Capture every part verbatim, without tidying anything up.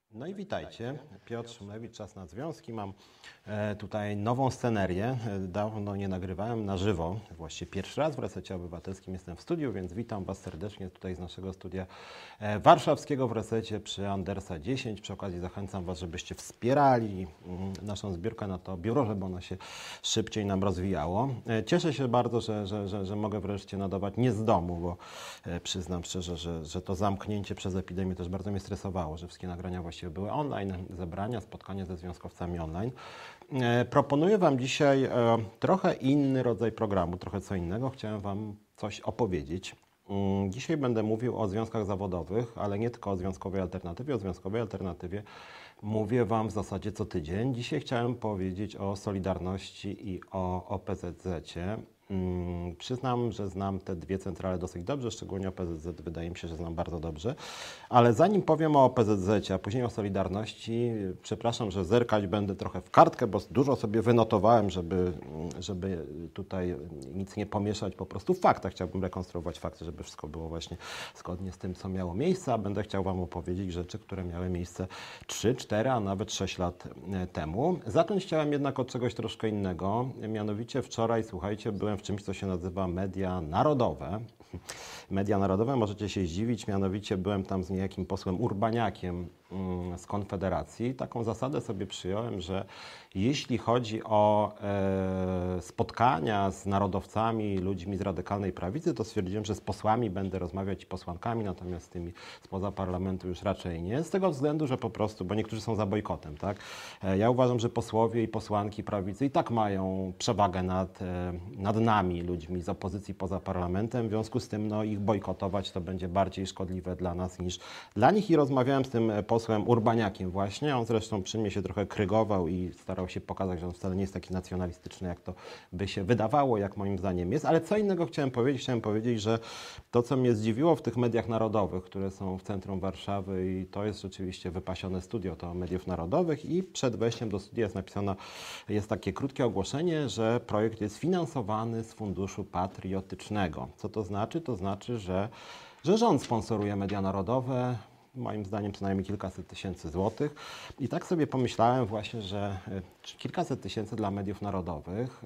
No i witajcie, Piotr Szumlewicz, Czas na Związki. Mam e, tutaj nową scenerię, e, dawno nie nagrywałem na żywo, właściwie pierwszy raz w Resecie Obywatelskim jestem w studiu, więc witam Was serdecznie tutaj z naszego studia e, warszawskiego w Resecie przy Andersa dziesięć. Przy okazji zachęcam Was, żebyście wspierali mm, naszą zbiórkę na to biuro, żeby ono się szybciej nam rozwijało. E, cieszę się bardzo, że, że, że, że mogę wreszcie nadawać nie z domu, bo e, przyznam szczerze, że, że to zamknięcie przez epidemię też bardzo mnie stresowało, że wszystkie nagrania właściwie były online, zebrania, spotkania ze związkowcami online. E, proponuję Wam dzisiaj e, trochę inny rodzaj programu, trochę co innego. Chciałem Wam coś opowiedzieć. Mm, dzisiaj będę mówił o związkach zawodowych, ale nie tylko o związkowej alternatywie. O związkowej alternatywie mówię Wam w zasadzie co tydzień. Dzisiaj chciałem powiedzieć o Solidarności i o O P Z Z-cie. Hmm, przyznam, że znam te dwie centrale dosyć dobrze, szczególnie O P Z Z wydaje mi się, że znam bardzo dobrze. Ale zanim powiem o O P Z Z-cie, a później o Solidarności, przepraszam, że zerkać będę trochę w kartkę, bo dużo sobie wynotowałem, żeby, żeby tutaj nic nie pomieszać, po prostu w faktach. Chciałbym rekonstruować fakty, żeby wszystko było właśnie zgodnie z tym, co miało miejsce, a będę chciał Wam opowiedzieć rzeczy, które miały miejsce trzy, cztery, a nawet sześć lat temu. Zacząć chciałem jednak od czegoś troszkę innego, mianowicie wczoraj, słuchajcie, byłem w czymś, co się nazywa media narodowe. Media narodowe, możecie się zdziwić, mianowicie byłem tam z niejakim posłem Urbaniakiem z Konfederacji. Taką zasadę sobie przyjąłem, że jeśli chodzi o e, spotkania z narodowcami, ludźmi z radykalnej prawicy, to stwierdziłem, że z posłami będę rozmawiać i posłankami, natomiast z tymi spoza parlamentu już raczej nie. Z tego względu, że po prostu, bo niektórzy są za bojkotem, tak? E, ja uważam, że posłowie i posłanki prawicy i tak mają przewagę nad, e, nad nami, ludźmi z opozycji poza parlamentem. W związku z tym no, ich bojkotować to będzie bardziej szkodliwe dla nas niż dla nich. I rozmawiałem z tym posłem Urbaniakiem właśnie. On zresztą przy mnie się trochę krygował i starał się pokazać, że on wcale nie jest taki nacjonalistyczny, jak to by się wydawało, jak moim zdaniem jest. Ale co innego chciałem powiedzieć? Chciałem powiedzieć, że to, co mnie zdziwiło w tych mediach narodowych, które są w centrum Warszawy i to jest rzeczywiście wypasione studio, to mediów narodowych i przed wejściem do studia jest napisane, jest takie krótkie ogłoszenie, że projekt jest finansowany z Funduszu Patriotycznego. Co to znaczy? To znaczy, że, że rząd sponsoruje media narodowe, moim zdaniem co najmniej kilkaset tysięcy złotych. I tak sobie pomyślałem właśnie, że kilkaset tysięcy dla mediów narodowych.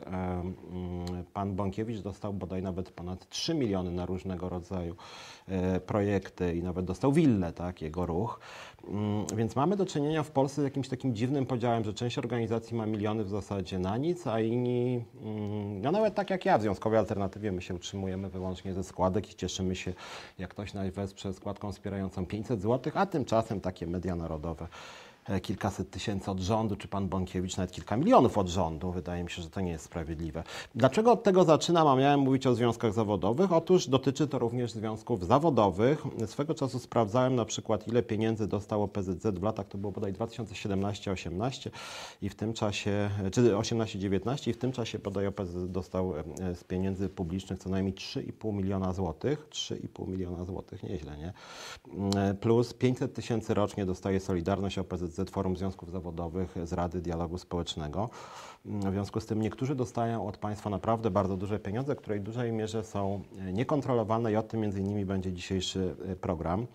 Pan Bąkiewicz dostał bodaj nawet ponad trzy miliony na różnego rodzaju projekty i nawet dostał willę, tak, jego ruch. Więc mamy do czynienia w Polsce z jakimś takim dziwnym podziałem, że część organizacji ma miliony w zasadzie na nic, a inni, no nawet tak jak ja w Związkowej Alternatywie, my się utrzymujemy wyłącznie ze składek i cieszymy się, jak ktoś nas wesprze składką wspierającą pięćset złotych, a tymczasem takie media narodowe kilkaset tysięcy od rządu, czy pan Bąkiewicz nawet kilka milionów od rządu. Wydaje mi się, że to nie jest sprawiedliwe. Dlaczego od tego zaczynam, a miałem mówić o związkach zawodowych? Otóż dotyczy to również związków zawodowych. Swego czasu sprawdzałem na przykład, ile pieniędzy dostał O P Z Z w latach, to było bodaj dwa tysiące siedemnaście osiemnaście i w tym czasie, czy osiemnaście dziewiętnaście i w tym czasie bodaj O P Z Z dostał z pieniędzy publicznych co najmniej trzy i pół miliona złotych. trzy i pół miliona złotych, nieźle, nie? Plus pięćset tysięcy rocznie dostaje Solidarność, O P Z Z, Forum Związków Zawodowych z Rady Dialogu Społecznego. W związku z tym niektórzy dostają od państwa naprawdę bardzo duże pieniądze, które w dużej mierze są niekontrolowane i o tym między innymi będzie dzisiejszy program.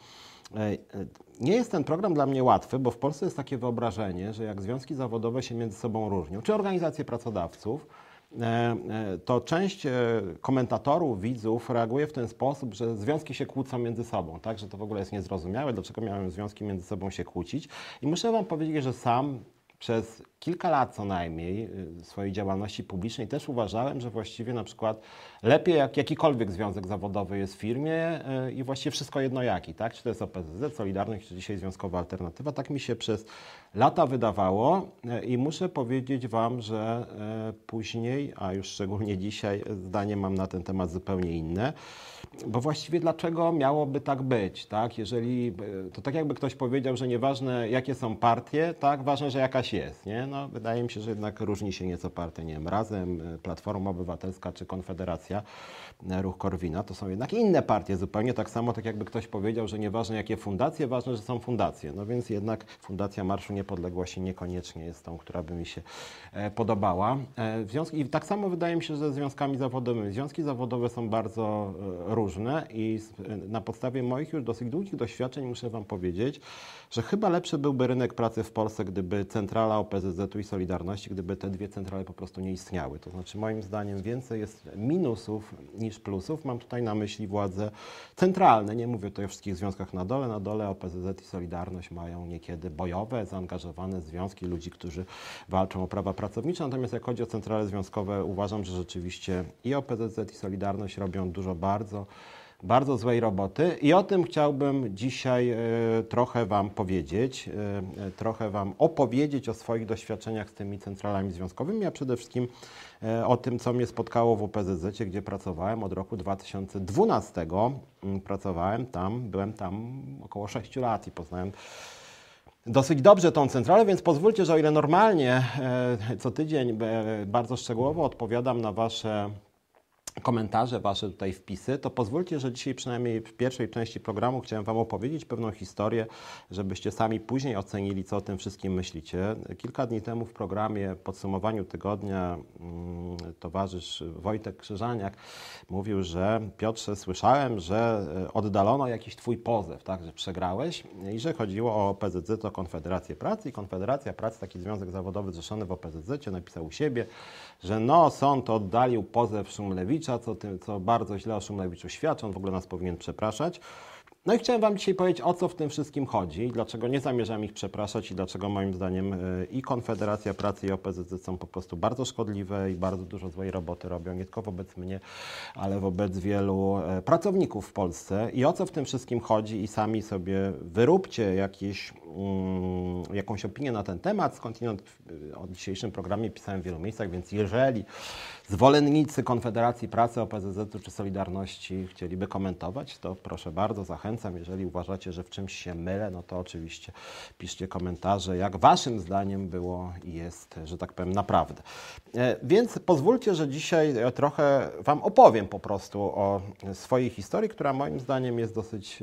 Nie jest ten program dla mnie łatwy, bo w Polsce jest takie wyobrażenie, że jak związki zawodowe się między sobą różnią, czy organizacje pracodawców, to część komentatorów, widzów reaguje w ten sposób, że związki się kłócą między sobą, tak? Że to w ogóle jest niezrozumiałe, dlaczego miały związki między sobą się kłócić. I muszę Wam powiedzieć, że sam przez kilka lat co najmniej swojej działalności publicznej też uważałem, że właściwie na przykład lepiej jak jakikolwiek związek zawodowy jest w firmie i właściwie wszystko jedno jaki, tak? Czy to jest O P Z Z, Solidarność, czy dzisiaj Związkowa Alternatywa. Tak mi się przez lata wydawało i muszę powiedzieć Wam, że później, a już szczególnie dzisiaj, zdanie mam na ten temat zupełnie inne. Bo właściwie dlaczego miałoby tak być, tak? Jeżeli, to tak jakby ktoś powiedział, że nieważne jakie są partie, tak? Ważne, że jakaś widać jest, nie? No, wydaje mi się, że jednak różni się nieco partie, nie wiem, Razem, Platforma Obywatelska czy Konfederacja, Ruch Korwina, to są jednak inne partie zupełnie, tak samo tak jakby ktoś powiedział, że nieważne jakie fundacje, ważne, że są fundacje. No więc jednak Fundacja Marszu Niepodległości niekoniecznie jest tą, która by mi się podobała. W związku, i tak samo wydaje mi się, że ze związkami zawodowymi. Związki zawodowe są bardzo różne i na podstawie moich już dosyć długich doświadczeń muszę Wam powiedzieć, że chyba lepszy byłby rynek pracy w Polsce, gdyby centrala O P Z Z-u i Solidarności, gdyby te dwie centrale po prostu nie istniały. To znaczy moim zdaniem więcej jest minusów niż plusów. Mam tutaj na myśli władze centralne. Nie mówię tutaj o wszystkich związkach na dole. Na dole O P Z Z i Solidarność mają niekiedy bojowe, zaangażowane związki ludzi, którzy walczą o prawa pracownicze. Natomiast jak chodzi o centrale związkowe, uważam, że rzeczywiście i O P Z Z i Solidarność robią dużo bardzo bardzo złej roboty i o tym chciałbym dzisiaj y, trochę Wam powiedzieć, y, y, trochę Wam opowiedzieć o swoich doświadczeniach z tymi centralami związkowymi, a przede wszystkim y, o tym, co mnie spotkało w O P Z Z-cie, gdzie pracowałem od roku dwa tysiące dwunastego. Y, pracowałem tam, byłem tam około sześciu lat i poznałem dosyć dobrze tą centralę, więc pozwólcie, że o ile normalnie y, co tydzień y, bardzo szczegółowo odpowiadam na Wasze komentarze, Wasze tutaj wpisy, to pozwólcie, że dzisiaj przynajmniej w pierwszej części programu chciałem Wam opowiedzieć pewną historię, żebyście sami później ocenili, co o tym wszystkim myślicie. Kilka dni temu w programie podsumowaniu tygodnia mm, towarzysz Wojtek Krzyżaniak mówił, że Piotrze, słyszałem, że oddalono jakiś Twój pozew, tak, że przegrałeś i że chodziło o O P Z Z, o Konfederację Pracy i Konfederacja Pracy, taki związek zawodowy zrzeszony w O P Z Z-cie, napisał u siebie, że no, sąd oddalił pozew Szumlewicza, co, tym, co bardzo źle o Szumlewiczu świadczy, on w ogóle nas powinien przepraszać. No i chciałem Wam dzisiaj powiedzieć, o co w tym wszystkim chodzi, dlaczego nie zamierzam ich przepraszać i dlaczego moim zdaniem i Konfederacja Pracy i O P Z Z są po prostu bardzo szkodliwe i bardzo dużo złej roboty robią, nie tylko wobec mnie, ale wobec wielu pracowników w Polsce. I o co w tym wszystkim chodzi i sami sobie wyróbcie jakieś, um, jakąś opinię na ten temat. Skądinąd o dzisiejszym programie pisałem w wielu miejscach, więc jeżeli zwolennicy Konfederacji Pracy, O P Z Z-u czy Solidarności chcieliby komentować, to proszę bardzo, zachęcam. Jeżeli uważacie, że w czymś się mylę, no to oczywiście piszcie komentarze, jak Waszym zdaniem było i jest, że tak powiem, naprawdę. Więc pozwólcie, że dzisiaj trochę Wam opowiem po prostu o swojej historii, która moim zdaniem jest dosyć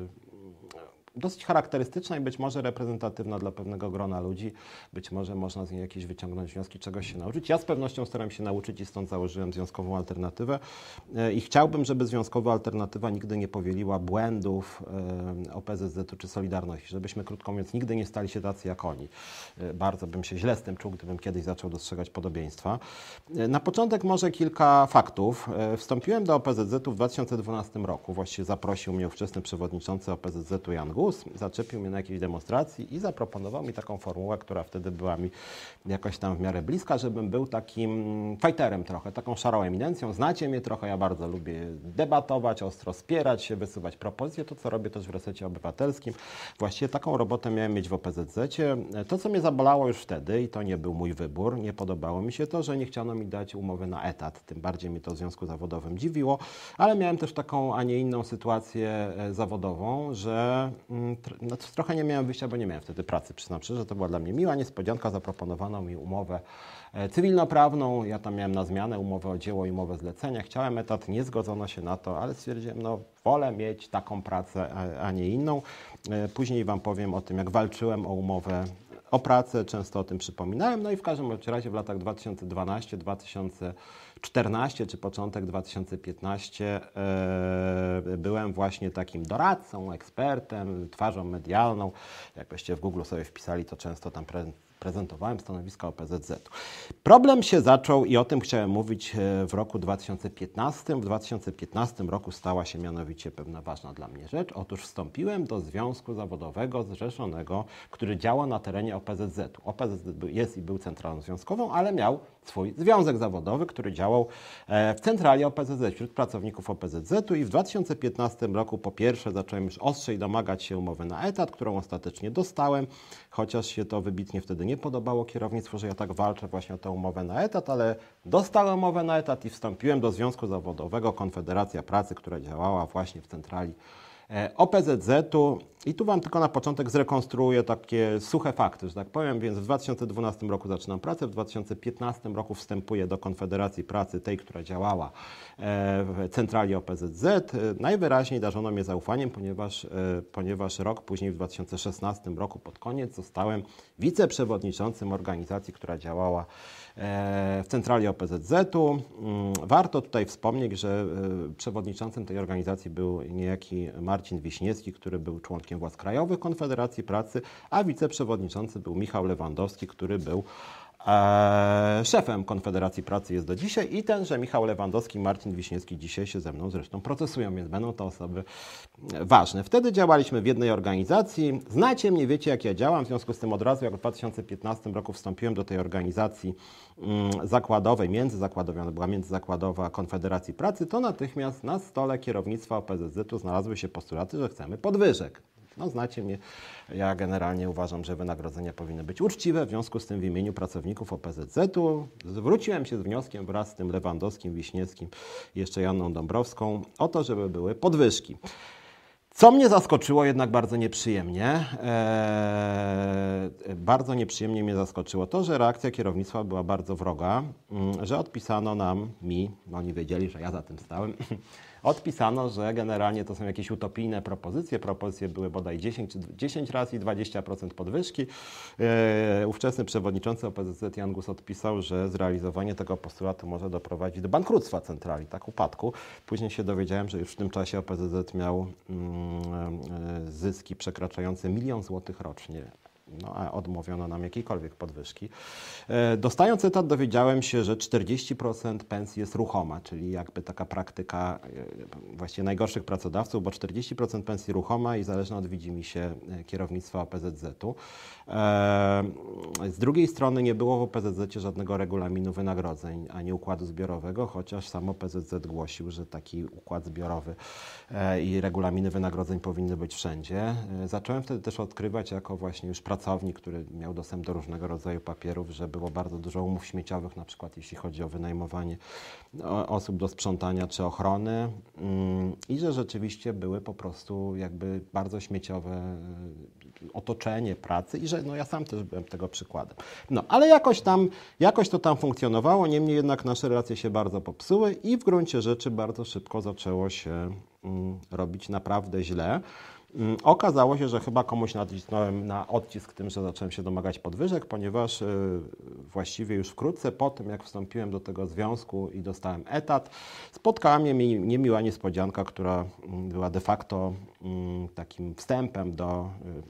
dosyć charakterystyczna i być może reprezentatywna dla pewnego grona ludzi. Być może można z niej jakieś wyciągnąć wnioski, czegoś się nauczyć. Ja z pewnością staram się nauczyć i stąd założyłem Związkową Alternatywę. I chciałbym, żeby Związkowa Alternatywa nigdy nie powieliła błędów O P Z Z-u czy Solidarności. Żebyśmy, krótko mówiąc, nigdy nie stali się tacy jak oni. Bardzo bym się źle z tym czuł, gdybym kiedyś zaczął dostrzegać podobieństwa. Na początek może kilka faktów. Wstąpiłem do O P Z Z-u w dwa tysiące dwunastym roku. Właściwie zaprosił mnie ówczesny przewodniczący O P Z Z-u Jan Gus. Zaczepił mnie na jakiejś demonstracji i zaproponował mi taką formułę, która wtedy była mi jakoś tam w miarę bliska, żebym był takim fajterem trochę, taką szarą eminencją. Znacie mnie trochę, ja bardzo lubię debatować, ostro spierać się, wysuwać propozycje, to co robię też w Resecie Obywatelskim. Właściwie taką robotę miałem mieć w O P Z Z-cie. To, co mnie zabolało już wtedy i to nie był mój wybór, nie podobało mi się to, że nie chciano mi dać umowy na etat. Tym bardziej mnie to w związku zawodowym dziwiło, ale miałem też taką, a nie inną sytuację zawodową, że no, trochę nie miałem wyjścia, bo nie miałem wtedy pracy, przyznam szczerze, że to była dla mnie miła niespodzianka, zaproponowano mi umowę cywilnoprawną, ja tam miałem na zmianę umowę o dzieło i umowę zlecenia, chciałem etat, nie zgodzono się na to, ale stwierdziłem, no wolę mieć taką pracę, a, a nie inną. Później Wam powiem o tym, jak walczyłem o umowę o pracę, często o tym przypominałem, no i w każdym razie w latach dwa tysiące dwunastym do dwa tysiące czternastego czy początek dwa tysiące piętnastego e, byłem właśnie takim doradcą, ekspertem, twarzą medialną. Jakbyście w Google sobie wpisali, to często tam pre, prezentowałem stanowiska O P Z Z-u. Problem się zaczął i o tym chciałem mówić w roku dwa tysiące piętnastym. W dwa tysiące piętnastym roku stała się mianowicie pewna ważna dla mnie rzecz. Otóż wstąpiłem do Związku Zawodowego Zrzeszonego, który działa na terenie O P Z Z-u. O P Z Z jest i był centralą związkową, ale miał swój związek zawodowy, który działał w centrali O P Z Z, wśród pracowników O P Z Z-u i w dwa tysiące piętnastym roku po pierwsze zacząłem już ostrzej domagać się umowy na etat, którą ostatecznie dostałem, chociaż się to wybitnie wtedy nie podobało kierownictwu, że ja tak walczę właśnie o tę umowę na etat, ale dostałem umowę na etat i wstąpiłem do Związku Zawodowego Konfederacja Pracy, która działała właśnie w centrali O P Z Z-u, i tu Wam tylko na początek zrekonstruuję takie suche fakty, że tak powiem, więc w dwa tysiące dwunastym roku zaczynam pracę, w dwa tysiące piętnastym roku wstępuję do Konfederacji Pracy, tej, która działała w centrali O P Z Z. Najwyraźniej darzono mnie zaufaniem, ponieważ, ponieważ rok później, w dwa tysiące szesnastym roku pod koniec, zostałem wiceprzewodniczącym organizacji, która działała w centrali O P Z Z-u. Warto tutaj wspomnieć, że przewodniczącym tej organizacji był niejaki Marcin Wiśniewski, który był członkiem władz krajowych Konfederacji Pracy, a wiceprzewodniczący był Michał Lewandowski, który był e, szefem Konfederacji Pracy, jest do dzisiaj, i tenże Michał Lewandowski i Marcin Wiśniewski dzisiaj się ze mną zresztą procesują, więc będą to osoby ważne. Wtedy działaliśmy w jednej organizacji. Znacie mnie, wiecie, jak ja działam, w związku z tym od razu, jak w dwa tysiące piętnastym roku wstąpiłem do tej organizacji mm, zakładowej, międzyzakładowej, ona była międzyzakładowa Konfederacji Pracy, to natychmiast na stole kierownictwa O P Z Z-u znalazły się postulaty, że chcemy podwyżek. No, znacie mnie, ja generalnie uważam, że wynagrodzenia powinny być uczciwe, w związku z tym w imieniu pracowników O P Z Z-u zwróciłem się z wnioskiem wraz z tym Lewandowskim, Wiśniewskim i jeszcze Janną Dąbrowską o to, żeby były podwyżki. Co mnie zaskoczyło jednak bardzo nieprzyjemnie, eee, bardzo nieprzyjemnie mnie zaskoczyło to, że reakcja kierownictwa była bardzo wroga, że odpisano nam, mi, oni wiedzieli, że ja za tym stałem, odpisano, że generalnie to są jakieś utopijne propozycje. Propozycje były bodaj dziesięć, dziesięć razy i dwadzieścia procent podwyżki. Eee, ówczesny przewodniczący O P Z Z Jan Gus odpisał, że zrealizowanie tego postulatu może doprowadzić do bankructwa centrali, tak, upadku. Później się dowiedziałem, że już w tym czasie O P Z Z miał mm, zyski przekraczające milion złotych rocznie. No, a odmówiono nam jakiejkolwiek podwyżki. Dostając etat, dowiedziałem się, że czterdzieści procent pensji jest ruchoma, czyli jakby taka praktyka właściwie najgorszych pracodawców, bo czterdzieści procent pensji ruchoma i zależna od widzimisię kierownictwa O P Z Z-u. Z drugiej strony nie było w O P Z Z-cie żadnego regulaminu wynagrodzeń, ani układu zbiorowego, chociaż sam O P Z Z głosił, że taki układ zbiorowy i regulaminy wynagrodzeń powinny być wszędzie. Zacząłem wtedy też odkrywać jako właśnie już pracownik, który miał dostęp do różnego rodzaju papierów, że było bardzo dużo umów śmieciowych, na przykład jeśli chodzi o wynajmowanie osób do sprzątania czy ochrony, i że rzeczywiście były po prostu jakby bardzo śmieciowe otoczenie pracy i że no ja sam też byłem tego przykładem. No ale jakoś tam, jakoś to tam funkcjonowało, niemniej jednak nasze relacje się bardzo popsuły i w gruncie rzeczy bardzo szybko zaczęło się mm, robić naprawdę źle. Okazało się, że chyba komuś nacisnąłem na odcisk tym, że zacząłem się domagać podwyżek, ponieważ właściwie już wkrótce po tym, jak wstąpiłem do tego związku i dostałem etat, spotkała mnie niemiła niespodzianka, która była de facto takim wstępem do,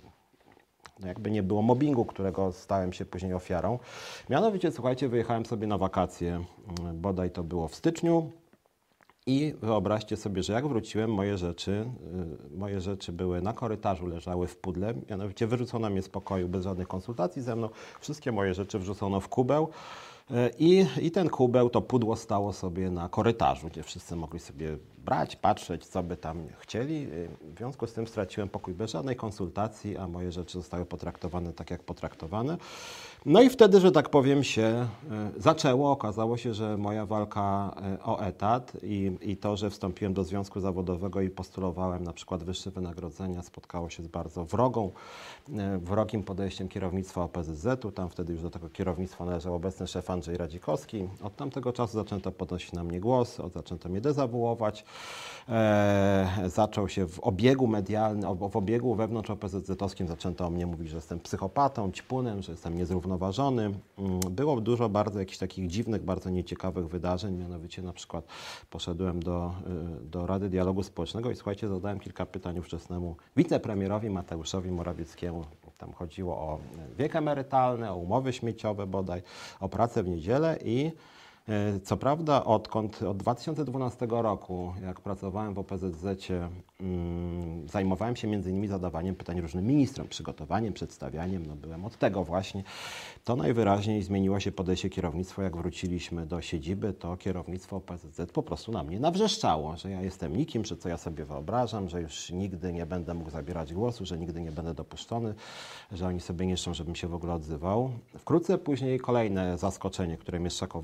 no jakby nie było, mobbingu, którego stałem się później ofiarą. Mianowicie, słuchajcie, wyjechałem sobie na wakacje, bodaj to było w styczniu. I wyobraźcie sobie, że jak wróciłem, moje rzeczy, moje rzeczy były na korytarzu, leżały w pudle, mianowicie wyrzucono mnie z pokoju bez żadnych konsultacji ze mną, wszystkie moje rzeczy wrzucono w kubeł i, i ten kubeł, to pudło stało sobie na korytarzu, gdzie wszyscy mogli sobie brać, patrzeć, co by tam chcieli. W związku z tym straciłem pokój bez żadnej konsultacji, a moje rzeczy zostały potraktowane tak, jak potraktowane. No i wtedy, że tak powiem, się zaczęło. Okazało się, że moja walka o etat i, i to, że wstąpiłem do związku zawodowego i postulowałem na przykład wyższe wynagrodzenia, spotkało się z bardzo wrogą, wrogim podejściem kierownictwa O P Z Z-u. Tam wtedy już do tego kierownictwa należał obecny szef Andrzej Radzikowski. Od tamtego czasu zaczęto podnosić na mnie głos, zaczęto mnie dezawuować. E, zaczął się w obiegu medialnym, w obiegu wewnątrz O P Z Z-owskim zaczęto o mnie mówić, że jestem psychopatą, ćpunem, że jestem niezrównoważony. Było dużo bardzo jakichś takich dziwnych, bardzo nieciekawych wydarzeń, mianowicie na przykład poszedłem do, do Rady Dialogu Społecznego i słuchajcie, zadałem kilka pytań ówczesnemu wicepremierowi Mateuszowi Morawieckiemu. Tam chodziło o wiek emerytalny, o umowy śmieciowe bodaj, o pracę w niedzielę i co prawda odkąd od dwa tysiące dwunastego roku, jak pracowałem w O P Z Z-cie, um, zajmowałem się między innymi zadawaniem pytań różnym ministrom, przygotowaniem, przedstawianiem, no byłem od tego właśnie. To najwyraźniej zmieniło się podejście kierownictwa, jak wróciliśmy do siedziby, to kierownictwo O P Z Z po prostu na mnie nawrzeszczało, że ja jestem nikim, że co ja sobie wyobrażam, że już nigdy nie będę mógł zabierać głosu, że nigdy nie będę dopuszczony, że oni sobie nie życzą, żebym się w ogóle odzywał. Wkrótce później kolejne zaskoczenie, które mnie szokowało, mianowicie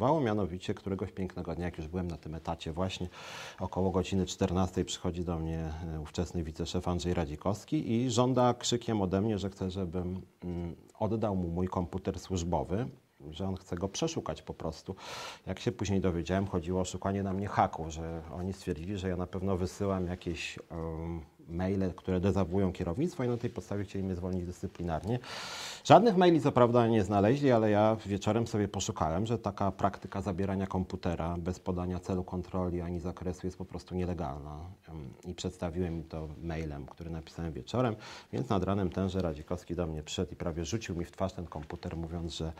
mianowicie któregoś pięknego dnia, jak już byłem na tym etacie właśnie, około godziny czternastej przychodzi do mnie ówczesny wiceszef Andrzej Radzikowski i żąda krzykiem ode mnie, że chce, żebym oddał mu mój komputer służbowy, że on chce go przeszukać po prostu. Jak się później dowiedziałem, chodziło o szukanie na mnie haku, że oni stwierdzili, że ja na pewno wysyłam jakieś um, maile, które dezawuują kierownictwo i na tej podstawie chcieli mnie zwolnić dyscyplinarnie. Żadnych maili co prawda nie znaleźli, ale ja wieczorem sobie poszukałem, że taka praktyka zabierania komputera bez podania celu kontroli ani zakresu jest po prostu nielegalna. I przedstawiłem im to mailem, który napisałem wieczorem, więc nad ranem tenże Radzikowski do mnie przyszedł i prawie rzucił mi w twarz ten komputer, mówiąc, że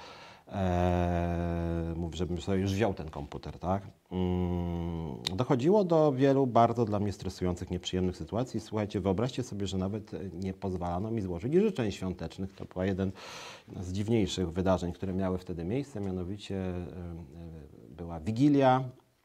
Eee, mów, żebym sobie już wziął ten komputer, tak? Mm, dochodziło do wielu bardzo dla mnie stresujących, nieprzyjemnych sytuacji. Słuchajcie, wyobraźcie sobie, że nawet nie pozwalano mi złożyć życzeń świątecznych. To była jeden z dziwniejszych wydarzeń, które miały wtedy miejsce, mianowicie e, była Wigilia,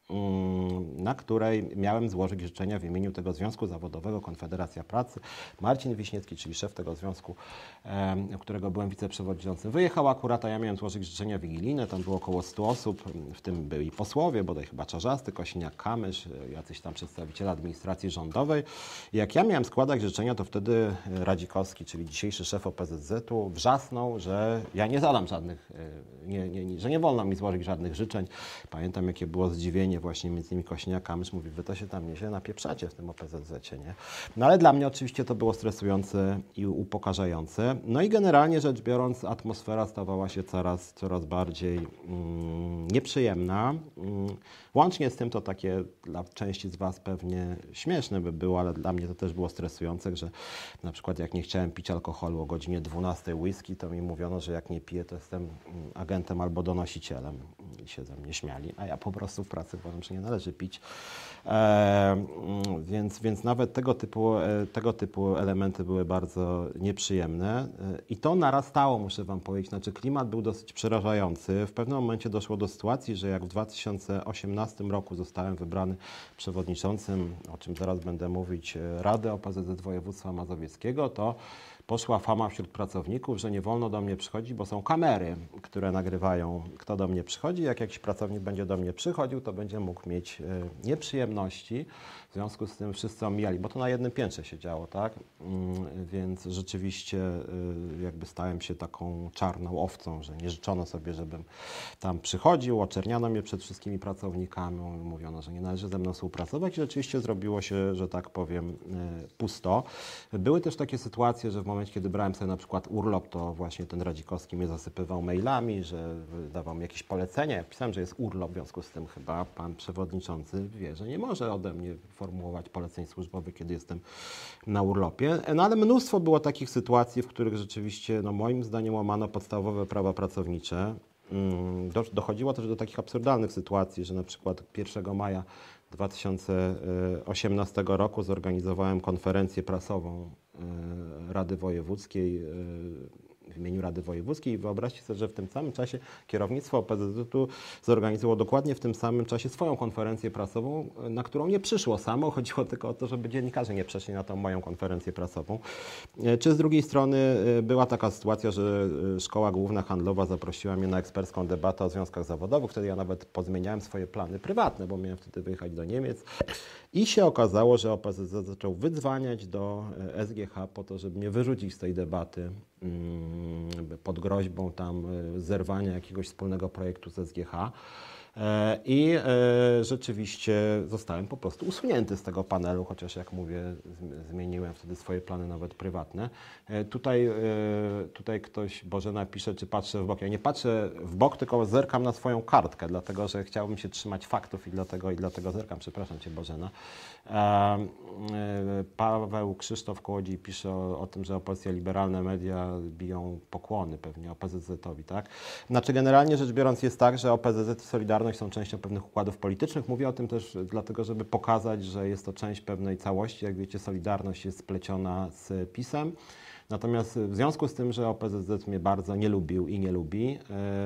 na której miałem złożyć życzenia w imieniu tego Związku Zawodowego Konfederacja Pracy. Marcin Wiśniewski, czyli szef tego związku, którego byłem wiceprzewodniczącym, wyjechał akurat, a ja miałem złożyć życzenia wigilijne. Tam było około stu osób, w tym byli posłowie, bodaj chyba Czarzasty, Kosiniak-Kamysz, jacyś tam przedstawiciele administracji rządowej. I jak ja miałem składać życzenia, to wtedy Radzikowski, czyli dzisiejszy szef O P Z Z u, wrzasnął, że ja nie zadam żadnych, nie, nie, nie, że nie wolno mi złożyć żadnych życzeń. Pamiętam, jakie było zdziwienie właśnie między innymi Kosiniak-Kamysz, mówi, wy to się tam nieźle napieprzacie w tym O P Z Z cie, nie? No ale dla mnie oczywiście to było stresujące i upokarzające. No i generalnie rzecz biorąc, atmosfera stawała się coraz, coraz bardziej mm, nieprzyjemna. Mm, łącznie z tym to takie dla części z Was pewnie śmieszne by było, ale dla mnie to też było stresujące, że na przykład jak nie chciałem pić alkoholu o godzinie dwunastej whisky, to mi mówiono, że jak nie piję, to jestem agentem albo donosicielem i się ze mnie śmiali, a ja po prostu w pracy uważam, że nie należy pić. E, więc, więc nawet tego typu, tego typu elementy były bardzo nieprzyjemne i to narastało, muszę Wam powiedzieć. Znaczy klimat był dosyć przerażający. W pewnym momencie doszło do sytuacji, że jak w dwa tysiące osiemnastym roku zostałem wybrany przewodniczącym, o czym zaraz będę mówić, Rady O P Z Z Województwa Mazowieckiego, to poszła fama wśród pracowników, że nie wolno do mnie przychodzić, bo są kamery, które nagrywają, kto do mnie przychodzi. Jak jakiś pracownik będzie do mnie przychodził, to będzie mógł mieć nieprzyjemności. W związku z tym wszyscy omijali, bo to na jednym piętrze się działo, tak? Więc rzeczywiście jakby stałem się taką czarną owcą, że nie życzono sobie, żebym tam przychodził, oczerniano mnie przed wszystkimi pracownikami, mówiono, że nie należy ze mną współpracować i rzeczywiście zrobiło się, że tak powiem, pusto. Były też takie sytuacje, że w momencie, kiedy brałem sobie na przykład urlop, to właśnie ten Radzikowski mnie zasypywał mailami, że dawał mi jakieś polecenia. Ja pisałem, że jest urlop, w związku z tym chyba pan przewodniczący wie, że nie może ode mnie formułować poleceń służbowych, kiedy jestem na urlopie. No ale mnóstwo było takich sytuacji, w których rzeczywiście, no moim zdaniem, łamano podstawowe prawa pracownicze. Dochodziło też do takich absurdalnych sytuacji, że na przykład pierwszego maja dwa tysiące osiemnastego roku zorganizowałem konferencję prasową Rady Wojewódzkiej w imieniu Rady Wojewódzkiej i wyobraźcie sobie, że w tym samym czasie kierownictwo O P Z Z u zorganizowało dokładnie w tym samym czasie swoją konferencję prasową, na którą nie przyszło samo. Chodziło tylko o to, żeby dziennikarze nie przeszli na tą moją konferencję prasową. Czy z drugiej strony była taka sytuacja, że Szkoła Główna Handlowa zaprosiła mnie na ekspercką debatę o związkach zawodowych. Wtedy ja nawet pozmieniałem swoje plany prywatne, bo miałem wtedy wyjechać do Niemiec. I się okazało, że O P Z Z zaczął wydzwaniać do S G H po to, żeby mnie wyrzucić z tej debaty pod groźbą tam zerwania jakiegoś wspólnego projektu z S G H. I rzeczywiście zostałem po prostu usunięty z tego panelu, chociaż jak mówię, zmieniłem wtedy swoje plany nawet prywatne. Tutaj, tutaj ktoś, Bożena pisze, czy patrzę w bok. Ja nie patrzę w bok, tylko zerkam na swoją kartkę, dlatego że chciałbym się trzymać faktów i dlatego, i dlatego zerkam. Przepraszam Cię, Bożena. Paweł Krzysztof Kołodziej pisze o, o tym, że opozycja, liberalne media biją pokłony pewnie O P Z Z owi, tak? Znaczy generalnie rzecz biorąc jest tak, że O P Z Z i Solidarność są częścią pewnych układów politycznych. Mówię o tym też dlatego, żeby pokazać, że jest to część pewnej całości. Jak wiecie, Solidarność jest spleciona z PiS-em. Natomiast w związku z tym, że O P Z Z mnie bardzo nie lubił i nie lubi,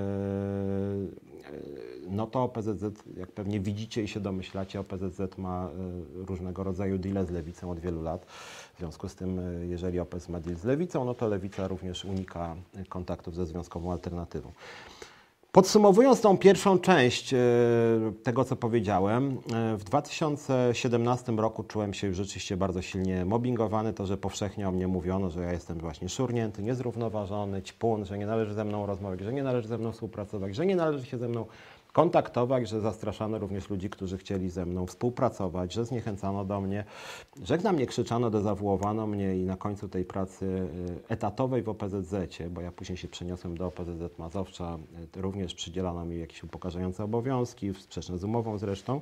no to O P Z Z, jak pewnie widzicie i się domyślacie, O P Z Z ma różnego rodzaju deale z Lewicą od wielu lat. W związku z tym, jeżeli O P Z ma deal z Lewicą, no to Lewica również unika kontaktów ze Związkową Alternatywą. Podsumowując tą pierwszą część tego, co powiedziałem, w dwa tysiące siedemnastym roku czułem się już rzeczywiście bardzo silnie mobbingowany. To, że powszechnie o mnie mówiono, że ja jestem właśnie szurnięty, niezrównoważony, ćpun, że nie należy ze mną rozmawiać, że nie należy ze mną współpracować, że nie należy się ze mną kontaktować, że zastraszano również ludzi, którzy chcieli ze mną współpracować, że zniechęcano do mnie, że na mnie krzyczano, dezawuowano mnie i na końcu tej pracy etatowej w O P Z Z-cie, bo ja później się przeniosłem do O P Z Z Mazowsza, również przydzielano mi jakieś upokarzające obowiązki, sprzeczne z umową zresztą,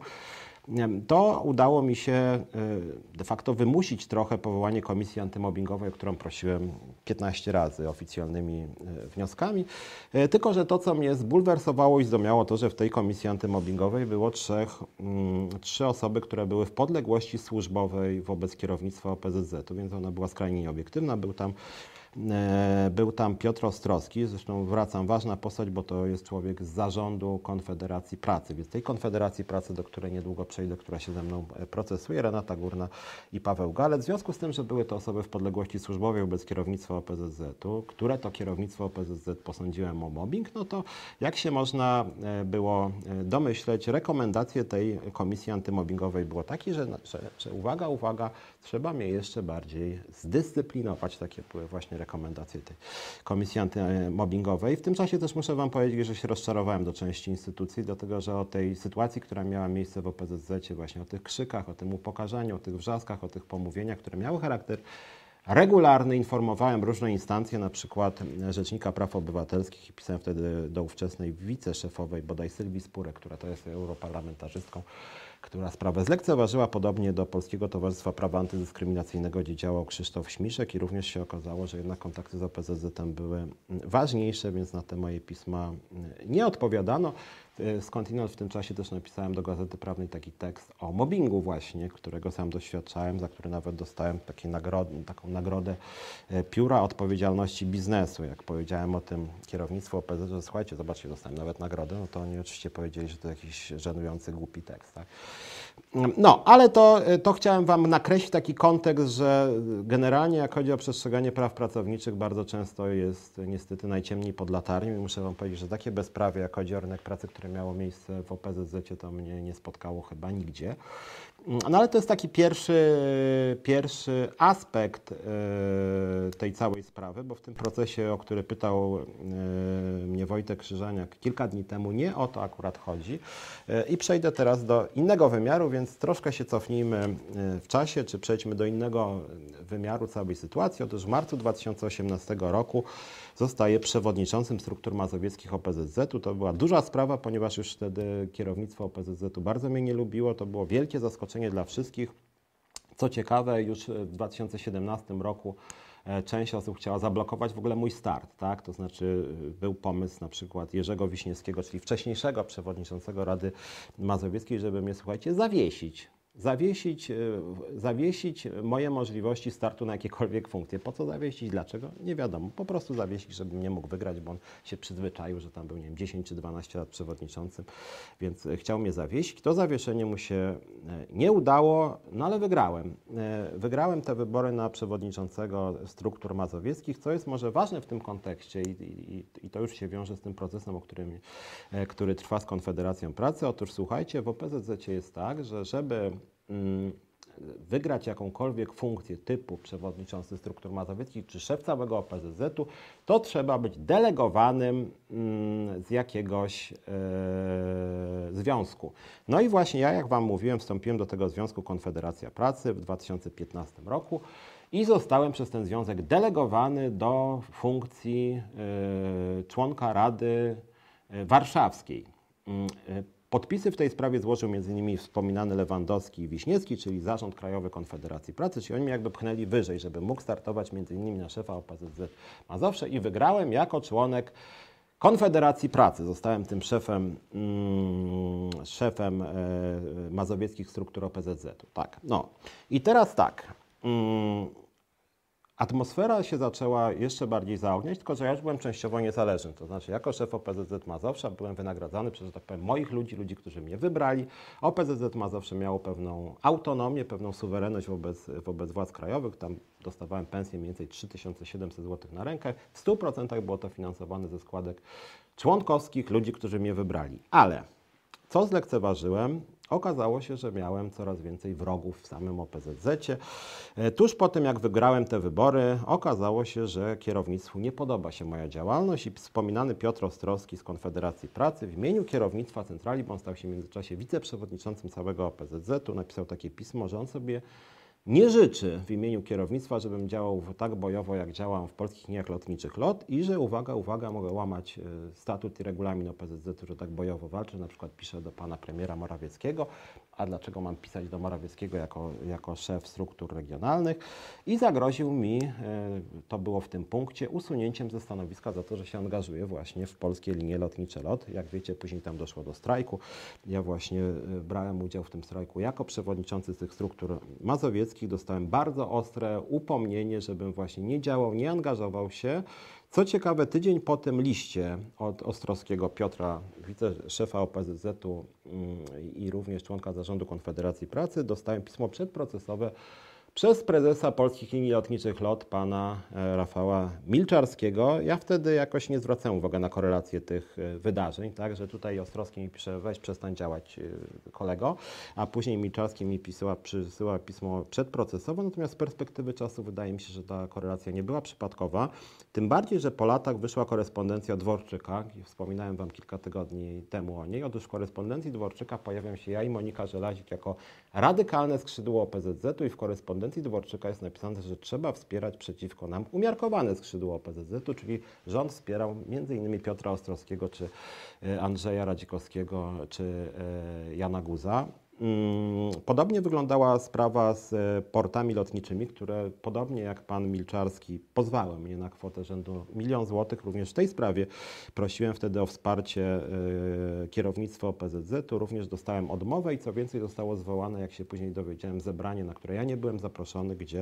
to udało mi się de facto wymusić trochę powołanie komisji antymobbingowej, o którą prosiłem piętnaście razy oficjalnymi wnioskami. Tylko że to, co mnie zbulwersowało i zdumiało, to, że w tej komisji antymobbingowej było trzech, trzy osoby, które były w podległości służbowej wobec kierownictwa O P Z Z-u, więc ona była skrajnie nieobiektywna. Był tam Był tam Piotr Ostrowski, zresztą wracam, ważna postać, bo to jest człowiek z zarządu Konfederacji Pracy, więc tej Konfederacji Pracy, do której niedługo przejdę, która się ze mną procesuje, Renata Górna i Paweł Galec. W związku z tym, że były to osoby w podległości służbowej wobec kierownictwa O P Z Z-u, które to kierownictwo O P Z Z posądziłem o mobbing, no to jak się można było domyśleć, rekomendacje tej komisji antymobbingowej było takie, że, że, że uwaga, uwaga, trzeba mnie jeszcze bardziej zdyscyplinować. Takie były właśnie rekomendacje tej komisji antymobbingowej. W tym czasie też muszę Wam powiedzieć, że się rozczarowałem do części instytucji, dlatego że o tej sytuacji, która miała miejsce w O P Z Z-cie, właśnie o tych krzykach, o tym upokarzaniu, o tych wrzaskach, o tych pomówieniach, które miały charakter regularny, informowałem różne instancje, na przykład Rzecznika Praw Obywatelskich i pisałem wtedy do ówczesnej wiceszefowej, bodaj Sylwii Spurek, która to jest europarlamentarzystką, która sprawę zlekceważyła, podobnie do Polskiego Towarzystwa Prawa Antydyskryminacyjnego, gdzie działał Krzysztof Śmiszek i również się okazało, że jednak kontakty z O P Z Z-em były ważniejsze, więc na te moje pisma nie odpowiadano. Skądinąd w tym czasie też napisałem do Gazety Prawnej taki tekst o mobbingu właśnie, którego sam doświadczałem, za który nawet dostałem takie nagrody, taką nagrodę Pióra Odpowiedzialności Biznesu. Jak powiedziałem o tym kierownictwu O P Z, że słuchajcie, zobaczcie, dostałem nawet nagrodę, no to oni oczywiście powiedzieli, że to jakiś żenujący, głupi tekst. Tak? No, ale to, to chciałem Wam nakreślić taki kontekst, że generalnie jak chodzi o przestrzeganie praw pracowniczych, bardzo często jest niestety najciemniej pod latarnią i muszę Wam powiedzieć, że takie bezprawie, jak chodzi o rynek pracy, które miało miejsce w O P Z Z-cie, to mnie nie spotkało chyba nigdzie. No ale to jest taki pierwszy, pierwszy aspekt tej całej sprawy, bo w tym procesie, o który pytał mnie Wojtek Krzyżaniak kilka dni temu, nie o to akurat chodzi. I przejdę teraz do innego wymiaru, więc troszkę się cofnijmy w czasie, czy przejdźmy do innego wymiaru całej sytuacji. Otóż w marcu dwa tysiące osiemnastego roku zostaje przewodniczącym struktur mazowieckich O P Z Z-u. To była duża sprawa, ponieważ już wtedy kierownictwo O P Z Z-u bardzo mnie nie lubiło. To było wielkie zaskoczenie dla wszystkich. Co ciekawe, już w dwa tysiące siedemnastym roku część osób chciała zablokować w ogóle mój start, tak? To znaczy był pomysł na przykład Jerzego Wiśniewskiego, czyli wcześniejszego przewodniczącego Rady Mazowieckiej, żeby mnie, słuchajcie, zawiesić. Zawiesić, zawiesić moje możliwości startu na jakiekolwiek funkcje. Po co zawiesić? Dlaczego? Nie wiadomo. Po prostu zawiesić, żebym nie mógł wygrać, bo on się przyzwyczaił, że tam był, nie wiem, dziesięć czy dwanaście lat przewodniczącym, więc chciał mnie zawiesić. To zawieszenie mu się nie udało, no ale wygrałem. Wygrałem te wybory na przewodniczącego struktur mazowieckich, co jest może ważne w tym kontekście i, i, i to już się wiąże z tym procesem, o którym, który trwa z Konfederacją Pracy. Otóż słuchajcie, w O P Z Z-cie jest tak, że żeby wygrać jakąkolwiek funkcję typu przewodniczący struktur mazowieckich czy szef całego O P Z Z-u, to trzeba być delegowanym z jakiegoś e, związku. No i właśnie ja, jak Wam mówiłem, wstąpiłem do tego Związku Konfederacja Pracy w dwa tysiące piętnastym roku i zostałem przez ten związek delegowany do funkcji e, członka Rady Warszawskiej. E, Podpisy w tej sprawie złożył między innymi wspominany Lewandowski i Wiśniewski, czyli Zarząd Krajowy Konfederacji Pracy, czyli oni mnie jakby pchnęli wyżej, żeby mógł startować między innymi na szefa O P Z Z Mazowsze i wygrałem jako członek Konfederacji Pracy. Zostałem tym szefem, mm, szefem e, mazowieckich struktur O P Z Z-u. Tak, no. I teraz tak. Mm, atmosfera się zaczęła jeszcze bardziej zaogniać, tylko że ja już byłem częściowo niezależny. To znaczy, jako szef O P Z Z Mazowsza byłem wynagradzany przez, że tak powiem, moich ludzi, ludzi, którzy mnie wybrali. O P Z Z Mazowsze miało pewną autonomię, pewną suwerenność wobec, wobec władz krajowych. Tam dostawałem pensję mniej więcej trzy tysiące siedemset złotych na rękę. W stu procentach było to finansowane ze składek członkowskich ludzi, którzy mnie wybrali. Ale co zlekceważyłem? Okazało się, że miałem coraz więcej wrogów w samym O P Z Z-cie. Tuż po tym, jak wygrałem te wybory, okazało się, że kierownictwu nie podoba się moja działalność i wspominany Piotr Ostrowski z Konfederacji Pracy w imieniu kierownictwa centrali, bo on stał się w międzyczasie wiceprzewodniczącym całego O P Z Z-u, napisał takie pismo, że on sobie nie życzy w imieniu kierownictwa, żebym działał tak bojowo, jak działam w polskich liniach lotniczych LOT i że uwaga, uwaga, mogę łamać statut i regulamin O P Z Z-u, że tak bojowo walczę. Na przykład piszę do pana premiera Morawieckiego, a dlaczego mam pisać do Morawieckiego jako, jako szef struktur regionalnych i zagroził mi, to było w tym punkcie, usunięciem ze stanowiska za to, że się angażuję właśnie w polskie linie lotnicze LOT. Jak wiecie, później tam doszło do strajku. Ja właśnie brałem udział w tym strajku jako przewodniczący tych struktur mazowieckich. Dostałem bardzo ostre upomnienie, żebym właśnie nie działał, nie angażował się. Co ciekawe, tydzień po tym liście od Ostrowskiego Piotra, wiceszefa O P Z Z-u i również członka zarządu Konfederacji Pracy, dostałem pismo przedprocesowe przez prezesa Polskich Linii Lotniczych LOT, pana Rafała Milczarskiego. Ja wtedy jakoś nie zwracałem uwagi na korelację tych wydarzeń, tak, że tutaj Ostrowski mi pisze, weź przestań działać, kolego, a później Milczarski mi pisyła, przysyła pismo przedprocesowe, natomiast z perspektywy czasu wydaje mi się, że ta korelacja nie była przypadkowa, tym bardziej, że po latach wyszła korespondencja Dworczyka, wspominałem wam kilka tygodni temu o niej. Otóż w korespondencji Dworczyka pojawiam się ja i Monika Żelazik jako radykalne skrzydło O P Z Z-u i w korespondencji Dworczyka jest napisane, że trzeba wspierać przeciwko nam umiarkowane skrzydło O P Z Z-u, czyli rząd wspierał między innymi Piotra Ostrowskiego, czy Andrzeja Radzikowskiego, czy Jana Guza. Podobnie wyglądała sprawa z portami lotniczymi, które podobnie jak pan Milczarski pozwały mnie na kwotę rzędu milion złotych. Również w tej sprawie prosiłem wtedy o wsparcie kierownictwa O P Z Z-u. Również dostałem odmowę i co więcej zostało zwołane, jak się później dowiedziałem, zebranie, na które ja nie byłem zaproszony, gdzie,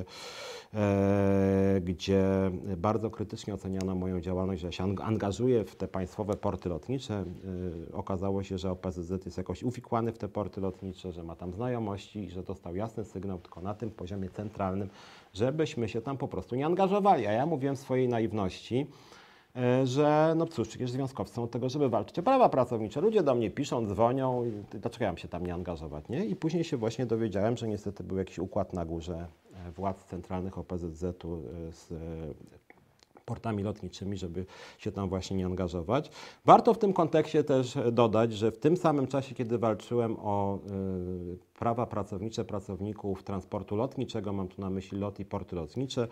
gdzie bardzo krytycznie oceniano moją działalność, że się angażuję w te państwowe porty lotnicze. Okazało się, że O P Z Z jest jakoś uwikłany w te porty lotnicze, że ma tam znajomości i że dostał jasny sygnał tylko na tym poziomie centralnym, żebyśmy się tam po prostu nie angażowali. A ja mówiłem w swojej naiwności, że no cóż, przecież związkowcy są od tego, żeby walczyć o prawa pracownicze. Ludzie do mnie piszą, dzwonią, i dlaczego ja mam się tam nie angażować, nie? I później się właśnie dowiedziałem, że niestety był jakiś układ na górze władz centralnych O P Z Z-u z portami lotniczymi, żeby się tam właśnie nie angażować. Warto w tym kontekście też dodać, że w tym samym czasie, kiedy walczyłem o y, prawa pracownicze pracowników transportu lotniczego, mam tu na myśli LOT i porty lotnicze,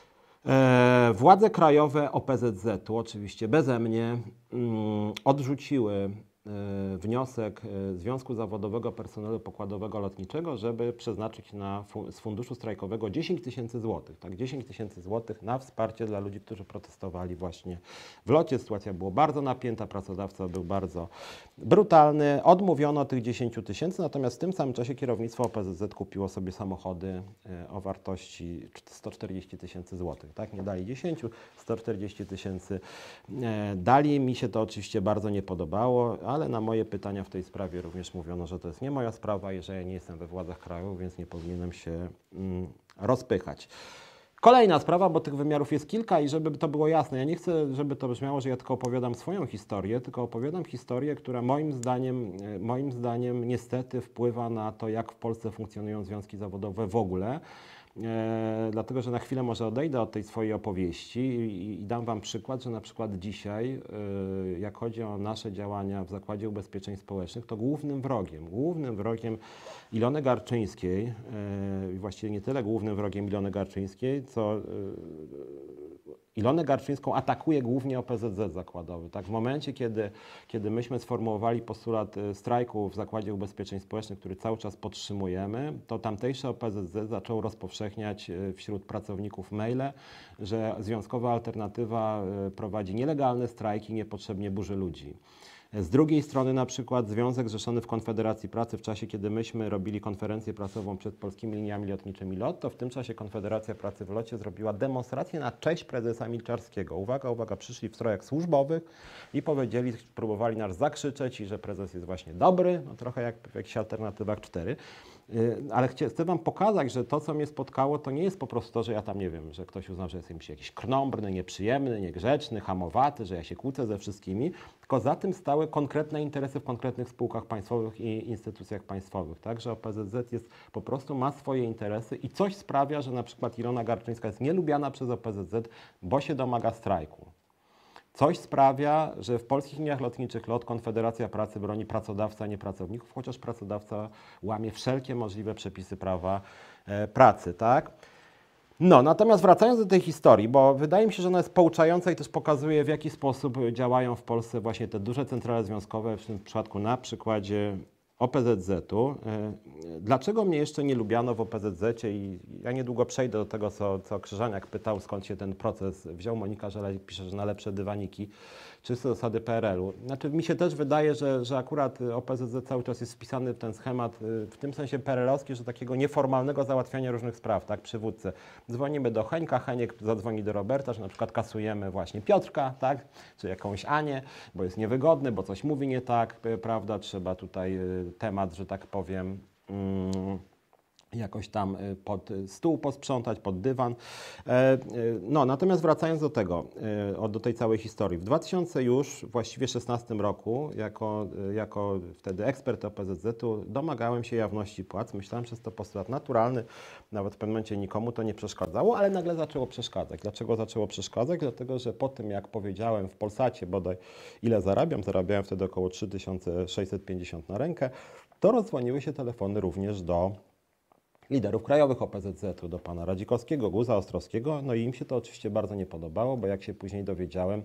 e, władze krajowe O P Z Z-u, oczywiście beze mnie, y, odrzuciły wniosek Związku Zawodowego Personelu Pokładowego Lotniczego, żeby przeznaczyć na fu- z funduszu strajkowego dziesięć tysięcy złotych. Tak, dziesięć tysięcy złotych na wsparcie dla ludzi, którzy protestowali właśnie w locie. Sytuacja była bardzo napięta, pracodawca był bardzo brutalny. Odmówiono tych dziesięć tysięcy, natomiast w tym samym czasie kierownictwo O P Z Z kupiło sobie samochody o wartości sto czterdzieści tysięcy złotych. Tak, nie dali dziesięć, sto czterdzieści tysięcy dali. Mi się to oczywiście bardzo nie podobało, ale na moje pytania w tej sprawie również mówiono, że to jest nie moja sprawa i że ja nie jestem we władzach kraju, więc nie powinienem się mm, rozpychać. Kolejna sprawa, bo tych wymiarów jest kilka i żeby to było jasne, ja nie chcę, żeby to brzmiało, że ja tylko opowiadam swoją historię, tylko opowiadam historię, która moim zdaniem, moim zdaniem niestety wpływa na to, jak w Polsce funkcjonują związki zawodowe w ogóle. E, dlatego, że na chwilę może odejdę od tej swojej opowieści i, i dam wam przykład, że na przykład dzisiaj, e, jak chodzi o nasze działania w Zakładzie Ubezpieczeń Społecznych, to głównym wrogiem, głównym wrogiem Ilony Garczyńskiej, i e, właściwie nie tyle głównym wrogiem Ilony Garczyńskiej, co e, Ilonę Garczyńską atakuje głównie O P Z Z zakładowy. Tak, w momencie, kiedy, kiedy myśmy sformułowali postulat strajku w Zakładzie Ubezpieczeń Społecznych, który cały czas podtrzymujemy, to tamtejsze O P Z Z zaczął rozpowszechniać wśród pracowników maile, że Związkowa Alternatywa prowadzi nielegalne strajki, niepotrzebnie burzy ludzi. Z drugiej strony na przykład Związek Zrzeszony w Konfederacji Pracy w czasie, kiedy myśmy robili konferencję prasową przed polskimi liniami lotniczymi LOT, to w tym czasie Konfederacja Pracy w locie zrobiła demonstrację na cześć prezesa Milczarskiego. Uwaga, uwaga, przyszli w strojach służbowych i powiedzieli, próbowali nas zakrzyczeć i że prezes jest właśnie dobry, no trochę jak w jakichś alternatywach cztery. Ale chcę, chcę Wam pokazać, że to, co mnie spotkało, to nie jest po prostu to, że ja tam, nie wiem, że ktoś uznał, że jestem jakiś krnąbrny, nieprzyjemny, niegrzeczny, hamowaty, że ja się kłócę ze wszystkimi, tylko za tym stały konkretne interesy w konkretnych spółkach państwowych i instytucjach państwowych. Także O P Z Z jest, po prostu ma swoje interesy i coś sprawia, że na przykład Ilona Garczyńska jest nielubiana przez O P Z Z, bo się domaga strajku. Coś sprawia, że w polskich liniach lotniczych LOT Konfederacja Pracy broni pracodawca, a nie pracowników, chociaż pracodawca łamie wszelkie możliwe przepisy prawa e, pracy, tak? No, natomiast wracając do tej historii, bo wydaje mi się, że ona jest pouczająca i też pokazuje, w jaki sposób działają w Polsce właśnie te duże centrale związkowe, w tym przypadku na przykładzie O P Z Z-u. Dlaczego mnie jeszcze nie lubiano w O P Z Z-cie i ja niedługo przejdę do tego, co, co Krzyżaniak pytał, skąd się ten proces wziął. Monika Żelaznik pisze, że na lepsze dywaniki, czyste zasady P R L-u. Znaczy mi się też wydaje, że, że akurat O P Z Z cały czas jest wpisany w ten schemat, w tym sensie P R L-owski, że takiego nieformalnego załatwiania różnych spraw, tak, przywódcy. Dzwonimy do Heńka, Heniek zadzwoni do Roberta, że na przykład kasujemy właśnie Piotrka, tak, czy jakąś Anię, bo jest niewygodny, bo coś mówi nie tak, prawda, trzeba tutaj temat, że tak powiem, mm, jakoś tam pod stół posprzątać, pod dywan. No, natomiast wracając do tego, do tej całej historii. W dwa tysiące już właściwie szesnastym roku, jako, jako wtedy ekspert O P Z Z-u, domagałem się jawności płac. Myślałem, że jest to postulat naturalny. Nawet w pewnym momencie nikomu to nie przeszkadzało, ale nagle zaczęło przeszkadzać. Dlaczego zaczęło przeszkadzać? Dlatego, że po tym, jak powiedziałem w Polsacie bodaj, ile zarabiam, zarabiałem wtedy około trzy tysiące sześćset pięćdziesiąt na rękę, to rozdzwoniły się telefony również do liderów krajowych O P Z Z-u, do pana Radzikowskiego, Guza, Ostrowskiego, no i im się to oczywiście bardzo nie podobało, bo jak się później dowiedziałem,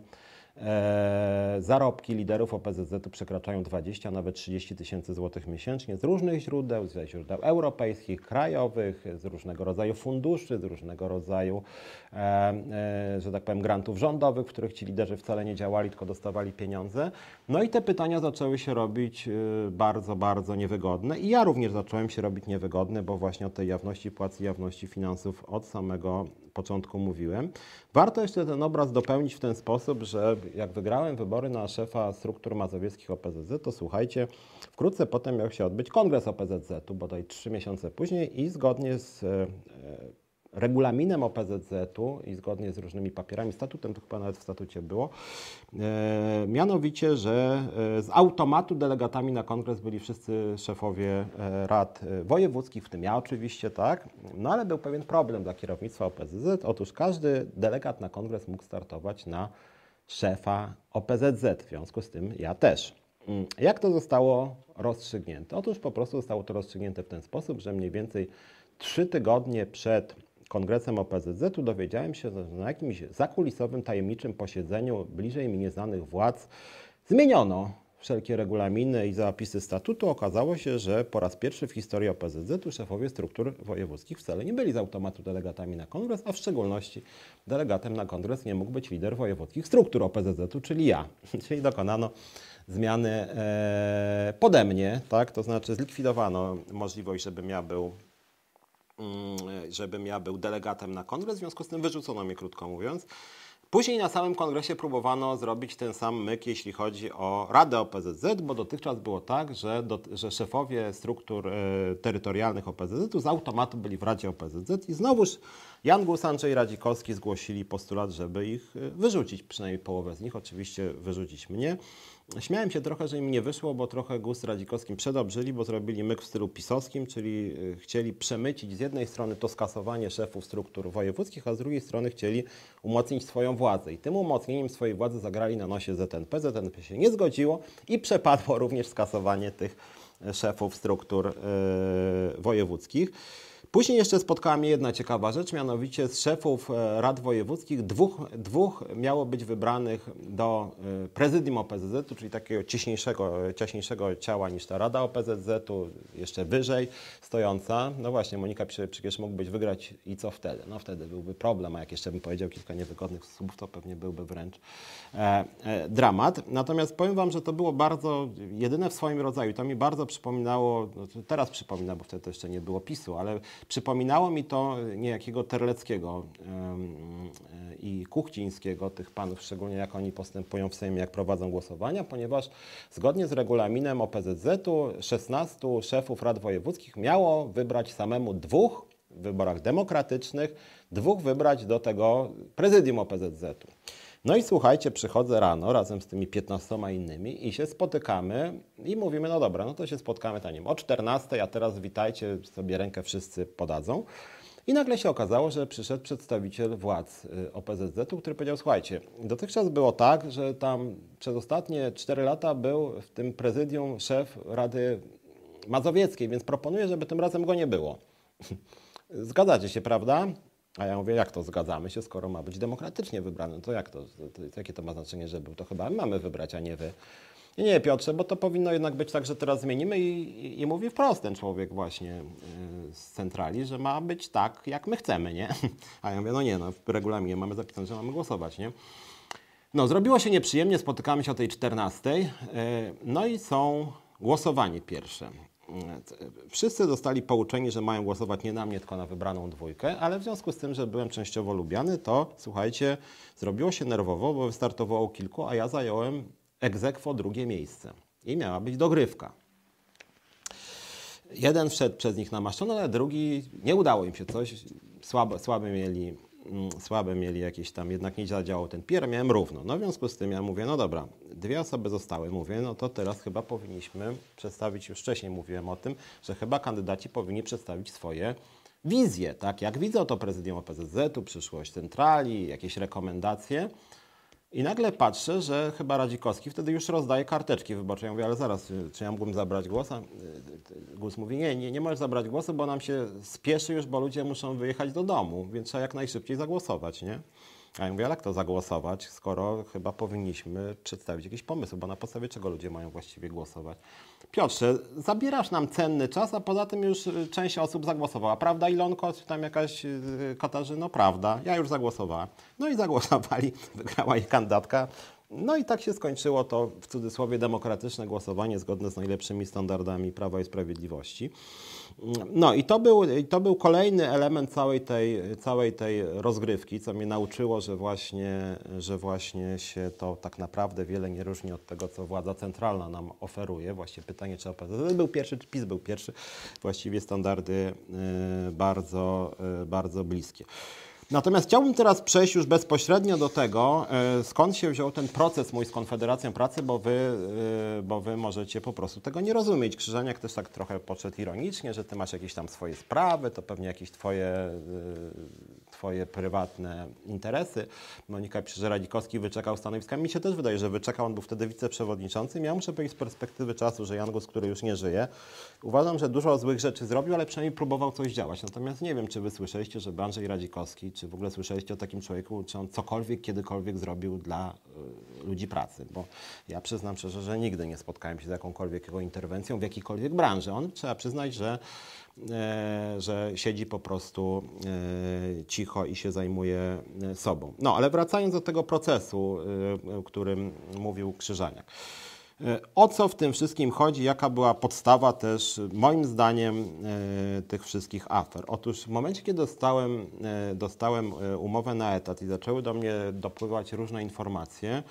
e, zarobki liderów O P Z Z-u przekraczają dwadzieścia, nawet trzydzieści tysięcy złotych miesięcznie z różnych źródeł, ze źródeł europejskich, krajowych, z różnego rodzaju funduszy, z różnego rodzaju, e, e, że tak powiem, grantów rządowych, w których ci liderzy wcale nie działali, tylko dostawali pieniądze. No i te pytania zaczęły się robić y, bardzo, bardzo niewygodne i ja również zacząłem się robić niewygodny, bo właśnie o tej jawności płacy, jawności finansów od samego początku mówiłem. Warto jeszcze ten obraz dopełnić w ten sposób, że jak wygrałem wybory na szefa struktur mazowieckich O P Z Z, to słuchajcie, wkrótce potem miał się odbyć kongres O P Z Z-u, bodaj trzy miesiące później i zgodnie z e, regulaminem O P Z Z-u i zgodnie z różnymi papierami, statutem, to chyba nawet w statucie było, e, mianowicie, że e, z automatu delegatami na kongres byli wszyscy szefowie e, rad e, wojewódzkich, w tym ja oczywiście, tak, no ale był pewien problem dla kierownictwa O P Z Z. Otóż każdy delegat na kongres mógł startować na szefa O P Z Z, w związku z tym ja też. Jak to zostało rozstrzygnięte? Otóż po prostu zostało to rozstrzygnięte w ten sposób, że mniej więcej trzy tygodnie przed kongresem O P Z Z-u dowiedziałem się, że na jakimś zakulisowym, tajemniczym posiedzeniu bliżej mi nieznanych władz zmieniono wszelkie regulaminy i zapisy statutu. Okazało się, że po raz pierwszy w historii O P Z Z-u szefowie struktur wojewódzkich wcale nie byli z automatu delegatami na kongres, a w szczególności delegatem na kongres nie mógł być lider wojewódzkich struktur O P Z Z-u, czyli ja. Czyli dokonano zmiany e, pode mnie, tak? To znaczy zlikwidowano możliwość, żebym ja był żebym ja był delegatem na kongres, w związku z tym wyrzucono mnie, krótko mówiąc. Później na samym kongresie próbowano zrobić ten sam myk, jeśli chodzi o Radę O P Z Z, bo dotychczas było tak, że, do, że szefowie struktur e, terytorialnych O P Z Z-u z automatu byli w Radzie O P Z Z i znowuż Jan Gus, Andrzej Radzikowski zgłosili postulat, żeby ich wyrzucić, przynajmniej połowę z nich, oczywiście wyrzucić mnie. Śmiałem się trochę, że im nie wyszło, bo trochę Gus z Radzikowskim przedobrzyli, bo zrobili myk w stylu pisowskim, czyli chcieli przemycić z jednej strony to skasowanie szefów struktur wojewódzkich, a z drugiej strony chcieli umocnić swoją władzę. I tym umocnieniem swojej władzy zagrali na nosie Z N P. Z N P się nie zgodziło i przepadło również skasowanie tych szefów struktur yy, wojewódzkich. Później jeszcze spotkała mnie jedna ciekawa rzecz, mianowicie z szefów rad wojewódzkich dwóch, dwóch miało być wybranych do prezydium O P Z Z u, czyli takiego ciśniejszego, ciaśniejszego ciała niż ta Rada O P Z Z u, jeszcze wyżej stojąca. No właśnie, Monika pisze, przecież mógłbyś wygrać i co wtedy? No wtedy byłby problem, a jak jeszcze bym powiedział kilka niewygodnych słów, to pewnie byłby wręcz e, e, dramat. Natomiast powiem Wam, że to było bardzo jedyne w swoim rodzaju. To mi bardzo przypominało, no teraz przypomina, bo wtedy to jeszcze nie było PiSu, ale przypominało mi to niejakiego Terleckiego yy, i Kuchcińskiego, tych panów, szczególnie jak oni postępują w Sejmie, jak prowadzą głosowania, ponieważ zgodnie z regulaminem O P Z Z u szesnastu szefów rad wojewódzkich miało wybrać samemu dwóch w wyborach demokratycznych, dwóch wybrać do tego prezydium O P Z Z u. No i słuchajcie, przychodzę rano razem z tymi piętnastoma innymi i się spotykamy i mówimy, no dobra, no to się spotkamy tam o czternastej, a teraz witajcie, sobie rękę wszyscy podadzą. I nagle się okazało, że przyszedł przedstawiciel władz O P Z Z u, który powiedział, słuchajcie, dotychczas było tak, że tam przez ostatnie cztery lata był w tym prezydium szef Rady Mazowieckiej, więc proponuję, żeby tym razem go nie było. Zgadzacie się, prawda? A ja mówię, jak to zgadzamy się, skoro ma być demokratycznie wybrany? No to jak to, to, to, jakie to ma znaczenie, że był? To chyba my mamy wybrać, a nie wy. I nie, Piotrze, bo to powinno jednak być tak, że teraz zmienimy i, i, i mówi wprost ten człowiek właśnie yy, z centrali, że ma być tak, jak my chcemy, nie? A ja mówię, no nie, no w regulaminie mamy zapisane, że mamy głosować, nie? No, zrobiło się nieprzyjemnie, spotykamy się o tej czternastej, yy, no i są głosowanie pierwsze. Wszyscy zostali pouczeni, że mają głosować nie na mnie, tylko na wybraną dwójkę, ale w związku z tym, że byłem częściowo lubiany, to słuchajcie, zrobiło się nerwowo, bo wystartowało kilku, a ja zająłem ex aequo drugie miejsce i miała być dogrywka. Jeden wszedł przez nich namaszczony, ale drugi nie udało im się coś, słabe, słabe mieli, słabe mieli jakieś tam, jednak nie zadziałał ten pier, miałem równo. No w związku z tym ja mówię, no dobra, dwie osoby zostały, mówię, no to teraz chyba powinniśmy przedstawić, już wcześniej mówiłem o tym, że chyba kandydaci powinni przedstawić swoje wizje, tak, jak widzą to prezydium O P Z Z u, przyszłość centrali, jakieś rekomendacje. I nagle patrzę, że chyba Radzikowski wtedy już rozdaje karteczki wyborcze. Ja mówię, ale zaraz, czy ja mógłbym zabrać głos? A Gus mówi, nie, nie, nie możesz zabrać głosu, bo nam się spieszy już, bo ludzie muszą wyjechać do domu, więc trzeba jak najszybciej zagłosować, nie? A ja mówię, ale jak to zagłosować, skoro chyba powinniśmy przedstawić jakiś pomysł, bo na podstawie czego ludzie mają właściwie głosować? Piotrze, zabierasz nam cenny czas, a poza tym już część osób zagłosowała. Prawda, Ilonko, czy tam jakaś Katarzyno? Prawda, ja już zagłosowałam. No i zagłosowali, wygrała ich kandydatka. No i tak się skończyło to, w cudzysłowie, demokratyczne głosowanie zgodne z najlepszymi standardami Prawa i Sprawiedliwości. No i to był, to był kolejny element całej tej, całej tej rozgrywki, co mnie nauczyło, że właśnie, że właśnie się to tak naprawdę wiele nie różni od tego, co władza centralna nam oferuje. Właściwie pytanie, czy O P Z Z był pierwszy, czy PiS był pierwszy. Właściwie standardy bardzo, bardzo bliskie. Natomiast chciałbym teraz przejść już bezpośrednio do tego, skąd się wziął ten proces mój z Konfederacją Pracy, bo wy, bo wy możecie po prostu tego nie rozumieć. Krzyżaniak też tak trochę podszedł ironicznie, że ty masz jakieś tam swoje sprawy, to pewnie jakieś twoje, twoje prywatne interesy. Monika pisze, że Radzikowski wyczekał stanowiska. Mi się też wydaje, że wyczekał, on był wtedy wiceprzewodniczącym. Ja muszę powiedzieć z perspektywy czasu, że Jan Gus, który już nie żyje, uważam, że dużo złych rzeczy zrobił, ale przynajmniej próbował coś działać. Natomiast nie wiem, czy wy słyszeliście, żeby Andrzej Radzikowski, czy w ogóle słyszeliście o takim człowieku, czy on cokolwiek, kiedykolwiek zrobił dla y, ludzi pracy, bo ja przyznam szczerze, że nigdy nie spotkałem się z jakąkolwiek jego interwencją w jakiejkolwiek branży. On, trzeba przyznać, że, e, że siedzi po prostu e, cicho i się zajmuje sobą. No, ale wracając do tego procesu, y, o którym mówił Krzyżaniak. O co w tym wszystkim chodzi? Jaka była podstawa też, moim zdaniem, tych wszystkich afer? Otóż w momencie, kiedy dostałem, dostałem umowę na etat i zaczęły do mnie dopływać różne informacje,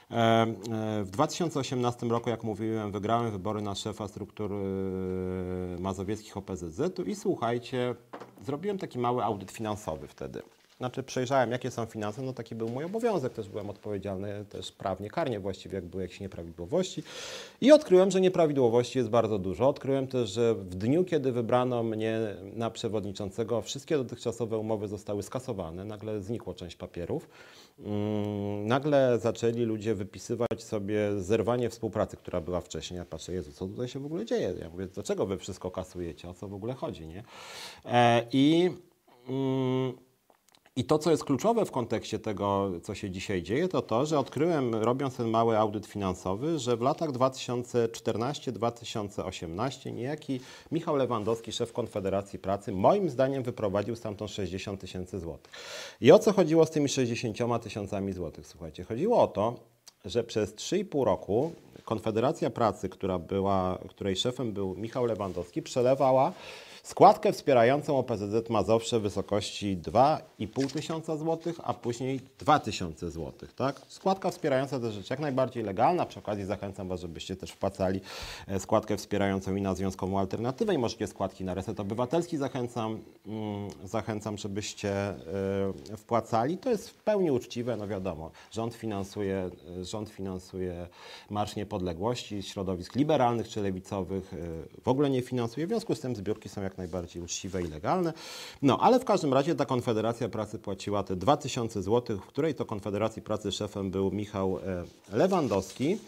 w dwa tysiące osiemnastym roku, jak mówiłem, wygrałem wybory na szefa struktur mazowieckich O P Z Z u i słuchajcie, zrobiłem taki mały audyt finansowy wtedy. Znaczy przejrzałem, jakie są finanse, no taki był mój obowiązek, też byłem odpowiedzialny też prawnie, karnie właściwie, jak były jakieś nieprawidłowości i odkryłem, że nieprawidłowości jest bardzo dużo. Odkryłem też, że w dniu, kiedy wybrano mnie na przewodniczącego, wszystkie dotychczasowe umowy zostały skasowane, nagle znikła część papierów nagle zaczęli ludzie wypisywać sobie zerwanie współpracy, która była wcześniej. Ja patrzę, Jezu, co tutaj się w ogóle dzieje? Ja mówię, dlaczego wy wszystko kasujecie? O co w ogóle chodzi, nie? E, I... Mm, I to, co jest kluczowe w kontekście tego, co się dzisiaj dzieje, to to, że odkryłem, robiąc ten mały audyt finansowy, że w latach dwa tysiące czternastym do dwa tysiące osiemnastego niejaki Michał Lewandowski, szef Konfederacji Pracy, moim zdaniem wyprowadził stamtąd sześćdziesiąt tysięcy złotych. I o co chodziło z tymi sześćdziesięcioma tysiącami złotych? Słuchajcie, chodziło o to, że przez trzy i pół roku Konfederacja Pracy, która była, której szefem był Michał Lewandowski, przelewała składkę wspierającą O P Z Z Mazowsze w wysokości dwa i pół tysiąca złotych, a później dwa tysiące złotych. Tak? Składka wspierająca to rzecz jak najbardziej legalna. Przy okazji zachęcam Was, żebyście też wpłacali składkę wspierającą i na Związkową Alternatywę i możecie składki na Reset Obywatelski zachęcam, zachęcam, żebyście wpłacali. To jest w pełni uczciwe, no wiadomo. Rząd finansuje, rząd finansuje Marsz Niepodległości, środowisk liberalnych czy lewicowych w ogóle nie finansuje. W związku z tym zbiórki są jak najbardziej uczciwe i legalne. No, ale w każdym razie ta Konfederacja Pracy płaciła te dwa tysiące złotych, w której to Konfederacji Pracy szefem był Michał Lewandowski.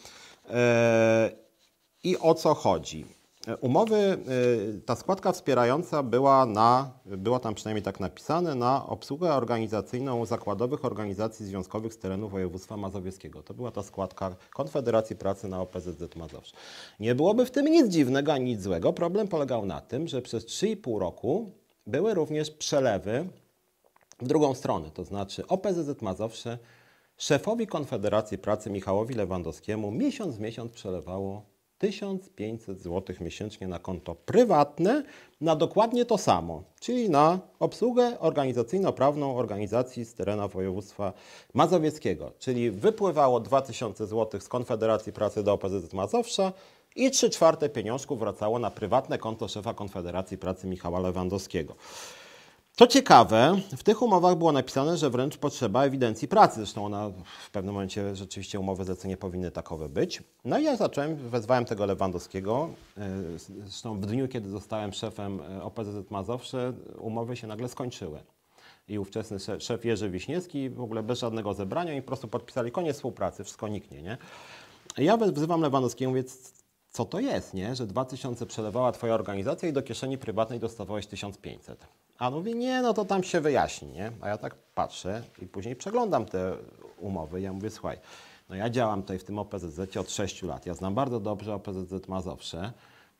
I o co chodzi? Umowy, ta składka wspierająca była na, było tam przynajmniej tak napisane, na obsługę organizacyjną zakładowych organizacji związkowych z terenu województwa mazowieckiego. To była ta składka Konfederacji Pracy na O P Z Z Mazowsze. Nie byłoby w tym nic dziwnego ani nic złego. Problem polegał na tym, że przez trzy i pół roku były również przelewy w drugą stronę, to znaczy O P Z Z Mazowsze szefowi Konfederacji Pracy Michałowi Lewandowskiemu miesiąc w miesiąc przelewało tysiąc pięćset złotych miesięcznie na konto prywatne na dokładnie to samo, czyli na obsługę organizacyjno-prawną organizacji z terenu województwa mazowieckiego. Czyli wypływało dwa tysiące złotych z Konfederacji Pracy do O P Z Z Mazowsza i trzy czwarte pieniążków wracało na prywatne konto szefa Konfederacji Pracy Michała Lewandowskiego. Co ciekawe, w tych umowach było napisane, że wręcz potrzeba ewidencji pracy. Zresztą ona w pewnym momencie rzeczywiście umowy zlecenie powinny takowe być. No i ja zacząłem, wezwałem tego Lewandowskiego. Zresztą w dniu, kiedy zostałem szefem O P Z Z Mazowsze, umowy się nagle skończyły. I ówczesny szef Jerzy Wiśniewski w ogóle bez żadnego zebrania i po prostu podpisali koniec współpracy, wszystko niknie, nie? I ja wzywam Lewandowskiego, mówię, co to jest, nie? Że dwa tysiące przelewała twoja organizacja i do kieszeni prywatnej dostawałeś tysiąc pięćset. A on mówi, nie, no to tam się wyjaśni, nie? A ja tak patrzę i później przeglądam te umowy i ja mówię, słuchaj, no ja działam tutaj w tym O P Z Z od sześciu lat, ja znam bardzo dobrze O P Z Z Mazowsze.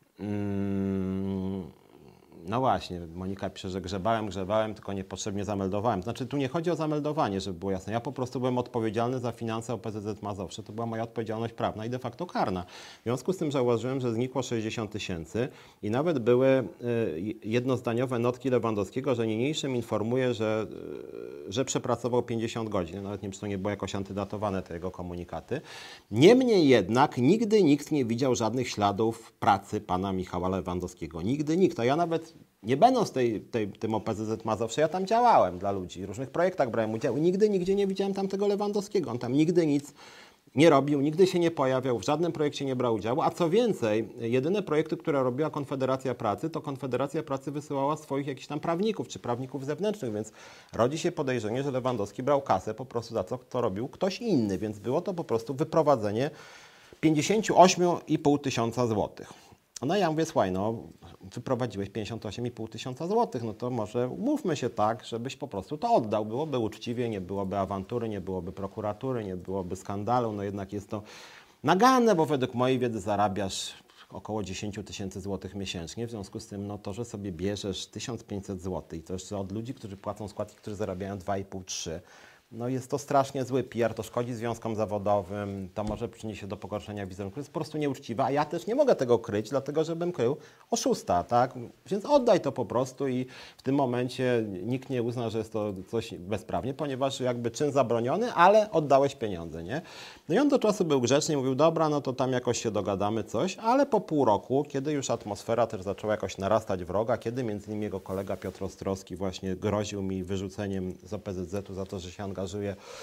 Mm, no właśnie, Monika pisze, że grzebałem, grzebałem, tylko niepotrzebnie zameldowałem. Znaczy tu nie chodzi o zameldowanie, żeby było jasne. Ja po prostu byłem odpowiedzialny za finanse O P Z Z Mazowsze. To była moja odpowiedzialność prawna i de facto karna. W związku z tym zauważyłem, że znikło sześćdziesiąt tysięcy i nawet były y, jednozdaniowe notki Lewandowskiego, że niniejszym informuje, że, y, że przepracował pięćdziesiąt godzin. Nawet nie wiem, czy to nie było jakoś antydatowane te jego komunikaty. Niemniej jednak nigdy nikt nie widział żadnych śladów pracy pana Michała Lewandowskiego. Nigdy nikt. A ja nawet nie będąc tej, tej, tym O P Z Z Mazowsze, ja tam działałem dla ludzi, w różnych projektach brałem udział i nigdy, nigdzie nie widziałem tam tego Lewandowskiego. On tam nigdy nic nie robił, nigdy się nie pojawiał, w żadnym projekcie nie brał udziału, a co więcej, jedyne projekty, które robiła Konfederacja Pracy, to Konfederacja Pracy wysyłała swoich jakichś tam prawników, czy prawników zewnętrznych, więc rodzi się podejrzenie, że Lewandowski brał kasę po prostu za to, co robił ktoś inny, więc było to po prostu wyprowadzenie pięćdziesiąt osiem i pół tysiąca złotych. No ja mówię, słuchaj, no wyprowadziłeś pięćdziesiąt osiem i pół tysiąca złotych, no to może umówmy się tak, żebyś po prostu to oddał. Byłoby uczciwie, nie byłoby awantury, nie byłoby prokuratury, nie byłoby skandalu, no jednak jest to naganne, bo według mojej wiedzy zarabiasz około dziesięć tysięcy złotych miesięcznie, w związku z tym no to, że sobie bierzesz tysiąc pięćset złotych i to jeszcze od ludzi, którzy płacą składki, którzy zarabiają dwa i pół do trzech, no jest to strasznie zły P R, to szkodzi związkom zawodowym, to może przyniesie do pogorszenia wizerunku, to jest po prostu nieuczciwe, a ja też nie mogę tego kryć, dlatego żebym krył oszusta, tak? Więc oddaj to po prostu i w tym momencie nikt nie uzna, że jest to coś bezprawnie, ponieważ jakby czyn zabroniony, ale oddałeś pieniądze, nie? No i on do czasu był grzeczny i mówił, dobra, no to tam jakoś się dogadamy coś, ale po pół roku, kiedy już atmosfera też zaczęła jakoś narastać wroga, kiedy między innymi jego kolega Piotr Ostrowski właśnie groził mi wyrzuceniem z O P Z Z-u za to, że się angażuje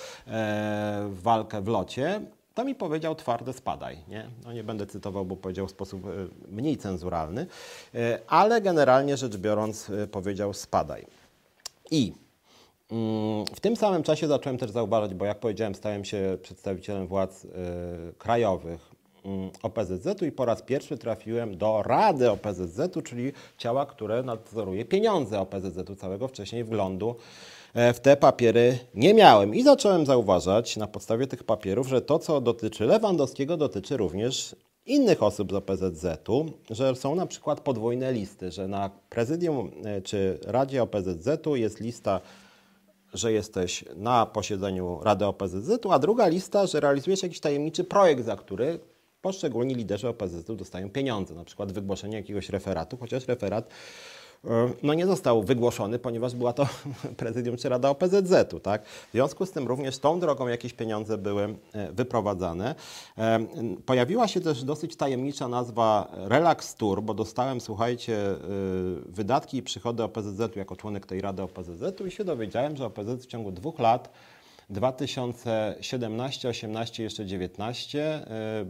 w walkę w locie, to mi powiedział twarde spadaj. Nie? No nie będę cytował, bo powiedział w sposób mniej cenzuralny, ale generalnie rzecz biorąc powiedział spadaj. I W tym samym czasie zacząłem też zauważać, bo jak powiedziałem, stałem się przedstawicielem władz y, krajowych y, O P Z Z-u i po raz pierwszy trafiłem do Rady O P Z Z-u, czyli ciała, które nadzoruje pieniądze O P Z Z-u całego. Wcześniej wglądu w te papiery nie miałem i zacząłem zauważać na podstawie tych papierów, że to, co dotyczy Lewandowskiego, dotyczy również innych osób z O P Z Z-u, że są na przykład podwójne listy, że na prezydium czy Radzie O P Z Z-u jest lista, że jesteś na posiedzeniu Rady O P Z Z-u, a druga lista, że realizujesz jakiś tajemniczy projekt, za który poszczególni liderzy O P Z Z-u dostają pieniądze, na przykład wygłoszenie jakiegoś referatu, chociaż referat no nie został wygłoszony, ponieważ była to prezydium czy Rada O P Z Z-u. Tak? W związku z tym również tą drogą jakieś pieniądze były wyprowadzane. Pojawiła się też dosyć tajemnicza nazwa Relax Tour, bo dostałem, słuchajcie, wydatki i przychody O P Z Z-u jako członek tej Rady O P Z Z-u i się dowiedziałem, że O P Z Z w ciągu dwóch lat, dwa tysiące siedemnaście, osiemnaście, jeszcze dziewiętnaście,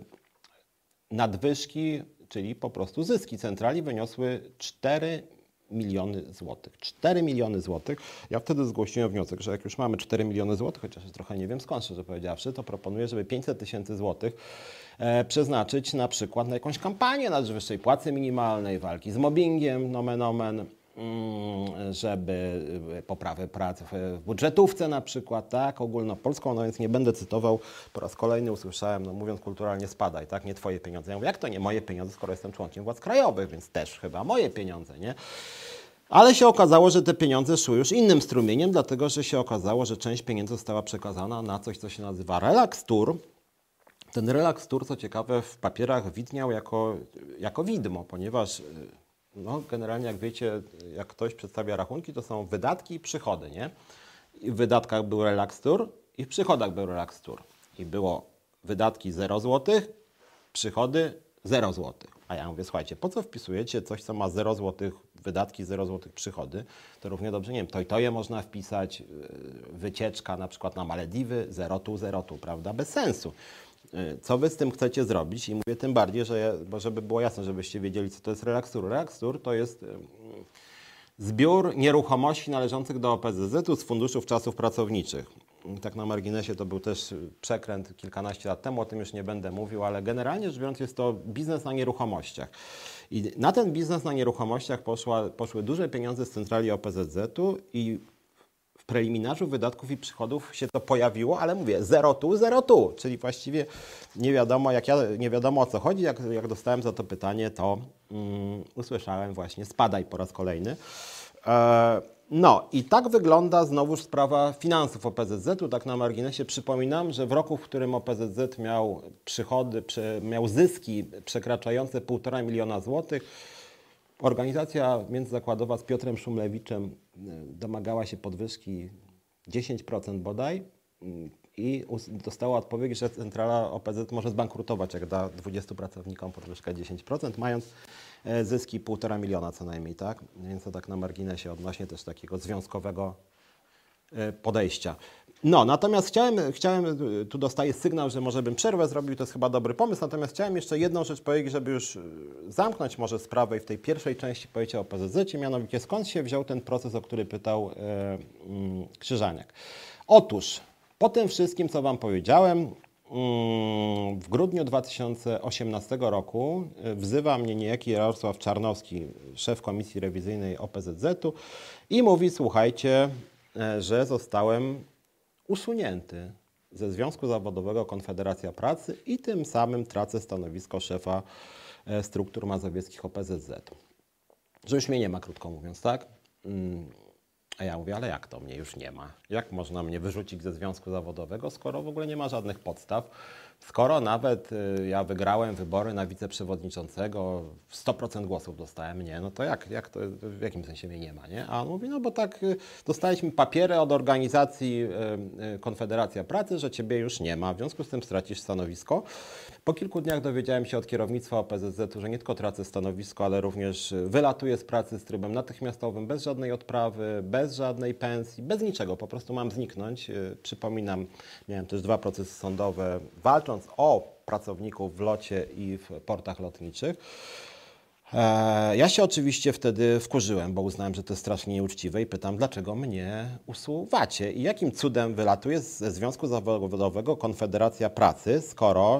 nadwyżki, czyli po prostu zyski centrali wyniosły cztery miliony złotych. cztery miliony złotych. Ja wtedy zgłosiłem wniosek, że jak już mamy cztery miliony złotych, chociaż trochę nie wiem skąd, szczerze powiedziawszy, to proponuję, żeby pięćset tysięcy złotych e, przeznaczyć na przykład na jakąś kampanię na rzecz wyższej płacy minimalnej, walki z mobbingiem, nomen omen, żeby poprawę prac w budżetówce na przykład, tak, ogólnopolską, no więc nie będę cytował, po raz kolejny usłyszałem, no mówiąc kulturalnie, spadaj, tak, nie twoje pieniądze. Ja mówię, jak to nie moje pieniądze, skoro jestem członkiem władz krajowych, więc też chyba moje pieniądze, nie? Ale się okazało, że te pieniądze szły już innym strumieniem, dlatego że się okazało, że część pieniędzy została przekazana na coś, co się nazywa Relax Tour. Ten Relax Tour, co ciekawe, w papierach widniał jako, jako widmo, ponieważ no, generalnie jak wiecie, jak ktoś przedstawia rachunki, to są wydatki i przychody, nie? I w wydatkach był Relax Tour i w przychodach był Relax Tour. I było wydatki zero złotych, przychody zero złotych. A ja mówię, słuchajcie, po co wpisujecie coś, co ma zero złotych wydatki, zero złotych przychody? To równie dobrze, nie wiem, to i to je można wpisać, wycieczka na przykład na Malediwy, zero tu, zero tu, prawda? Bez sensu. Co wy z tym chcecie zrobić? I mówię tym bardziej, że ja, bo żeby było jasne, żebyście wiedzieli, co to jest Relax Tour. Relax Tour to jest zbiór nieruchomości należących do O P Z Z-u z funduszów czasów pracowniczych. Tak na marginesie to był też przekręt kilkanaście lat temu, o tym już nie będę mówił, ale generalnie rzecz biorąc jest to biznes na nieruchomościach. I na ten biznes na nieruchomościach poszła, poszły duże pieniądze z centrali O P Z Z-u i w preliminarzu wydatków i przychodów się to pojawiło, ale mówię, zero tu, zero tu, czyli właściwie nie wiadomo, jak ja, nie wiadomo o co chodzi. Jak, jak dostałem za to pytanie, to mm, usłyszałem właśnie spadaj po raz kolejny. E, no i tak wygląda znowuż sprawa finansów O P Z Z-u. Tak na marginesie przypominam, że w roku, w którym O P Z Z miał przychody, przy, miał zyski przekraczające półtora miliona złotych, organizacja międzyzakładowa z Piotrem Szumlewiczem domagała się podwyżki dziesięć procent bodaj i dostała odpowiedź, że centrala O P Z może zbankrutować, jak da dwudziestu pracownikom podwyżkę dziesięć procent, mając zyski półtora miliona co najmniej, tak? Więc to tak na marginesie odnośnie też takiego związkowego podejścia. No, natomiast chciałem, chciałem, tu dostaję sygnał, że może bym przerwę zrobił, to jest chyba dobry pomysł, natomiast chciałem jeszcze jedną rzecz powiedzieć, żeby już zamknąć może sprawę i w tej pierwszej części powiedzieć o O P Z Z-cie, mianowicie skąd się wziął ten proces, o który pytał e, mm, Krzyżaniak. Otóż, po tym wszystkim, co Wam powiedziałem, mm, w grudniu dwa tysiące osiemnastego roku wzywa mnie niejaki Jarosław Czarnowski, szef Komisji Rewizyjnej O P Z Z-u i mówi, słuchajcie, że zostałem usunięty ze Związku Zawodowego Konfederacja Pracy i tym samym tracę stanowisko szefa struktur mazowieckich O P Z Z. Że już mnie nie ma, krótko mówiąc, tak? A ja mówię, ale jak to mnie już nie ma? Jak można mnie wyrzucić ze Związku Zawodowego, skoro w ogóle nie ma żadnych podstaw? Skoro nawet ja wygrałem wybory na wiceprzewodniczącego, sto procent głosów dostałem, nie, no to jak, jak to, w jakim sensie mnie nie ma, nie? A on mówi, no bo tak dostaliśmy papiery od organizacji Konfederacja Pracy, że ciebie już nie ma, w związku z tym stracisz stanowisko. Po kilku dniach dowiedziałem się od kierownictwa O P Z Z-u, że nie tylko tracę stanowisko, ale również wylatuję z pracy z trybem natychmiastowym, bez żadnej odprawy, bez żadnej pensji, bez niczego, po prostu mam zniknąć. Przypominam, miałem też dwa procesy sądowe, walcząc o pracowników w locie i w portach lotniczych. E, ja się oczywiście wtedy wkurzyłem, bo uznałem, że to jest strasznie nieuczciwe i pytam, dlaczego mnie usuwacie i jakim cudem wylatuje ze Związku Zawodowego Konfederacja Pracy, skoro,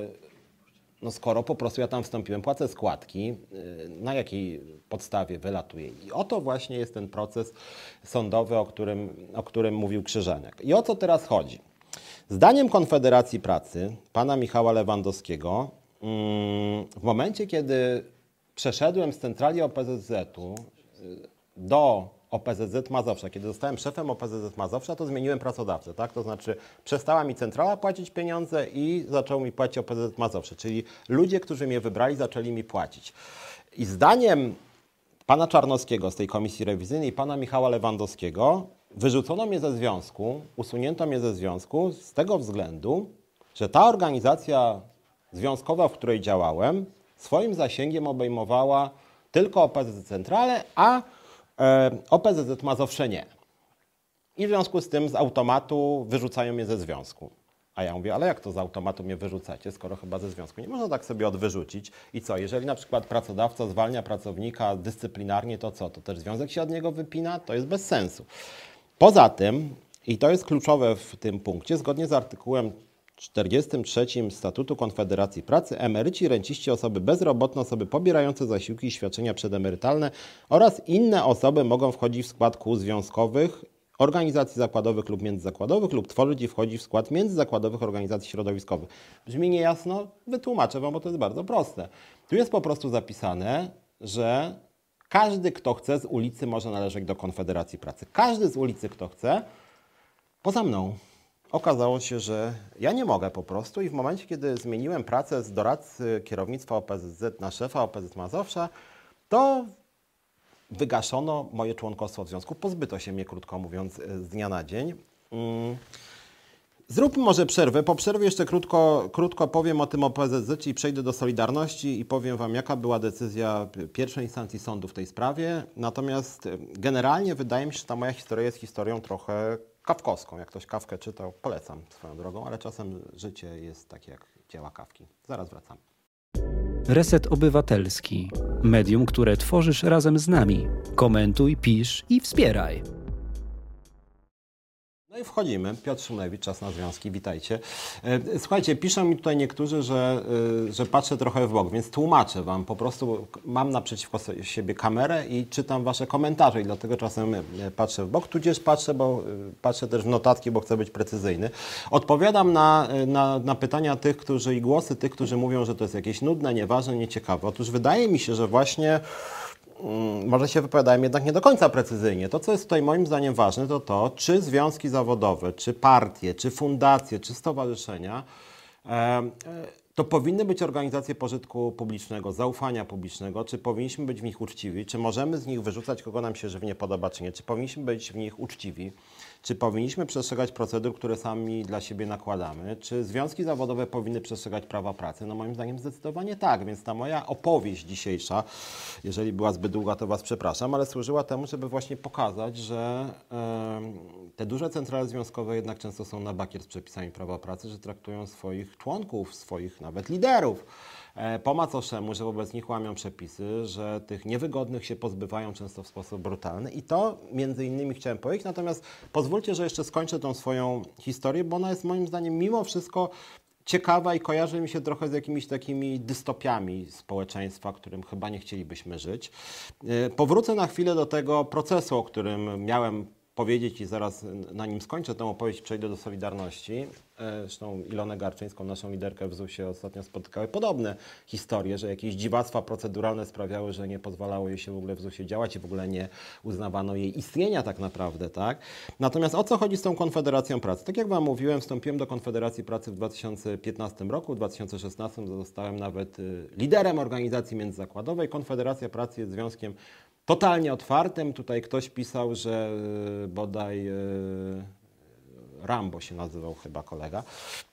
no skoro po prostu ja tam wstąpiłem, płacę składki, na jakiej podstawie wylatuje. I oto właśnie jest ten proces sądowy, o którym, o którym mówił Krzyżaniak. I o co teraz chodzi? Zdaniem Konfederacji Pracy, pana Michała Lewandowskiego, w momencie, kiedy przeszedłem z centrali O P Z Z-u do O P Z Z Mazowsza, kiedy zostałem szefem O P Z Z Mazowsza, to zmieniłem pracodawcę, tak? To znaczy przestała mi centrala płacić pieniądze i zaczął mi płacić O P Z Z Mazowsze, czyli ludzie, którzy mnie wybrali, zaczęli mi płacić. I zdaniem pana Czarnowskiego z tej komisji rewizyjnej i pana Michała Lewandowskiego wyrzucono mnie ze związku, usunięto mnie ze związku z tego względu, że ta organizacja związkowa, w której działałem, swoim zasięgiem obejmowała tylko O P Z Z Centralę, a e, O P Z Z Mazowsze nie. I w związku z tym z automatu wyrzucają mnie ze związku. A ja mówię, ale jak to z automatu mnie wyrzucacie, skoro chyba ze związku nie można tak sobie odwyrzucić. I co, jeżeli na przykład pracodawca zwalnia pracownika dyscyplinarnie, to co? To też związek się od niego wypina? To jest bez sensu. Poza tym, i to jest kluczowe w tym punkcie, zgodnie z artykułem czterdziestym trzecim Statutu Konfederacji Pracy, emeryci i renciści, osoby bezrobotne, osoby pobierające zasiłki i świadczenia przedemerytalne oraz inne osoby mogą wchodzić w skład kół związkowych, organizacji zakładowych lub międzyzakładowych lub tworzyć i wchodzić w skład międzyzakładowych organizacji środowiskowych. Brzmi niejasno? Wytłumaczę wam, bo to jest bardzo proste. Tu jest po prostu zapisane, że każdy, kto chce z ulicy, może należeć do Konfederacji Pracy. Każdy z ulicy, kto chce, poza mną. Okazało się, że ja nie mogę po prostu i w momencie, kiedy zmieniłem pracę z doradcy kierownictwa O P Z Z na szefa O P Z Z Mazowsza, to wygaszono moje członkostwo w związku. Pozbyto się mnie, krótko mówiąc, z dnia na dzień. Zróbmy może przerwę. Po przerwie jeszcze krótko, krótko powiem o tym O P Z Z, czyli przejdę do Solidarności i powiem wam, jaka była decyzja pierwszej instancji sądu w tej sprawie. Natomiast generalnie wydaje mi się, że ta moja historia jest historią trochę kafkowską. Jak ktoś Kawkę czytał, polecam swoją drogą, ale czasem życie jest takie jak dzieła Kawki. Zaraz wracam. Reset Obywatelski. Medium, które tworzysz razem z nami. Komentuj, pisz i wspieraj. No i wchodzimy. Piotr Szumlewicz, Czas na Związki. Witajcie. Słuchajcie, piszą mi tutaj niektórzy, że, że patrzę trochę w bok, więc tłumaczę wam. Po prostu mam naprzeciwko siebie kamerę i czytam wasze komentarze i dlatego czasem patrzę w bok, tudzież patrzę, bo patrzę też w notatki, bo chcę być precyzyjny. Odpowiadam na, na, na pytania tych, którzy i głosy tych, którzy mówią, że to jest jakieś nudne, nieważne, nieciekawe. Otóż wydaje mi się, że właśnie może się wypowiadałem jednak nie do końca precyzyjnie. To, co jest tutaj moim zdaniem ważne, to to, czy związki zawodowe, czy partie, czy fundacje, czy stowarzyszenia, to powinny być organizacje pożytku publicznego, zaufania publicznego, czy powinniśmy być w nich uczciwi, czy możemy z nich wyrzucać, kogo nam się żywnie podoba, czy nie, czy powinniśmy być w nich uczciwi, czy powinniśmy przestrzegać procedur, które sami dla siebie nakładamy, czy związki zawodowe powinny przestrzegać prawa pracy? No moim zdaniem zdecydowanie tak, więc ta moja opowieść dzisiejsza, jeżeli była zbyt długa, to was przepraszam, ale służyła temu, żeby właśnie pokazać, że yy, te duże centrale związkowe jednak często są na bakier z przepisami prawa pracy, że traktują swoich członków, swoich nawet liderów po macoszemu, że wobec nich łamią przepisy, że tych niewygodnych się pozbywają często w sposób brutalny i to między innymi chciałem powiedzieć, natomiast pozwólcie, że jeszcze skończę tą swoją historię, bo ona jest moim zdaniem mimo wszystko ciekawa i kojarzy mi się trochę z jakimiś takimi dystopiami społeczeństwa, którym chyba nie chcielibyśmy żyć. Powrócę na chwilę do tego procesu, o którym miałem powiedzieć i zaraz na nim skończę tę opowieść, przejdę do Solidarności. Zresztą Ilonę Garczyńską, naszą liderkę w zusie ostatnio spotkały podobne historie, że jakieś dziwactwa proceduralne sprawiały, że nie pozwalało jej się w ogóle w zusie działać i w ogóle nie uznawano jej istnienia tak naprawdę, tak? Natomiast o co chodzi z tą Konfederacją Pracy? Tak jak wam mówiłem, wstąpiłem do Konfederacji Pracy w dwa tysiące piętnastym roku, w dwa tysiące szesnastym zostałem nawet liderem organizacji międzyzakładowej. Konfederacja Pracy jest związkiem totalnie otwartym. Tutaj ktoś pisał, że bodaj Rambo się nazywał chyba kolega.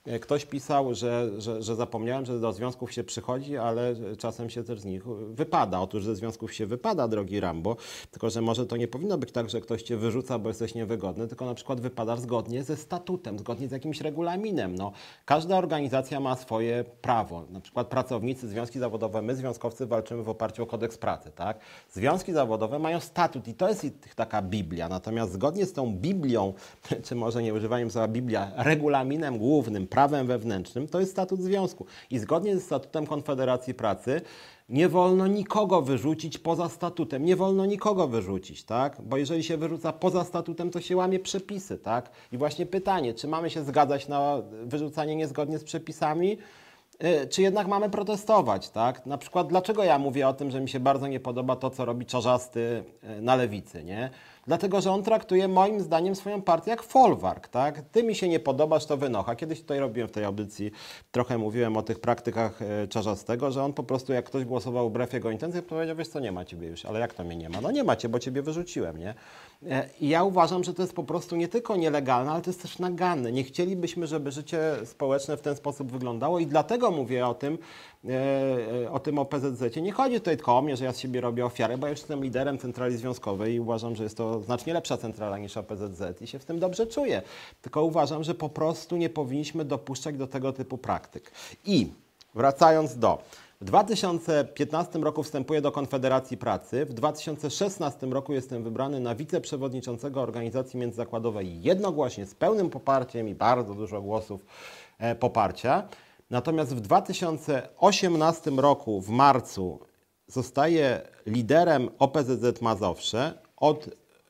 Ktoś pisał, że, że, że zapomniałem, że do związków się przychodzi, ale czasem się też z nich wypada. Otóż ze związków się wypada, drogi Rambo, tylko że może to nie powinno być tak, że ktoś cię wyrzuca, bo jesteś niewygodny, tylko na przykład wypadasz zgodnie ze statutem, zgodnie z jakimś regulaminem. No, każda organizacja ma swoje prawo. Na przykład pracownicy, związki zawodowe, my związkowcy walczymy w oparciu o kodeks pracy. Tak? Związki zawodowe mają statut i to jest ich taka Biblia. Natomiast zgodnie z tą Biblią, czy może nie używaniem słowa Biblia, regulaminem głównym, prawem wewnętrznym, to jest statut związku. I zgodnie ze statutem Konfederacji Pracy nie wolno nikogo wyrzucić poza statutem. Nie wolno nikogo wyrzucić, tak? Bo jeżeli się wyrzuca poza statutem, to się łamie przepisy, tak? I właśnie pytanie, czy mamy się zgadzać na wyrzucanie niezgodnie z przepisami, czy jednak mamy protestować, tak? Na przykład dlaczego ja mówię o tym, że mi się bardzo nie podoba to, co robi Czarzasty na lewicy, nie? Dlatego, że on traktuje moim zdaniem swoją partię jak folwark, tak? Ty mi się nie podobasz, to wynocha. Kiedyś tutaj robiłem w tej audycji, trochę mówiłem o tych praktykach Czarzastego, że on po prostu jak ktoś głosował wbrew jego intencji, to powiedział, wiesz co, nie ma ciebie już, ale jak to mnie nie ma? No nie ma cię, bo ciebie wyrzuciłem, nie? I ja uważam, że to jest po prostu nie tylko nielegalne, ale to jest też naganne. Nie chcielibyśmy, żeby życie społeczne w ten sposób wyglądało i dlatego mówię o tym, o tym O P Z Z-cie. Nie chodzi tutaj tylko o mnie, że ja z siebie robię ofiarę, bo ja już jestem liderem centrali związkowej i uważam, że jest to znacznie lepsza centrala niż O P Z Z i się w tym dobrze czuję. Tylko uważam, że po prostu nie powinniśmy dopuszczać do tego typu praktyk. I wracając do... W dwa tysiące piętnastym roku wstępuję do Konfederacji Pracy. W dwa tysiące szesnastym roku jestem wybrany na wiceprzewodniczącego organizacji międzyzakładowej jednogłośnie, z pełnym poparciem i bardzo dużo głosów e, poparcia. Natomiast w dwa tysiące osiemnastym roku w marcu zostaję liderem O P Z Z Mazowsze. Od e,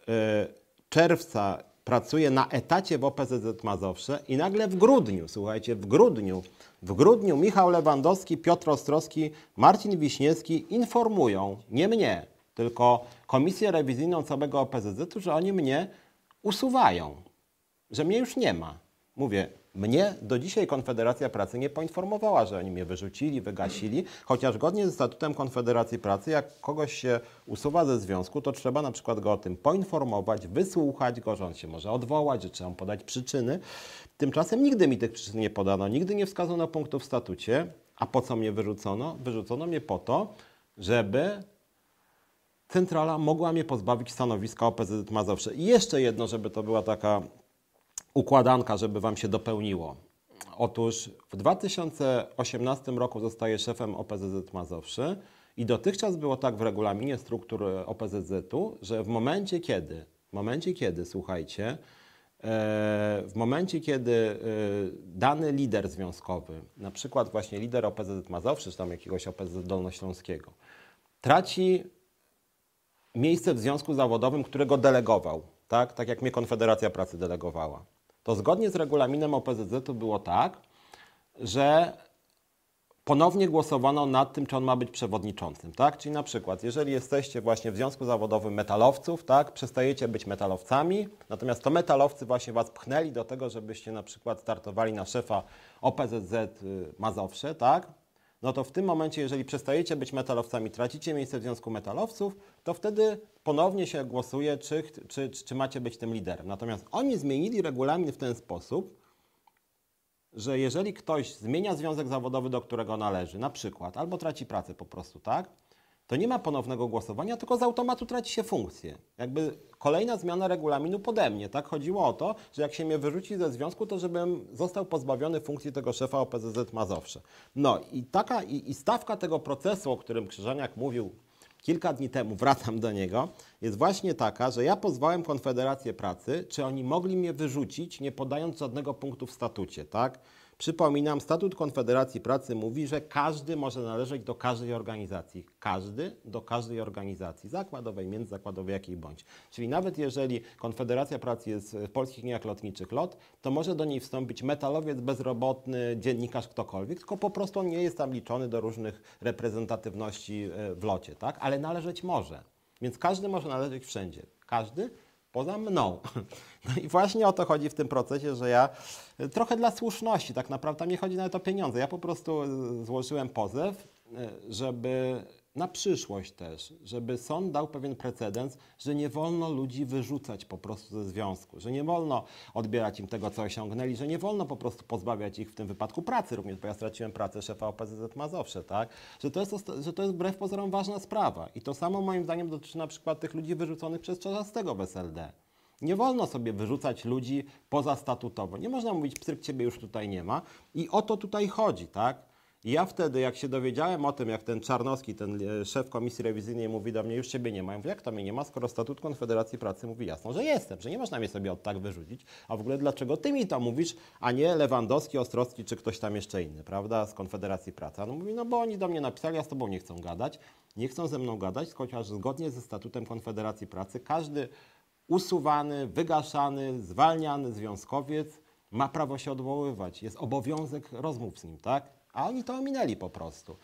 czerwca pracuję na etacie w O P Z Z Mazowsze i nagle w grudniu, słuchajcie, w grudniu, w grudniu Michał Lewandowski, Piotr Ostrowski, Marcin Wiśniewski informują, nie mnie, tylko Komisję Rewizyjną całego O P Z Z-u, że oni mnie usuwają, że mnie już nie ma. Mówię, mnie do dzisiaj Konfederacja Pracy nie poinformowała, że oni mnie wyrzucili, wygasili, chociaż zgodnie ze statutem Konfederacji Pracy, jak kogoś się usuwa ze związku, to trzeba na przykład go o tym poinformować, wysłuchać go, że on się może odwołać, że trzeba mu podać przyczyny. Tymczasem nigdy mi tych przyczyn nie podano, nigdy nie wskazano punktu w statucie. A po co mnie wyrzucono? Wyrzucono mnie po to, żeby centrala mogła mnie pozbawić stanowiska O P Z Z Mazowsze. I jeszcze jedno, żeby to była taka układanka, żeby wam się dopełniło. Otóż w dwa tysiące osiemnastym roku zostaję szefem O P Z Z Mazowsze i dotychczas było tak w regulaminie struktur O P Z Z-u, że w momencie kiedy, w momencie kiedy, słuchajcie, w momencie kiedy dany lider związkowy, na przykład właśnie lider O P Z Z Mazowsze, czy tam jakiegoś O P Z Z Dolnośląskiego, traci miejsce w związku zawodowym, którego delegował, tak, tak jak mnie Konfederacja Pracy delegowała, to zgodnie z regulaminem O P Z Z-u było tak, że ponownie głosowano nad tym, czy on ma być przewodniczącym, tak? Czyli na przykład, jeżeli jesteście właśnie w związku zawodowym metalowców, tak, przestajecie być metalowcami, natomiast to metalowcy właśnie was pchnęli do tego, żebyście na przykład startowali na szefa O P Z Z Mazowsze, tak? No to w tym momencie, jeżeli przestajecie być metalowcami, tracicie miejsce w Związku Metalowców, to wtedy ponownie się głosuje, czy, czy, czy macie być tym liderem. Natomiast oni zmienili regulamin w ten sposób, że jeżeli ktoś zmienia związek zawodowy, do którego należy, na przykład, albo traci pracę po prostu, tak, to nie ma ponownego głosowania, tylko z automatu traci się funkcję. Jakby kolejna zmiana regulaminu pode mnie, tak? Chodziło o to, że jak się mnie wyrzuci ze związku, to żebym został pozbawiony funkcji tego szefa O P Z Z Mazowsze. No i taka i, i stawka tego procesu, o którym Krzyżaniak mówił kilka dni temu, wracam do niego, jest właśnie taka, że ja pozwałem Konfederację Pracy, czy oni mogli mnie wyrzucić, nie podając żadnego punktu w statucie, tak? Przypominam, statut Konfederacji Pracy mówi, że każdy może należeć do każdej organizacji. Każdy do każdej organizacji, zakładowej, międzyzakładowej, jakiej bądź. Czyli nawet jeżeli Konfederacja Pracy jest w polskich liniach lotniczych L O T, to może do niej wstąpić metalowiec, bezrobotny, dziennikarz, ktokolwiek, tylko po prostu on nie jest tam liczony do różnych reprezentatywności w locie, tak? Ale należeć może. Więc każdy może należeć wszędzie. Każdy poza mną. No i właśnie o to chodzi w tym procesie, że ja trochę dla słuszności, tak naprawdę tam nie chodzi nawet o pieniądze. Ja po prostu złożyłem pozew, żeby na przyszłość też, żeby sąd dał pewien precedens, że nie wolno ludzi wyrzucać po prostu ze związku, że nie wolno odbierać im tego, co osiągnęli, że nie wolno po prostu pozbawiać ich w tym wypadku pracy również, bo ja straciłem pracę szefa O P Z Z Mazowsze, tak? Że to jest, że to jest wbrew pozorom ważna sprawa. I to samo moim zdaniem dotyczy na przykład tych ludzi wyrzuconych przez Czarzastego w S L D. Nie wolno sobie wyrzucać ludzi pozastatutowo. Nie można mówić, pstryk, ciebie już tutaj nie ma. I o to tutaj chodzi, tak? I ja wtedy, jak się dowiedziałem o tym, jak ten Czarnowski, ten szef komisji rewizyjnej mówi do mnie, już ciebie nie ma. Ja mówię, jak to mnie nie ma, skoro statut Konfederacji Pracy mówi jasno, że jestem, że nie można mnie sobie od tak wyrzucić. A w ogóle dlaczego ty mi to mówisz, a nie Lewandowski, Ostrowski czy ktoś tam jeszcze inny, prawda, z Konfederacji Pracy. A on mówi, no bo oni do mnie napisali, ja z tobą nie chcą gadać. Nie chcą ze mną gadać, chociaż zgodnie ze statutem Konfederacji Pracy każdy usuwany, wygaszany, zwalniany związkowiec ma prawo się odwoływać. Jest obowiązek rozmów z nim, tak? A oni to ominęli po prostu.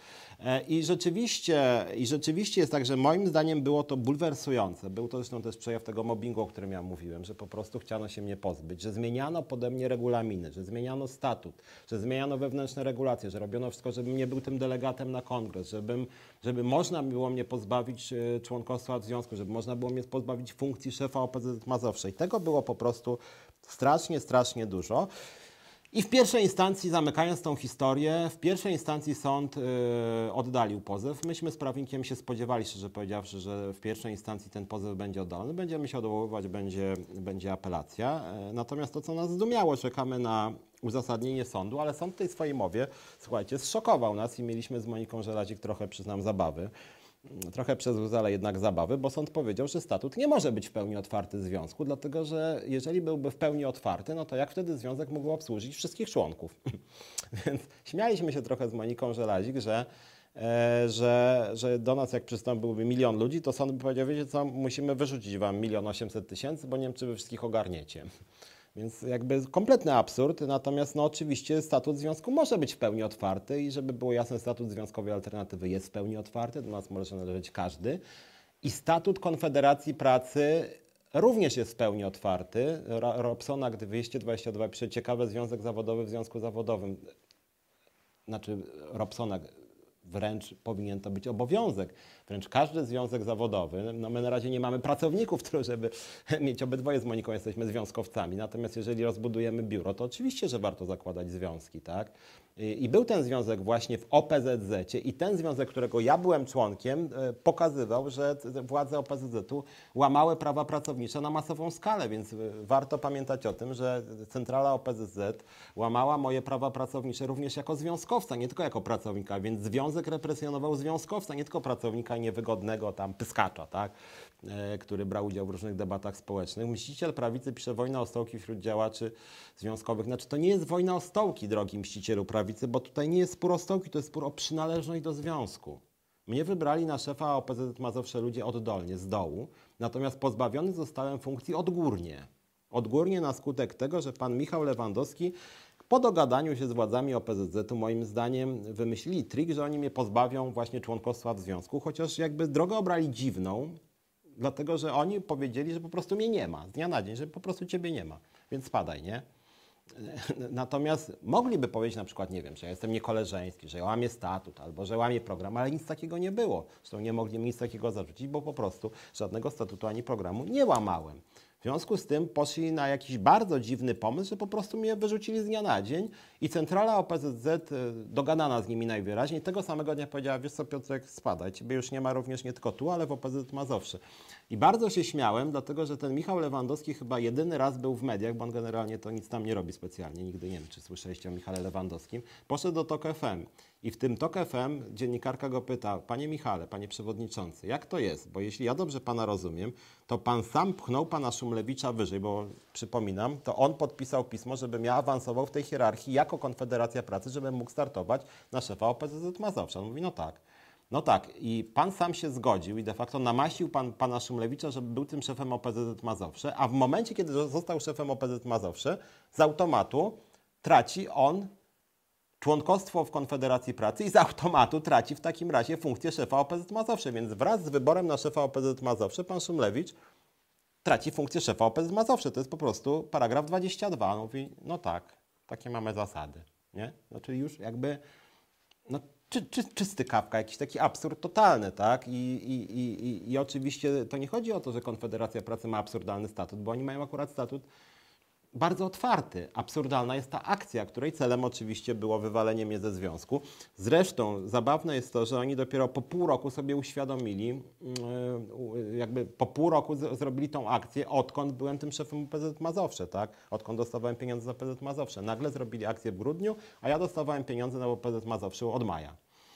I rzeczywiście, I rzeczywiście jest tak, że moim zdaniem było to bulwersujące. Był to zresztą też przejaw tego mobbingu, o którym ja mówiłem, że po prostu chciano się mnie pozbyć, że zmieniano pode mnie regulaminy, że zmieniano statut, że zmieniano wewnętrzne regulacje, że robiono wszystko, żebym nie był tym delegatem na kongres, żebym, żeby można było mnie pozbawić członkostwa w związku, żeby można było mnie pozbawić funkcji szefa O P Z Z Mazowsze. I tego było po prostu strasznie, strasznie dużo. I w pierwszej instancji, zamykając tą historię, w pierwszej instancji sąd y, oddalił pozew. Myśmy z prawnikiem się spodziewali, szczerze powiedziawszy, że w pierwszej instancji ten pozew będzie oddalony. Będziemy się odwoływać, będzie, będzie apelacja. Y, natomiast to, co nas zdumiało, czekamy na uzasadnienie sądu, ale sąd w tej swojej mowie, słuchajcie, zszokował nas i mieliśmy z Moniką Żelazik trochę, przyznam, zabawy. Trochę przez łzy, ale jednak zabawy, bo sąd powiedział, że statut nie może być w pełni otwarty w związku, dlatego że jeżeli byłby w pełni otwarty, no to jak wtedy związek mógł obsłużyć wszystkich członków? Więc śmialiśmy się trochę z Moniką Żelazik, że, e, że, że do nas jak przystąpiłby milion ludzi, to sąd by powiedział, wiecie co, musimy wyrzucić wam milion osiemset tysięcy, bo nie wiem, czy wy wszystkich ogarniecie. Więc jakby kompletny absurd, natomiast no oczywiście statut związku może być w pełni otwarty i żeby było jasne, statut Związkowej Alternatywy jest w pełni otwarty, do nas może należeć każdy. I statut Konfederacji Pracy również jest w pełni otwarty. Robsona dwieście dwadzieścia dwa pisze, ciekawe, związek zawodowy w związku zawodowym. Znaczy Robsona wręcz powinien to być obowiązek. Wręcz każdy związek zawodowy, no my na razie nie mamy pracowników, którzy, żeby mieć obydwoje z Moniką, jesteśmy związkowcami. Natomiast jeżeli rozbudujemy biuro, to oczywiście, że warto zakładać związki, tak? I, i był ten związek właśnie w O P Z Z-cie i ten związek, którego ja byłem członkiem, pokazywał, że władze O P Z Z-u łamały prawa pracownicze na masową skalę, więc warto pamiętać o tym, że centrala O P Z Z łamała moje prawa pracownicze również jako związkowca, nie tylko jako pracownika, więc związek represjonował związkowca, nie tylko pracownika niewygodnego tam pyskacza, tak? E, który brał udział w różnych debatach społecznych. Mściciel prawicy pisze, wojna o stołki wśród działaczy związkowych. Znaczy to nie jest wojna o stołki, drogi mścicielu prawicy, bo tutaj nie jest spór o stołki, to jest spór o przynależność do związku. Mnie wybrali na szefa O P Z Z Mazowsze ludzie oddolnie, z dołu, natomiast pozbawiony zostałem funkcji odgórnie. Odgórnie na skutek tego, że pan Michał Lewandowski po dogadaniu się z władzami O P Z Z-u moim zdaniem wymyślili trik, że oni mnie pozbawią właśnie członkostwa w związku, chociaż jakby drogę obrali dziwną, dlatego że oni powiedzieli, że po prostu mnie nie ma, z dnia na dzień, że po prostu ciebie nie ma, więc spadaj, nie? Natomiast mogliby powiedzieć na przykład, nie wiem, że ja jestem niekoleżeński, że ja łamię statut albo że łamię program, ale nic takiego nie było. Zresztą nie mogli mi nic takiego zarzucić, bo po prostu żadnego statutu ani programu nie łamałem. W związku z tym poszli na jakiś bardzo dziwny pomysł, że po prostu mnie wyrzucili z dnia na dzień i centrala O P Z Z, dogadana z nimi najwyraźniej, tego samego dnia powiedziała, wiesz co, Piotrek, spadaj, ciebie już nie ma również nie tylko tu, ale w O P Z Z Mazowsze. I bardzo się śmiałem, dlatego że ten Michał Lewandowski chyba jedyny raz był w mediach, bo on generalnie to nic tam nie robi specjalnie, nigdy nie wiem, czy słyszeliście o Michale Lewandowskim, poszedł do Tok F M. I w tym Tok F M dziennikarka go pyta, panie Michale, panie przewodniczący, jak to jest? Bo jeśli ja dobrze pana rozumiem, to pan sam pchnął pana Szumlewicza wyżej, bo przypominam, to on podpisał pismo, żebym ja awansował w tej hierarchii jako Konfederacja Pracy, żebym mógł startować na szefa O P Z Z Mazowsza. On mówi, no tak. No tak, i pan sam się zgodził i de facto namaścił pan pana Szumlewicza, żeby był tym szefem O P Z Z Mazowsze, a w momencie, kiedy został szefem O P Z Z Mazowsze, z automatu traci on członkostwo w Konfederacji Pracy i z automatu traci w takim razie funkcję szefa O P Z Z Mazowsze, więc wraz z wyborem na szefa O P Z Z Mazowsze pan Szumlewicz traci funkcję szefa O P Z Z Mazowsze. To jest po prostu paragraf dwadzieścia dwa. On mówi, no tak, takie mamy zasady, nie? Znaczy już jakby, no czy, czy, czysty Kafka, jakiś taki absurd totalny, tak? I, i, i, I oczywiście to nie chodzi o to, że Konfederacja Pracy ma absurdalny statut, bo oni mają akurat statut bardzo otwarty. Absurdalna jest ta akcja, której celem oczywiście było wywalenie mnie ze związku. Zresztą zabawne jest to, że oni dopiero po pół roku sobie uświadomili, yy, jakby po pół roku z, zrobili tą akcję, odkąd byłem tym szefem P Z Mazowsze, tak? Odkąd dostawałem pieniądze za P Z Mazowsze. Nagle zrobili akcję w grudniu, a ja dostawałem pieniądze na P Z Mazowsze od maja.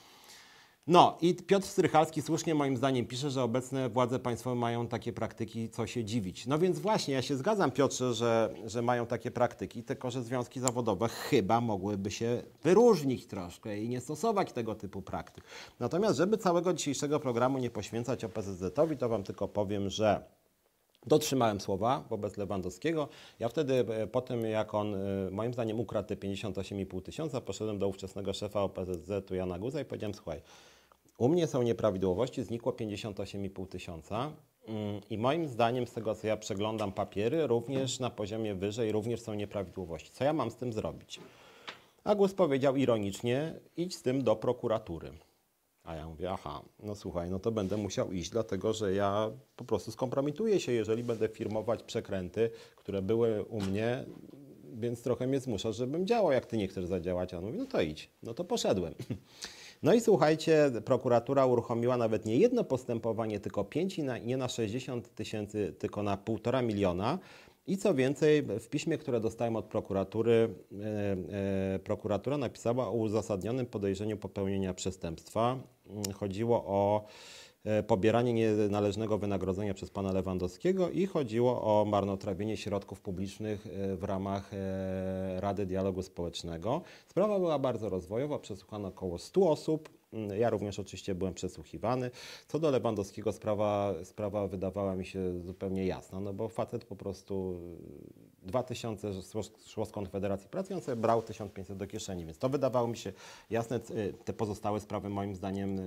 No i Piotr Strychalski słusznie moim zdaniem pisze, że obecne władze państwowe mają takie praktyki, co się dziwić. No więc właśnie, ja się zgadzam, Piotrze, że, że mają takie praktyki, tylko że związki zawodowe chyba mogłyby się wyróżnić troszkę i nie stosować tego typu praktyk. Natomiast, żeby całego dzisiejszego programu nie poświęcać O P Z Z-owi, to wam tylko powiem, że dotrzymałem słowa wobec Lewandowskiego. Ja wtedy, po tym jak on, moim zdaniem, ukradł te pięćdziesiąt osiem i pół tysiąca, poszedłem do ówczesnego szefa O P Z Z-u Jana Guza i powiedziałem, słuchaj, u mnie są nieprawidłowości, znikło pięćdziesiąt osiem i pół tysiąca i moim zdaniem z tego, co ja przeglądam papiery, również na poziomie wyżej również są nieprawidłowości. Co ja mam z tym zrobić? A Guz powiedział ironicznie, idź z tym do prokuratury. A ja mówię, aha, no słuchaj, no to będę musiał iść, dlatego że ja po prostu skompromituję się, jeżeli będę firmować przekręty, które były u mnie, więc trochę mnie zmuszasz, żebym działał, jak ty nie chcesz zadziałać. A on mówi, no to idź. No to poszedłem. No i słuchajcie, prokuratura uruchomiła nawet nie jedno postępowanie, tylko pięć i na, nie na sześćdziesiąt tysięcy, tylko na półtora miliona. I co więcej, w piśmie, które dostałem od prokuratury, e, e, prokuratura napisała o uzasadnionym podejrzeniu popełnienia przestępstwa. Chodziło o e, pobieranie nienależnego wynagrodzenia przez pana Lewandowskiego i chodziło o marnotrawienie środków publicznych e, w ramach e, Rady Dialogu Społecznego. Sprawa była bardzo rozwojowa, przesłuchano około stu osób. Ja również oczywiście byłem przesłuchiwany. Co do Lewandowskiego, sprawa, sprawa wydawała mi się zupełnie jasna, no bo facet po prostu dwa tysiące szło z Konfederacji Pracy, on sobie brał tysiąc pięćset do kieszeni, więc to wydawało mi się jasne. Te pozostałe sprawy moim zdaniem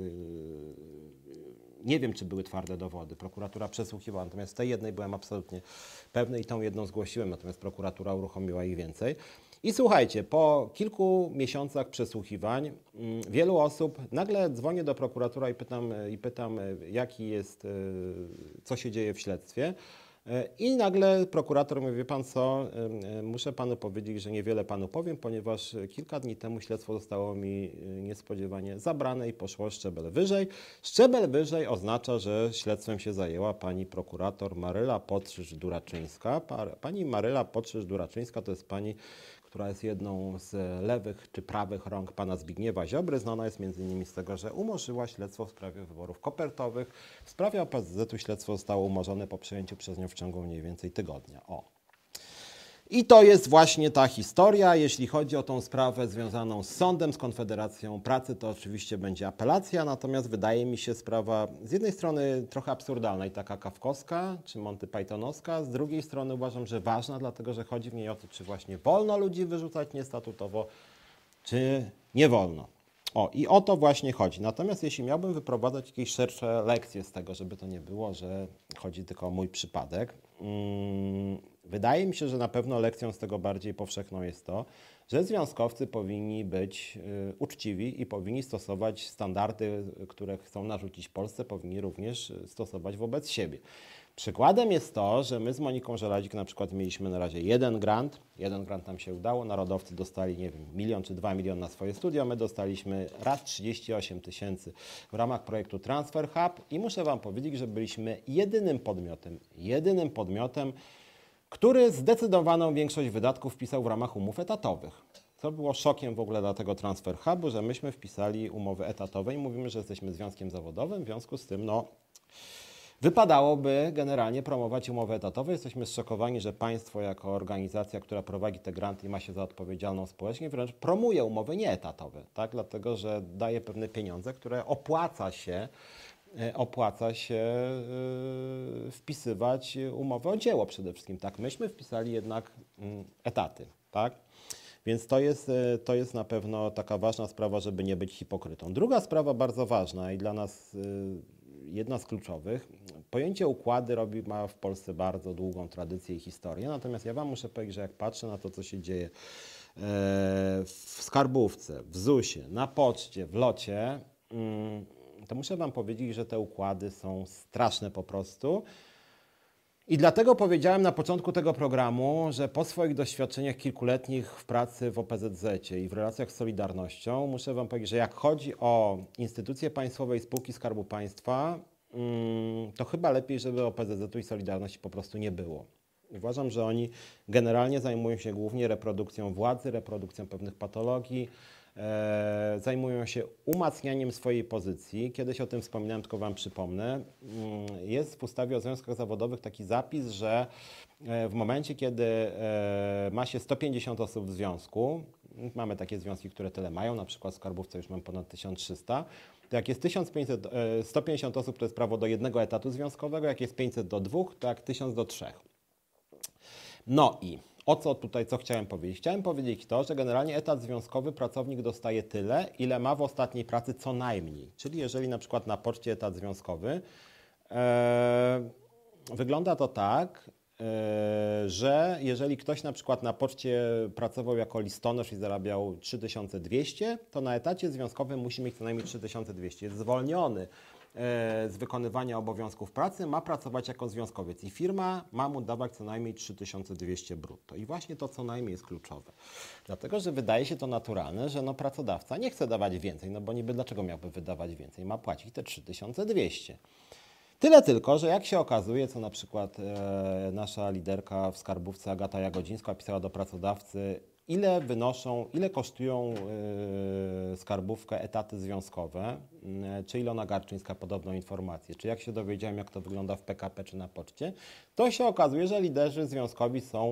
nie wiem, czy były twarde dowody. Prokuratura przesłuchiwała, natomiast w tej jednej byłem absolutnie pewny i tą jedną zgłosiłem, natomiast prokuratura uruchomiła ich więcej. I słuchajcie, po kilku miesiącach przesłuchiwań wielu osób, nagle dzwonię do prokuratury i pytam, i pytam jaki jest, co się dzieje w śledztwie. I nagle prokurator mówi, wie pan co, muszę panu powiedzieć, że niewiele panu powiem, ponieważ kilka dni temu śledztwo zostało mi niespodziewanie zabrane i poszło szczebel wyżej. Szczebel wyżej oznacza, że śledztwem się zajęła pani prokurator Maryla Potrzysz-Duraczyńska. Pani Maryla Potrzysz-Duraczyńska to jest pani, która jest jedną z lewych czy prawych rąk pana Zbigniewa Ziobry. Znana jest między innymi z tego, że umorzyła śledztwo w sprawie wyborów kopertowych. W sprawie O P Z Z-u śledztwo zostało umorzone po przejęciu przez nią w ciągu mniej więcej tygodnia. O. I to jest właśnie ta historia. Jeśli chodzi o tą sprawę związaną z sądem, z Konfederacją Pracy, to oczywiście będzie apelacja, natomiast wydaje mi się sprawa z jednej strony trochę absurdalna i taka kafkowska, czy Monty Pythonowska, z drugiej strony uważam, że ważna, dlatego że chodzi w niej o to, czy właśnie wolno ludzi wyrzucać niestatutowo, czy nie wolno. O, i o to właśnie chodzi. Natomiast jeśli miałbym wyprowadzać jakieś szersze lekcje z tego, żeby to nie było, że chodzi tylko o mój przypadek, hmm, wydaje mi się, że na pewno lekcją z tego bardziej powszechną jest to, że związkowcy powinni być y, uczciwi i powinni stosować standardy, które chcą narzucić Polsce, powinni również stosować wobec siebie. Przykładem jest to, że my z Moniką Żelazik na przykład mieliśmy na razie jeden grant, jeden grant nam się udało, narodowcy dostali, nie wiem, milion czy dwa miliony na swoje studia, my dostaliśmy raz trzydzieści osiem tysięcy w ramach projektu Transfer Hub i muszę wam powiedzieć, że byliśmy jedynym podmiotem, jedynym podmiotem, który zdecydowaną większość wydatków wpisał w ramach umów etatowych. Co było szokiem w ogóle dla tego Transfer Hubu, że myśmy wpisali umowy etatowe i mówimy, że jesteśmy związkiem zawodowym, w związku z tym no, wypadałoby generalnie promować umowy etatowe. Jesteśmy zszokowani, że państwo jako organizacja, która prowadzi te granty i ma się za odpowiedzialną społecznie, wręcz promuje umowy nieetatowe, tak? Dlatego że daje pewne pieniądze, które opłaca się opłaca się yy, wpisywać umowy o dzieło przede wszystkim. Tak, myśmy wpisali jednak yy, etaty, tak? Więc to jest, yy, to jest na pewno taka ważna sprawa, żeby nie być hipokrytą. Druga sprawa bardzo ważna i dla nas yy, jedna z kluczowych. Pojęcie układy robi, ma w Polsce bardzo długą tradycję i historię, natomiast ja wam muszę powiedzieć, że jak patrzę na to, co się dzieje w skarbówce, w zusie, na poczcie, w locie, to muszę Wam powiedzieć, że te układy są straszne po prostu. I dlatego powiedziałem na początku tego programu, że po swoich doświadczeniach kilkuletnich w pracy w O P Z Z-cie i w relacjach z Solidarnością muszę Wam powiedzieć, że jak chodzi o instytucje państwowe i spółki Skarbu Państwa, to chyba lepiej, żeby O P Z Z-u i Solidarności po prostu nie było. Uważam, że oni generalnie zajmują się głównie reprodukcją władzy, reprodukcją pewnych patologii, e, zajmują się umacnianiem swojej pozycji. Kiedyś o tym wspominałem, tylko Wam przypomnę. Jest w ustawie o związkach zawodowych taki zapis, że w momencie, kiedy e, ma się sto pięćdziesiąt osób w związku, mamy takie związki, które tyle mają, na przykład w skarbówce już mam ponad tysiąc trzysta, to jak jest tysiąc pięćset, e, sto pięćdziesiąt osób, to jest prawo do jednego etatu związkowego, jak jest pięćset do dwóch, to jak tysiąc do trzech. No i o co tutaj, co chciałem powiedzieć? Chciałem powiedzieć to, że generalnie etat związkowy pracownik dostaje tyle, ile ma w ostatniej pracy co najmniej. Czyli jeżeli na przykład na poczcie etat związkowy, e, wygląda to tak, e, że jeżeli ktoś na przykład na poczcie pracował jako listonosz i zarabiał trzy tysiące dwieście, to na etacie związkowym musi mieć co najmniej trzy tysiące dwieście. Jest zwolniony z wykonywania obowiązków pracy, ma pracować jako związkowiec i firma ma mu dawać co najmniej trzy tysiące dwieście brutto. I właśnie to co najmniej jest kluczowe. Dlatego, że wydaje się to naturalne, że no pracodawca nie chce dawać więcej, no bo niby dlaczego miałby wydawać więcej? Ma płacić te trzy tysiące dwieście. Tyle tylko, że jak się okazuje, co na przykład e, nasza liderka w skarbówce Agata Jagodzińska pisała do pracodawcy, ile wynoszą, ile kosztują yy, skarbówkę etaty związkowe, yy, czy Ilona Garczyńska podobną informację, czy jak się dowiedziałem, jak to wygląda w P K P czy na poczcie, to się okazuje, że liderzy związkowi są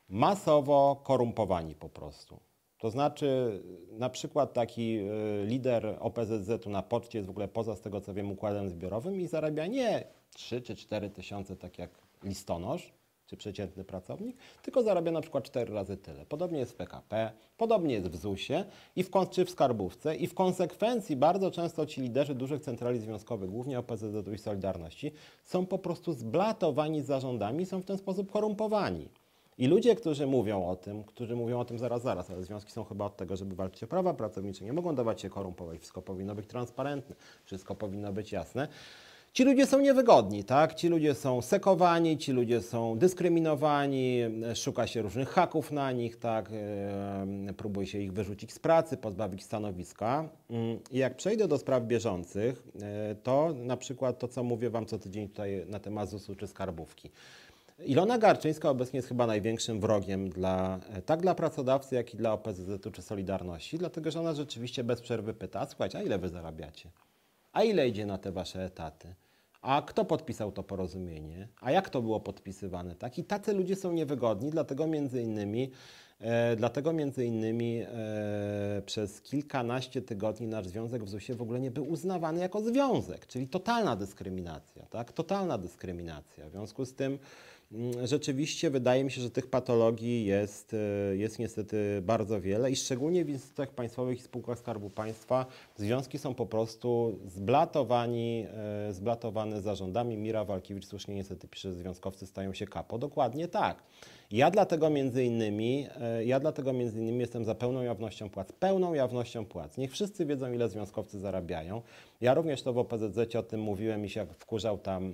masowo korumpowani po prostu. To znaczy na przykład taki yy, lider O P Z Z-u na poczcie jest w ogóle poza, z tego co wiem, układem zbiorowym i zarabia nie trzy czy cztery tysiące, tak jak listonosz, czy przeciętny pracownik, tylko zarabia na przykład cztery razy tyle. Podobnie jest w P K P, podobnie jest w zusie i w, czy w skarbówce i w konsekwencji bardzo często ci liderzy dużych centrali związkowych, głównie O P Z Z-u i Solidarności, są po prostu zblatowani z zarządami i są w ten sposób korumpowani. I ludzie, którzy mówią o tym, którzy mówią o tym zaraz, zaraz, ale związki są chyba od tego, żeby walczyć o prawa pracownicze, nie mogą dawać się korumpować, wszystko powinno być transparentne, wszystko powinno być jasne. Ci ludzie są niewygodni, tak? Ci ludzie są sekowani, ci ludzie są dyskryminowani, szuka się różnych haków na nich, tak? E, próbuje się ich wyrzucić z pracy, pozbawić stanowiska. I jak przejdę do spraw bieżących, e, to na przykład to, co mówię Wam co tydzień tutaj na temat zusu czy skarbówki. Ilona Garczyńska obecnie jest chyba największym wrogiem dla, tak dla pracodawcy, jak i dla O P Z Z-u czy Solidarności, dlatego że ona rzeczywiście bez przerwy pyta, słuchajcie, a ile wy zarabiacie? A ile idzie na te wasze etaty? A kto podpisał to porozumienie? A jak to było podpisywane? Tak? I tacy ludzie są niewygodni, dlatego między innymi, e, dlatego między innymi e, przez kilkanaście tygodni nasz związek w zusie w ogóle nie był uznawany jako związek, czyli totalna dyskryminacja, tak? Totalna dyskryminacja. W związku z tym rzeczywiście wydaje mi się, że tych patologii jest, jest niestety bardzo wiele i szczególnie w instytutach państwowych i spółkach Skarbu Państwa związki są po prostu zblatowani, zblatowane zarządami. Mira Walkiewicz słusznie niestety pisze, że związkowcy stają się kapo. Dokładnie tak. Ja dlatego między innymi, ja dlatego między innymi jestem za pełną jawnością płac. Pełną jawnością płac. Niech wszyscy wiedzą, ile związkowcy zarabiają. Ja również to w O P Z Z-cie o tym mówiłem i się wkurzał tam,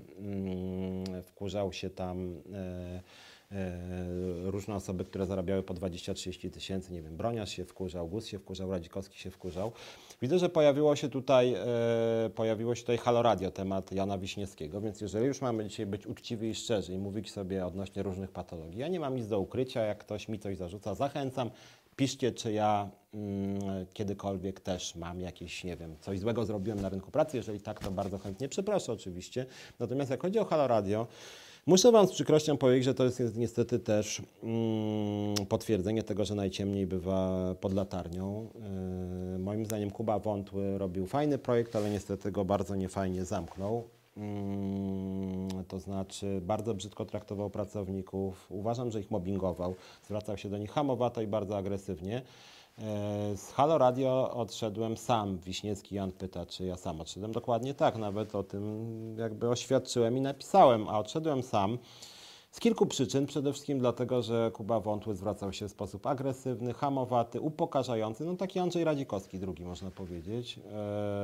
mm, wkurzał się tam e, e, różne osoby, które zarabiały po dwadzieścia trzydzieści tysięcy. Nie wiem, Broniarz się wkurzał, Gus się wkurzał, Radzikowski się wkurzał. Widzę, że pojawiło się tutaj, e, pojawiło się tutaj Halo Radio, temat Jana Wiśniewskiego, więc jeżeli już mamy dzisiaj być uczciwi i szczerzy i mówić sobie odnośnie różnych patologii, ja nie mam nic do ukrycia, jak ktoś mi coś zarzuca, zachęcam. Piszcie, czy ja mm, kiedykolwiek też mam jakieś, nie wiem, coś złego zrobiłem na rynku pracy. Jeżeli tak, to bardzo chętnie przeproszę oczywiście. Natomiast jak chodzi o Halo Radio, muszę Wam z przykrością powiedzieć, że to jest niestety też mm, potwierdzenie tego, że najciemniej bywa pod latarnią. Yy, moim zdaniem Kuba Wątły robił fajny projekt, ale niestety go bardzo niefajnie zamknął. Hmm, to znaczy bardzo brzydko traktował pracowników, uważam, że ich mobbingował, zwracał się do nich hamowato i bardzo agresywnie. Z Halo Radio odszedłem sam. Wiśniewski Jan pyta, czy ja sam odszedłem. Dokładnie tak, nawet o tym jakby oświadczyłem i napisałem, a odszedłem sam. Z kilku przyczyn, przede wszystkim dlatego, że Kuba Wątły zwracał się w sposób agresywny, hamowaty, upokarzający, no taki Andrzej Radzikowski drugi można powiedzieć. Eee,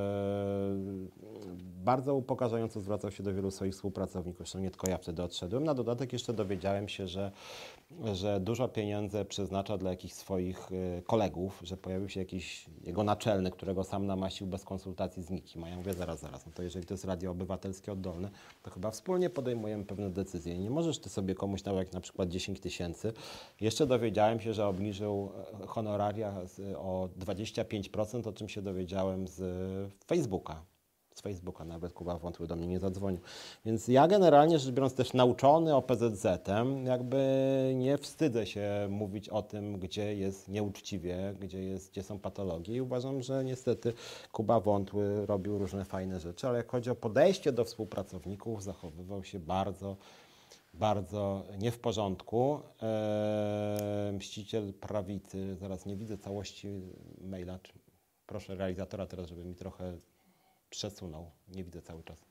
bardzo upokarzająco zwracał się do wielu swoich współpracowników, zresztą nie tylko ja wtedy odszedłem. Na dodatek jeszcze dowiedziałem się, że, że dużo pieniędzy przeznacza dla jakichś swoich e, kolegów, że pojawił się jakiś jego naczelny, którego sam namaścił bez konsultacji z nikim. A ja mówię zaraz, zaraz, no to jeżeli to jest Radio Obywatelskie oddolne, to chyba wspólnie podejmujemy pewne decyzje. Nie możesz ty sobie komuś dał jak na przykład dziesięć tysięcy. Jeszcze dowiedziałem się, że obniżył honoraria o dwadzieścia pięć procent, o czym się dowiedziałem z Facebooka. Z Facebooka nawet Kuba Wątły do mnie nie zadzwonił. Więc ja generalnie rzecz biorąc też nauczony O P Z Z-em, jakby nie wstydzę się mówić o tym, gdzie jest nieuczciwie, gdzie, jest, gdzie są patologie i uważam, że niestety Kuba Wątły robił różne fajne rzeczy, ale jak chodzi o podejście do współpracowników, zachowywał się bardzo bardzo nie w porządku. Eee, mściciel prawicy, zaraz nie widzę całości maila. Proszę realizatora teraz, żeby mi trochę przesunął. Nie widzę cały czas.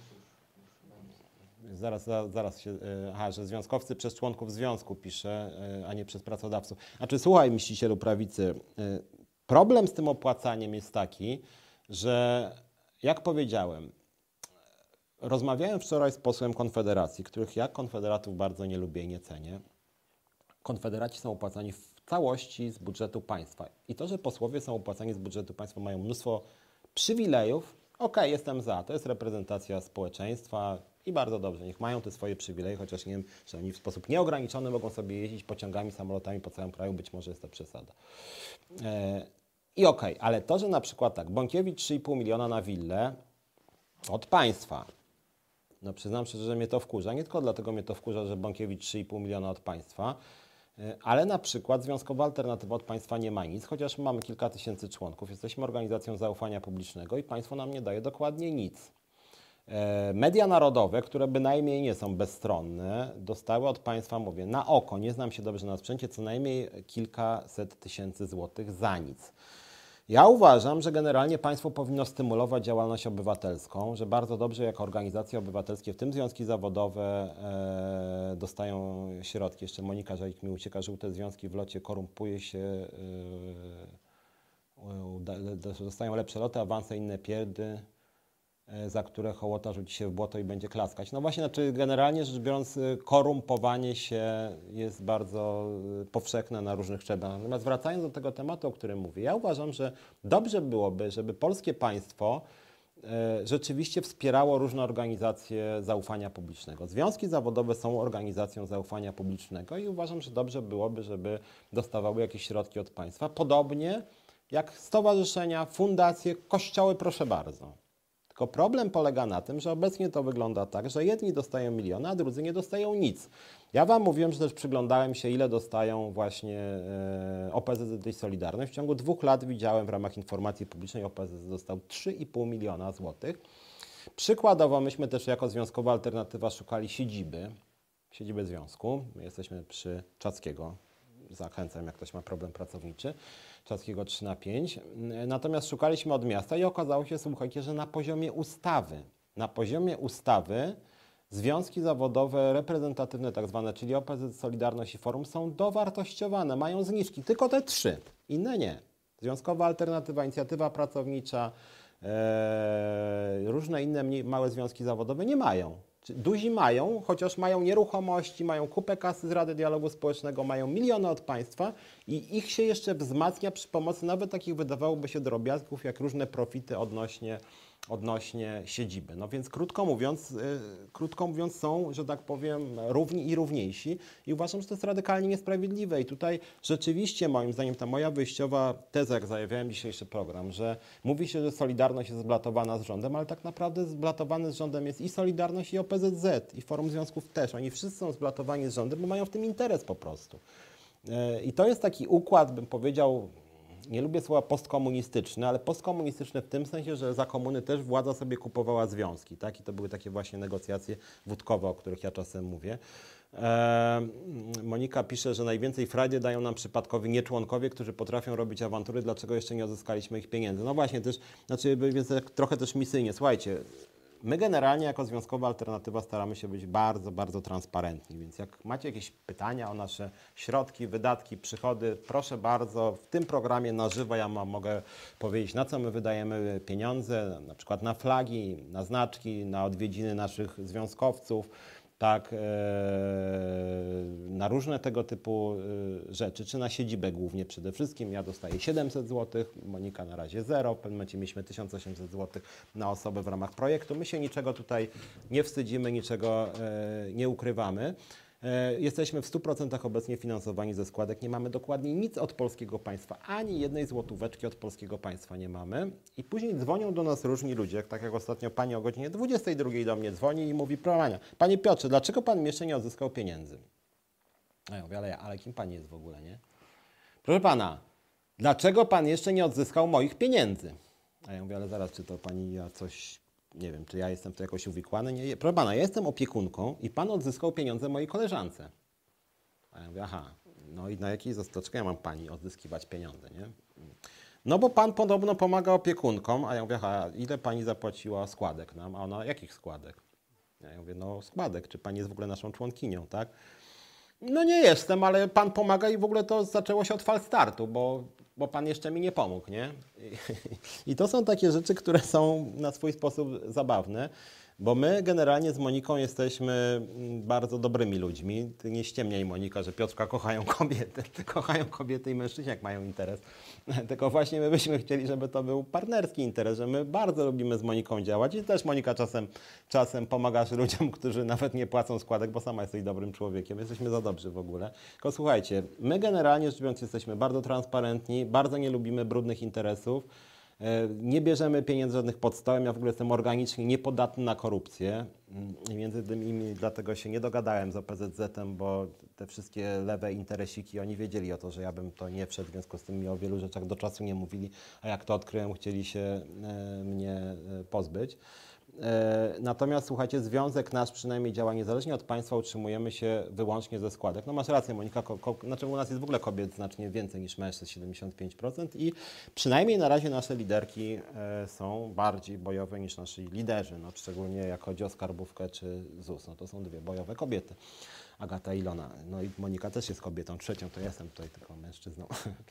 Zaraz, zaraz, zaraz się... Aha, że związkowcy przez członków związku pisze, a nie przez pracodawców. Znaczy, słuchaj, mścicielu prawicy, problem z tym opłacaniem jest taki, że jak powiedziałem, rozmawiałem wczoraj z posłem Konfederacji, których ja konfederatów bardzo nie lubię i nie cenię. Konfederaci są opłacani w całości z budżetu państwa. I to, że posłowie są opłacani z budżetu państwa, mają mnóstwo przywilejów, okej, okay, jestem za. To jest reprezentacja społeczeństwa i bardzo dobrze. Niech mają te swoje przywileje, chociaż nie wiem, że oni w sposób nieograniczony mogą sobie jeździć pociągami, samolotami po całym kraju. Być może jest to przesada. E, I okej, okay, ale to, że na przykład tak, Bąkiewicz trzy i pół miliona na willę od państwa. No przyznam szczerze, że mnie to wkurza. Nie tylko dlatego mnie to wkurza, że Bąkiewicz trzy i pół miliona od państwa, ale na przykład Związkowa Alternatywa od państwa nie ma nic, chociaż mamy kilka tysięcy członków, jesteśmy organizacją zaufania publicznego i państwo nam nie daje dokładnie nic. Media narodowe, które bynajmniej nie są bezstronne, dostały od państwa, mówię, na oko, nie znam się dobrze na sprzęcie, co najmniej kilkaset tysięcy złotych za nic. Ja uważam, że generalnie państwo powinno stymulować działalność obywatelską, że bardzo dobrze jako organizacje obywatelskie, w tym związki zawodowe, e, dostają środki. Jeszcze Monika Żalik mi ucieka, żółte związki w locie, korumpuje się, e, dostają lepsze loty, awanse, inne pierdy, e, za które hołota rzuci się w błoto i będzie klaskać. No właśnie, znaczy generalnie rzecz biorąc, korumpowanie się jest bardzo powszechne na różnych szczeblach. Natomiast wracając do tego tematu, o którym mówię, ja uważam, że dobrze byłoby, żeby polskie państwo e, rzeczywiście wspierało różne organizacje zaufania publicznego. Związki zawodowe są organizacją zaufania publicznego i uważam, że dobrze byłoby, żeby dostawały jakieś środki od państwa. Podobnie jak stowarzyszenia, fundacje, kościoły, proszę bardzo. Tylko problem polega na tym, że obecnie to wygląda tak, że jedni dostają miliony, a drudzy nie dostają nic. Ja wam mówiłem, że też przyglądałem się, ile dostają właśnie e, O P Z Z i Solidarność. W ciągu dwóch lat widziałem w ramach informacji publicznej, O P Z Z dostał trzy i pół miliona złotych. Przykładowo myśmy też jako Związkowa Alternatywa szukali siedziby, siedziby związku. My jesteśmy przy Czackiego. Zachęcam, jak ktoś ma problem pracowniczy. Czackiego trzy na pięć. Natomiast szukaliśmy od miasta i okazało się, słuchajcie, że na poziomie ustawy, na poziomie ustawy związki zawodowe reprezentatywne tak zwane, czyli O P Z, Solidarność i Forum są dowartościowane, mają zniżki, tylko te trzy, inne nie. Związkowa Alternatywa, Inicjatywa Pracownicza, e, różne inne mniej, małe związki zawodowe nie mają. Duzi mają, chociaż mają nieruchomości, mają kupę kasy z Rady Dialogu Społecznego, mają miliony od państwa i ich się jeszcze wzmacnia przy pomocy nawet takich, wydawałoby się, drobiazgów, jak różne profity odnośnie, odnośnie siedziby. No więc krótko mówiąc, yy, krótko mówiąc są, że tak powiem, równi i równiejsi i uważam, że to jest radykalnie niesprawiedliwe i tutaj rzeczywiście moim zdaniem ta moja wyjściowa teza, jak zajawiałem dzisiejszy program, że mówi się, że Solidarność jest zblatowana z rządem, ale tak naprawdę zblatowany z rządem jest i Solidarność, i O P Z Z, i Forum Związków też. Oni wszyscy są zblatowani z rządem, bo mają w tym interes po prostu. Yy, I to jest taki układ, bym powiedział, nie lubię słowa postkomunistyczny, ale postkomunistyczny w tym sensie, że za komuny też władza sobie kupowała związki, tak? I to były takie właśnie negocjacje wódkowe, o których ja czasem mówię. E, Monika pisze, że najwięcej frajdy dają nam przypadkowi nieczłonkowie, którzy potrafią robić awantury, dlaczego jeszcze nie odzyskaliśmy ich pieniędzy. No właśnie, też, znaczy, więc trochę też misyjnie. Słuchajcie, My generalnie jako Związkowa Alternatywa staramy się być bardzo, bardzo transparentni, więc jak macie jakieś pytania o nasze środki, wydatki, przychody, proszę bardzo, w tym programie na żywo ja mam, mogę powiedzieć, na co my wydajemy pieniądze, na przykład na flagi, na znaczki, na odwiedziny naszych związkowców, tak, e, na różne tego typu e, rzeczy, czy na siedzibę głównie przede wszystkim. Ja dostaję siedemset złotych, Monika na razie zero, w pewnym momencie mieliśmy tysiąc osiemset złotych na osobę w ramach projektu. My się niczego tutaj nie wstydzimy, niczego e, nie ukrywamy. E, jesteśmy w stu procentach obecnie finansowani ze składek, nie mamy dokładnie nic od polskiego państwa, ani jednej złotóweczki od polskiego państwa nie mamy. I później dzwonią do nas różni ludzie, tak jak ostatnio pani o godzinie dwudziestej drugiej do mnie dzwoni i mówi: proszę, panie Piotrze, dlaczego pan jeszcze nie odzyskał pieniędzy? A ja mówię, ale, ale kim pani jest w ogóle, nie? Proszę pana, dlaczego pan jeszcze nie odzyskał moich pieniędzy? A ja mówię, ale zaraz, czy to pani ja coś... Nie wiem, czy ja jestem w to jakoś uwikłany. Nie, proszę pana, ja jestem opiekunką i pan odzyskał pieniądze mojej koleżance. A ja mówię, aha, no i na jakiej zastoczce ja mam pani odzyskiwać pieniądze, nie? No bo pan podobno pomaga opiekunkom, a ja mówię, aha, ile pani zapłaciła składek nam? A ona, jakich składek? Ja mówię, no składek, czy pani jest w ogóle naszą członkinią, tak? No nie jestem, ale pan pomaga i w ogóle to zaczęło się od fal startu, bo, bo pan jeszcze mi nie pomógł, nie? I, I to są takie rzeczy, które są na swój sposób zabawne, bo my generalnie z Moniką jesteśmy bardzo dobrymi ludźmi. Ty nie ściemniaj, Monika, że Piotrka kochają kobiety. Kochają kobiety i mężczyźni, jak mają interes. Tylko właśnie my byśmy chcieli, żeby to był partnerski interes, że my bardzo lubimy z Moniką działać i też, Monika, czasem, czasem pomagasz ludziom, którzy nawet nie płacą składek, bo sama jesteś dobrym człowiekiem. Jesteśmy za dobrzy w ogóle. Tylko słuchajcie, my generalnie rzecz biorąc jesteśmy bardzo transparentni, bardzo nie lubimy brudnych interesów. Nie bierzemy pieniędzy żadnych pod stołem, ja w ogóle jestem organicznie niepodatny na korupcję. Między innymi dlatego się nie dogadałem z O P Z Z-em, bo te wszystkie lewe interesiki, oni wiedzieli o to, że ja bym to nie wszedł, w związku z tym mi o wielu rzeczach do czasu nie mówili, a jak to odkryłem, chcieli się mnie pozbyć. Natomiast słuchajcie, związek nasz przynajmniej działa niezależnie od państwa, utrzymujemy się wyłącznie ze składek. No masz rację, Monika, ko, ko, znaczy u nas jest w ogóle kobiet znacznie więcej niż mężczyzn, siedemdziesiąt pięć procent i przynajmniej na razie nasze liderki e, są bardziej bojowe niż nasi liderzy, no, szczególnie jak chodzi o skarbówkę czy ZUS, no to są dwie bojowe kobiety. Agata i Ilona. No i Monika też jest kobietą, trzecią to ja jestem tutaj tylko mężczyzną.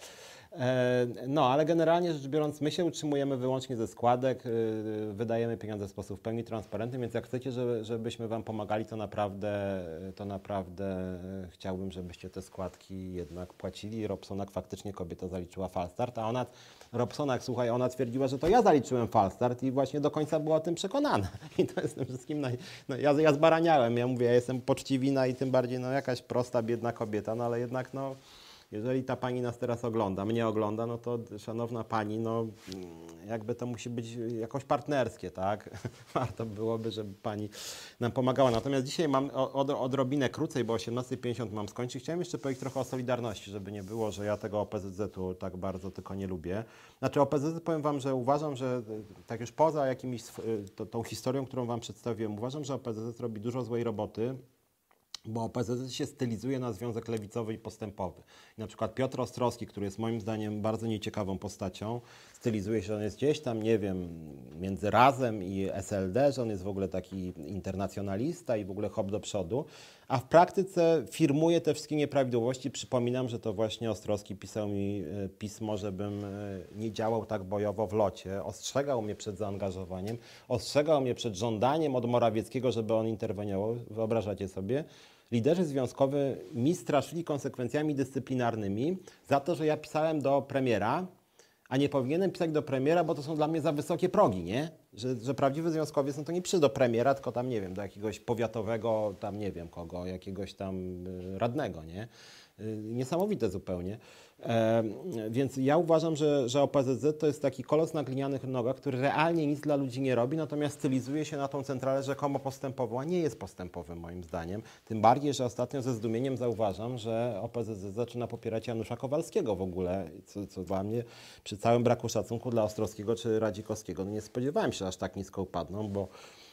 No, ale generalnie rzecz biorąc, my się utrzymujemy wyłącznie ze składek, wydajemy pieniądze w sposób w pełni transparentny, więc jak chcecie, żeby, żebyśmy wam pomagali, to naprawdę, to naprawdę chciałbym, żebyście te składki jednak płacili. Robsonak faktycznie kobieta zaliczyła falstart, a ona, Robsonak, słuchaj, ona twierdziła, że to ja zaliczyłem falstart i właśnie do końca była o tym przekonana. I to jest tym wszystkim, naj... no, ja, ja zbaraniałem, ja mówię, ja jestem poczciwina i tym bardziej no jakaś prosta, biedna kobieta, no ale jednak no... Jeżeli ta pani nas teraz ogląda, mnie ogląda, no to szanowna pani, no jakby to musi być jakoś partnerskie, tak? Warto byłoby, żeby pani nam pomagała. Natomiast dzisiaj mam od, odrobinę krócej, bo o osiemnasta pięćdziesiąt mam skończyć. Chciałem jeszcze powiedzieć trochę o Solidarności, żeby nie było, że ja tego O P Z Z-u tak bardzo tylko nie lubię. Znaczy O P Z Z powiem wam, że uważam, że tak już poza jakimiś to, tą historią, którą wam przedstawiłem, uważam, że O P Z Z robi dużo złej roboty, bo O P Z Z się stylizuje na związek lewicowy i postępowy. I na przykład Piotr Ostrowski, który jest moim zdaniem bardzo nieciekawą postacią, stylizuje się, że on jest gdzieś tam, nie wiem, między Razem i S L D, że on jest w ogóle taki internacjonalista i w ogóle hop do przodu, a w praktyce firmuje te wszystkie nieprawidłowości. Przypominam, że to właśnie Ostrowski pisał mi pismo, żebym nie działał tak bojowo w locie. Ostrzegał mnie przed zaangażowaniem, ostrzegał mnie przed żądaniem od Morawieckiego, żeby on interweniował. Wyobrażacie sobie? Liderzy związkowi mi straszyli konsekwencjami dyscyplinarnymi za to, że ja pisałem do premiera, a nie powinienem pisać do premiera, bo to są dla mnie za wysokie progi, nie? Że, że prawdziwy związkowiec, no to nie przyjdzie do premiera, tylko tam, nie wiem, do jakiegoś powiatowego, tam nie wiem kogo, jakiegoś tam radnego, nie? Niesamowite zupełnie. E, więc ja uważam, że, że O P Z Z to jest taki kolos na glinianych nogach, który realnie nic dla ludzi nie robi, natomiast stylizuje się na tą centralę rzekomo postępową, a nie jest postępowym moim zdaniem. Tym bardziej, że ostatnio ze zdumieniem zauważam, że O P Z Z zaczyna popierać Janusza Kowalskiego w ogóle, co, co dla mnie przy całym braku szacunku dla Ostrowskiego czy Radzikowskiego. No nie spodziewałem się, że aż tak nisko upadną, bo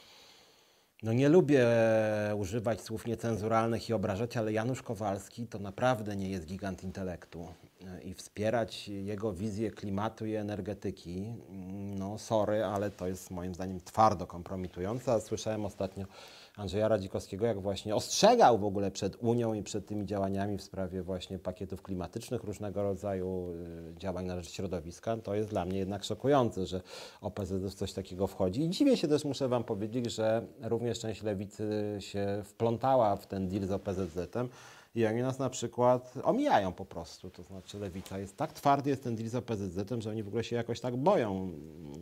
no nie lubię używać słów niecenzuralnych i obrażać, ale Janusz Kowalski to naprawdę nie jest gigant intelektu. i wspierać jego wizję klimatu i energetyki, no sorry, ale to jest moim zdaniem twardo kompromitujące. Słyszałem ostatnio Andrzeja Radzikowskiego, jak właśnie ostrzegał w ogóle przed Unią i przed tymi działaniami w sprawie właśnie pakietów klimatycznych, różnego rodzaju działań na rzecz środowiska. To jest dla mnie jednak szokujące, że O P Z Z w coś takiego wchodzi. I dziwię się też, muszę Wam powiedzieć, że również część lewicy się wplątała w ten deal z O P Z Z-em i oni nas na przykład omijają po prostu. To znaczy lewica jest tak twardy, jest ten deal z O P Z Z-em, że oni w ogóle się jakoś tak boją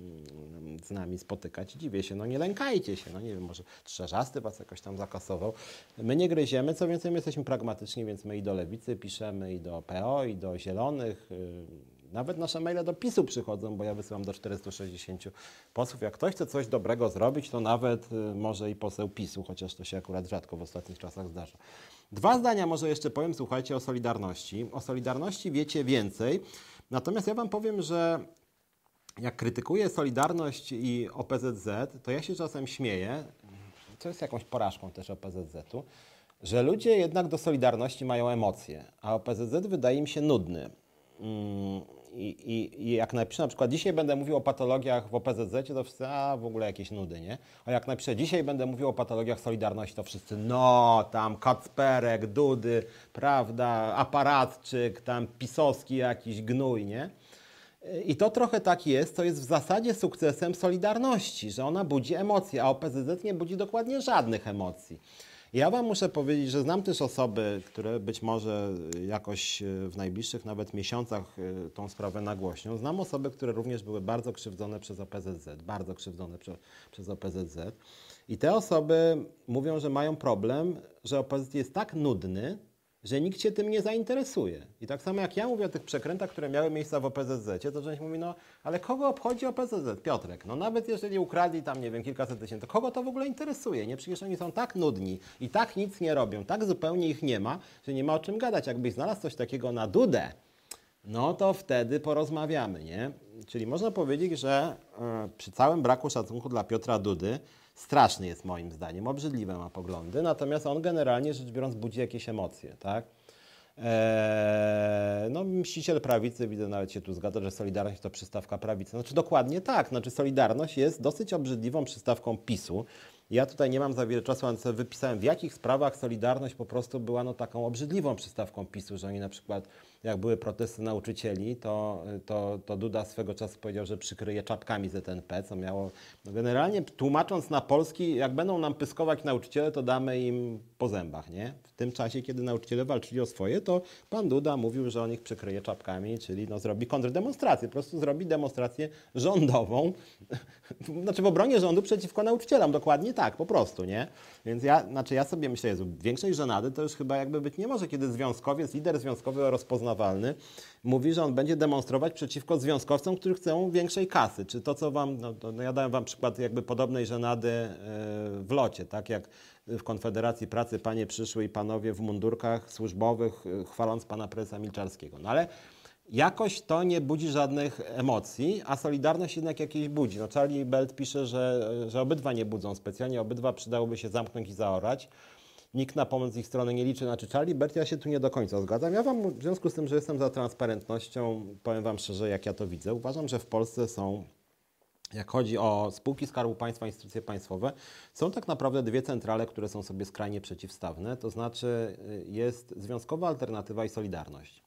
z nami spotykać. Dziwię się, no nie lękajcie się, no nie wiem, może Trzarzasty was jakoś tam zakasował. My nie gryziemy, co więcej, my jesteśmy pragmatyczni, więc my i do lewicy piszemy, i do P O, i do Zielonych. Nawet nasze maile do PiSu przychodzą, bo ja wysyłam do czterystu sześćdziesięciu posłów. Jak ktoś chce coś dobrego zrobić, to nawet może i poseł PiSu, chociaż to się akurat rzadko w ostatnich czasach zdarza. Dwa zdania może jeszcze powiem, słuchajcie, o Solidarności. O Solidarności wiecie więcej, natomiast ja wam powiem, że jak krytykuję Solidarność i O P Z Z, to ja się czasem śmieję, co jest jakąś porażką też O P Z Z-u, że ludzie jednak do Solidarności mają emocje, a O P Z Z wydaje im się nudny. I, i, I jak napiszę na przykład, dzisiaj będę mówił o patologiach w O P Z Z, to wszyscy, a w ogóle jakieś nudy, nie? A jak napiszę, dzisiaj będę mówił o patologiach Solidarności, to wszyscy, no, tam Kacperek, Dudy, prawda, aparatczyk, tam pisowski jakiś gnój, nie? I to trochę tak jest, to jest w zasadzie sukcesem Solidarności, że ona budzi emocje, a O P Z Z nie budzi dokładnie żadnych emocji. Ja wam muszę powiedzieć, że znam też osoby, które być może jakoś w najbliższych nawet miesiącach tą sprawę nagłośnią. Znam osoby, które również były bardzo krzywdzone przez O P Z Z, bardzo krzywdzone prze, przez O P Z Z. I te osoby mówią, że mają problem, że O P Z Z jest tak nudny, że nikt się tym nie zainteresuje. I tak samo jak ja mówię o tych przekrętach, które miały miejsce w O P Z Z, to część mówi, no ale kogo obchodzi O P Z Z? Piotrek, no nawet jeżeli ukradli tam, nie wiem, kilkaset tysięcy, to kogo to w ogóle interesuje? Nie? Przecież oni są tak nudni i tak nic nie robią, tak zupełnie ich nie ma, że nie ma o czym gadać. Jakbyś znalazł coś takiego na Dudę, no to wtedy porozmawiamy, nie? Czyli można powiedzieć, że yy, przy całym braku szacunku dla Piotra Dudy, straszny jest moim zdaniem, obrzydliwe ma poglądy, natomiast on generalnie rzecz biorąc budzi jakieś emocje, tak? Eee, no mściciel prawicy, widzę, nawet się tu zgadza, że Solidarność to przystawka prawicy. Znaczy dokładnie tak, znaczy Solidarność jest dosyć obrzydliwą przystawką PiSu. Ja tutaj nie mam za wiele czasu, ale sobie wypisałem, w jakich sprawach Solidarność po prostu była no, taką obrzydliwą przystawką PiSu, że oni na przykład, jak były protesty nauczycieli, to, to, to Duda swego czasu powiedział, że przykryje czapkami Z N P, co miało, no generalnie tłumacząc na polski, jak będą nam pyskować nauczyciele, to damy im po zębach, nie? W tym czasie, kiedy nauczyciele walczyli o swoje, to pan Duda mówił, że on ich przykryje czapkami, czyli no, zrobi kontrdemonstrację, po prostu zrobi demonstrację rządową, znaczy w obronie rządu przeciwko nauczycielom, dokładnie tak, po prostu, nie? Więc ja, znaczy ja sobie myślę, Jezu, większej żenady to już chyba jakby być nie może, kiedy związkowiec, lider związkowy rozpoznawalny mówi, że on będzie demonstrować przeciwko związkowcom, którzy chcą większej kasy. Czy to, co wam, no, no ja dałem wam przykład jakby podobnej żenady yy, w locie, tak jak w Konfederacji Pracy panie przyszły i panowie w mundurkach służbowych, yy, chwaląc pana prezesa Milczarskiego. No ale jakoś to nie budzi żadnych emocji, a Solidarność jednak jakieś budzi. No Charlie Belt pisze, że, że obydwa nie budzą specjalnie, obydwa przydałoby się zamknąć i zaorać. Nikt na pomoc z ich strony nie liczy. Znaczy Charlie Belt, ja się tu nie do końca zgadzam. Ja wam, w związku z tym, że jestem za transparentnością, powiem wam szczerze, jak ja to widzę. Uważam, że w Polsce są, jak chodzi o spółki Skarbu Państwa, instytucje państwowe, są tak naprawdę dwie centrale, które są sobie skrajnie przeciwstawne. To znaczy jest Związkowa Alternatywa i Solidarność.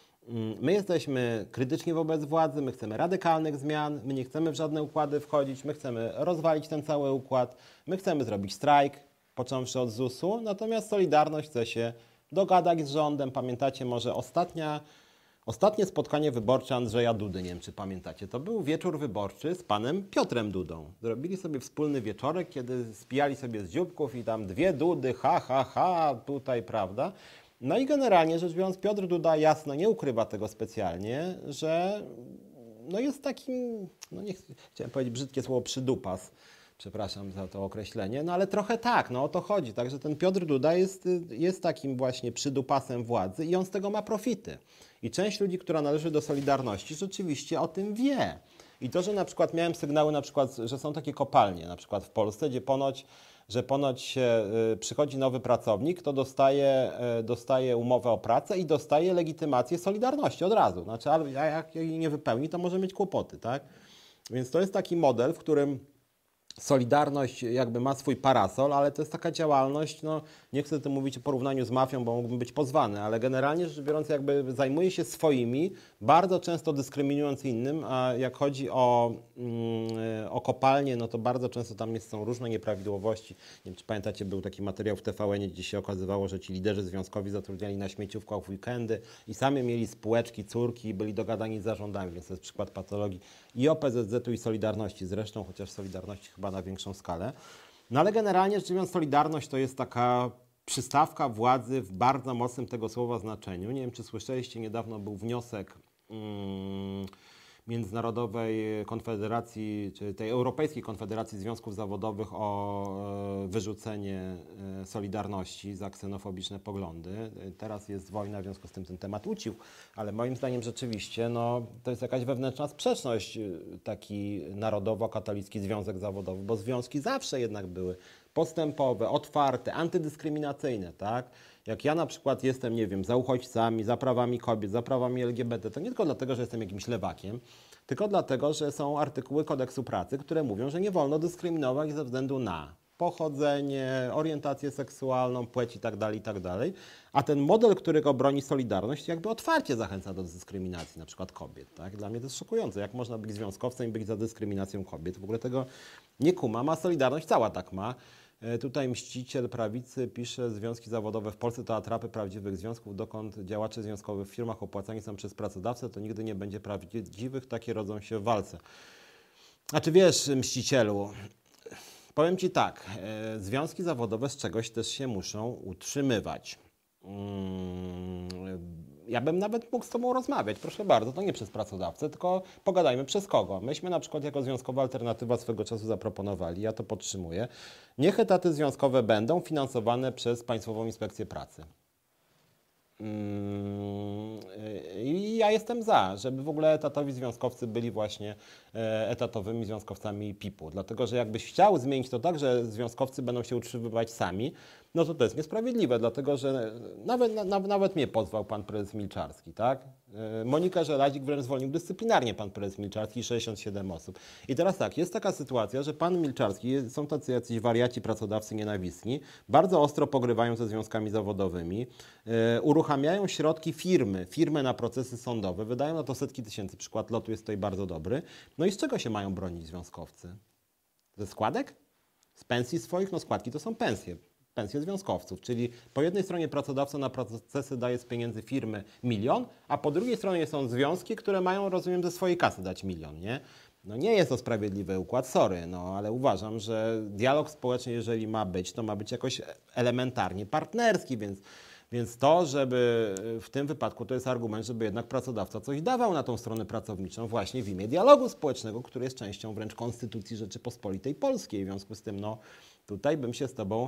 My jesteśmy krytyczni wobec władzy, my chcemy radykalnych zmian, my nie chcemy w żadne układy wchodzić, my chcemy rozwalić ten cały układ, my chcemy zrobić strajk, począwszy od zusu, natomiast Solidarność chce się dogadać z rządem. Pamiętacie może ostatnia, ostatnie spotkanie wyborcze Andrzeja Dudy, nie wiem czy pamiętacie, to był wieczór wyborczy z panem Piotrem Dudą. Zrobili sobie wspólny wieczorek, kiedy spijali sobie z dzióbków i tam dwie Dudy, ha, ha, ha, tutaj, prawda? No i generalnie rzecz biorąc, Piotr Duda jasno nie ukrywa tego specjalnie, że no jest takim, no nie chciałem powiedzieć brzydkie słowo przydupas, przepraszam za to określenie, no ale trochę tak, no o to chodzi. Także ten Piotr Duda jest, jest takim właśnie przydupasem władzy i on z tego ma profity. I część ludzi, która należy do Solidarności, rzeczywiście o tym wie. I to, że na przykład miałem sygnały, na przykład, że są takie kopalnie, na przykład w Polsce, gdzie ponoć, że ponoć się, y, przychodzi nowy pracownik, to dostaje, y, dostaje umowę o pracę i dostaje legitymację Solidarności od razu. Znaczy, a jak jej nie wypełni, to może mieć kłopoty, tak? Więc to jest taki model, w którym Solidarność jakby ma swój parasol, ale to jest taka działalność, no nie chcę tu mówić o porównaniu z mafią, bo mógłbym być pozwany, ale generalnie rzecz biorąc jakby zajmuje się swoimi, bardzo często dyskryminując innym, a jak chodzi o, mm, o kopalnie, no to bardzo często tam jest, są różne nieprawidłowości. Nie wiem, czy pamiętacie, był taki materiał w T V N, gdzie się okazywało, że ci liderzy związkowi zatrudniali na śmieciówkach w weekendy i sami mieli spółeczki, córki i byli dogadani z zarządami, więc to jest przykład patologii i O P Z Z-u i Solidarności zresztą, chociaż Solidarności chyba na większą skalę. No ale generalnie rzecz biorąc, Solidarność to jest taka przystawka władzy w bardzo mocnym tego słowa znaczeniu. Nie wiem, czy słyszeliście, niedawno był wniosek mm, Międzynarodowej Konfederacji, czy tej Europejskiej Konfederacji Związków Zawodowych o e, wyrzucenie e, Solidarności za ksenofobiczne poglądy. E, teraz jest wojna, w związku z tym ten temat ucichł, ale moim zdaniem rzeczywiście no, to jest jakaś wewnętrzna sprzeczność, e, taki narodowo-katolicki związek zawodowy, bo związki zawsze jednak były postępowe, otwarte, antydyskryminacyjne, tak? Jak ja na przykład jestem, nie wiem, za uchodźcami, za prawami kobiet, za prawami L G B T, to nie tylko dlatego, że jestem jakimś lewakiem, tylko dlatego, że są artykuły kodeksu pracy, które mówią, że nie wolno dyskryminować ze względu na pochodzenie, orientację seksualną, płeć i tak dalej, i tak dalej. A ten model, którego broni Solidarność, jakby otwarcie zachęca do dyskryminacji na przykład kobiet. Tak? Dla mnie to jest szokujące. Jak można być związkowcem i być za dyskryminacją kobiet? W ogóle tego nie kumam, a Solidarność cała tak ma. Tutaj mściciel prawicy pisze, związki zawodowe w Polsce to atrapy prawdziwych związków, dokąd działacze związkowych w firmach opłacani są przez pracodawcę, to nigdy nie będzie prawdziwych, takie rodzą się w walce. Znaczy wiesz, mścicielu, powiem Ci tak, e, związki zawodowe z czegoś też się muszą utrzymywać. Mm, ja bym nawet mógł z Tobą rozmawiać, proszę bardzo, to nie przez pracodawcę, tylko pogadajmy przez kogo. Myśmy na przykład jako Związkowa Alternatywa swego czasu zaproponowali, ja to podtrzymuję, niech etaty związkowe będą finansowane przez Państwową Inspekcję Pracy. I ja jestem za, żeby w ogóle etatowi związkowcy byli właśnie etatowymi związkowcami P I P-u. Dlatego, że jakbyś chciał zmienić to tak, że związkowcy będą się utrzymywać sami, no to to jest niesprawiedliwe, dlatego, że nawet, na, nawet mnie pozwał pan prezes Milczarski, tak? Monika Żelazik wręcz zwolnił dyscyplinarnie pan prezes Milczarski i sześćdziesiąt siedem osób. I teraz tak, jest taka sytuacja, że pan Milczarski, są tacy jacyś wariaci, pracodawcy nienawistni, bardzo ostro pogrywają ze związkami zawodowymi, yy, uruchamiają środki firmy, firmy na procesy sądowe, wydają na to setki tysięcy, przykład lotu jest tutaj bardzo dobry. No i z czego się mają bronić związkowcy? Ze składek? Z pensji swoich? No składki to są pensje. Pensje związkowców, czyli po jednej stronie pracodawca na procesy daje z pieniędzy firmy milion, a po drugiej stronie są związki, które mają, rozumiem, ze swojej kasy dać milion, nie? No nie jest to sprawiedliwy układ, sorry, no ale uważam, że dialog społeczny, jeżeli ma być, to ma być jakoś elementarnie partnerski, więc, więc to, żeby w tym wypadku to jest argument, żeby jednak pracodawca coś dawał na tą stronę pracowniczą właśnie w imię dialogu społecznego, który jest częścią wręcz Konstytucji Rzeczypospolitej Polskiej. W związku z tym, no tutaj bym się z Tobą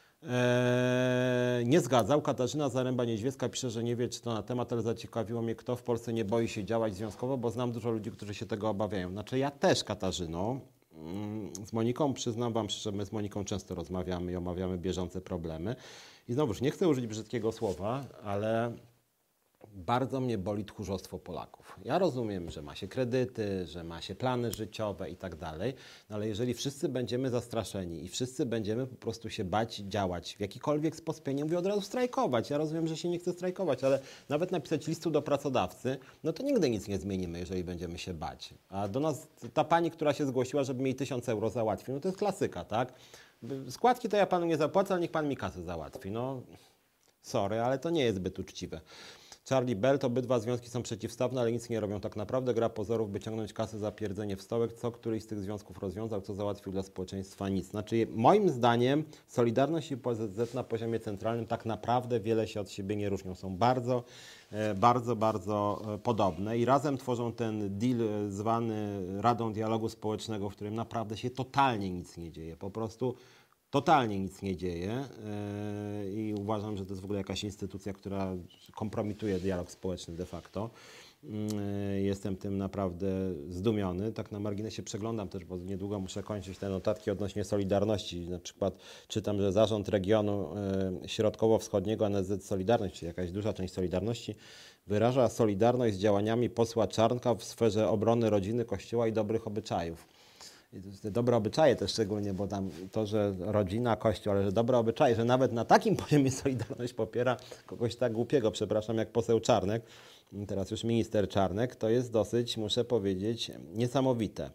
Eee, nie zgadzał. Katarzyna Zaręba-Niedźwiecka pisze, że nie wie, czy to na temat, ale zaciekawiło mnie, kto w Polsce nie boi się działać związkowo, bo znam dużo ludzi, którzy się tego obawiają. Znaczy ja też, Katarzyno. Z Moniką, przyznam Wam, że my z Moniką często rozmawiamy i omawiamy bieżące problemy. I znowuż, nie chcę użyć brzydkiego słowa, ale bardzo mnie boli tchórzostwo Polaków. Ja rozumiem, że ma się kredyty, że ma się plany życiowe i tak dalej, no ale jeżeli wszyscy będziemy zastraszeni i wszyscy będziemy po prostu się bać działać w jakikolwiek sposób, ja nie mówię od razu strajkować, ja rozumiem, że się nie chce strajkować, ale nawet napisać listu do pracodawcy, no to nigdy nic nie zmienimy, jeżeli będziemy się bać. A do nas ta pani, która się zgłosiła, żeby mi tysiąc euro załatwił, no to jest klasyka, tak? Składki to ja panu nie zapłacę, ale niech pan mi kasę załatwi. No sorry, ale to nie jest zbyt uczciwe. Charlie Belt, obydwa związki są przeciwstawne, ale nic nie robią. Tak naprawdę gra pozorów, by ciągnąć kasę za pierdzenie w stołek. Co któryś z tych związków rozwiązał, co załatwił dla społeczeństwa? Nic. Znaczy, moim zdaniem Solidarność i P Z Z na poziomie centralnym tak naprawdę wiele się od siebie nie różnią. Są bardzo, bardzo, bardzo podobne i razem tworzą ten deal zwany Radą Dialogu Społecznego, w którym naprawdę się totalnie nic nie dzieje. Po prostu totalnie nic nie dzieje yy, i uważam, że to jest w ogóle jakaś instytucja, która kompromituje dialog społeczny de facto. Jestem tym naprawdę zdumiony. Tak na marginesie przeglądam też, bo niedługo muszę kończyć te notatki odnośnie Solidarności. Na przykład czytam, że Zarząd Regionu Środkowo-Wschodniego N S Z Solidarność, czyli jakaś duża część Solidarności, wyraża solidarność z działaniami posła Czarnka w sferze obrony rodziny, kościoła i dobrych obyczajów. I te dobre obyczaje też szczególnie, bo tam to, że rodzina, kościół, ale że dobre obyczaje, że nawet na takim poziomie Solidarność popiera kogoś tak głupiego, przepraszam, jak poseł Czarnek, teraz już minister Czarnek, to jest dosyć, muszę powiedzieć, niesamowite.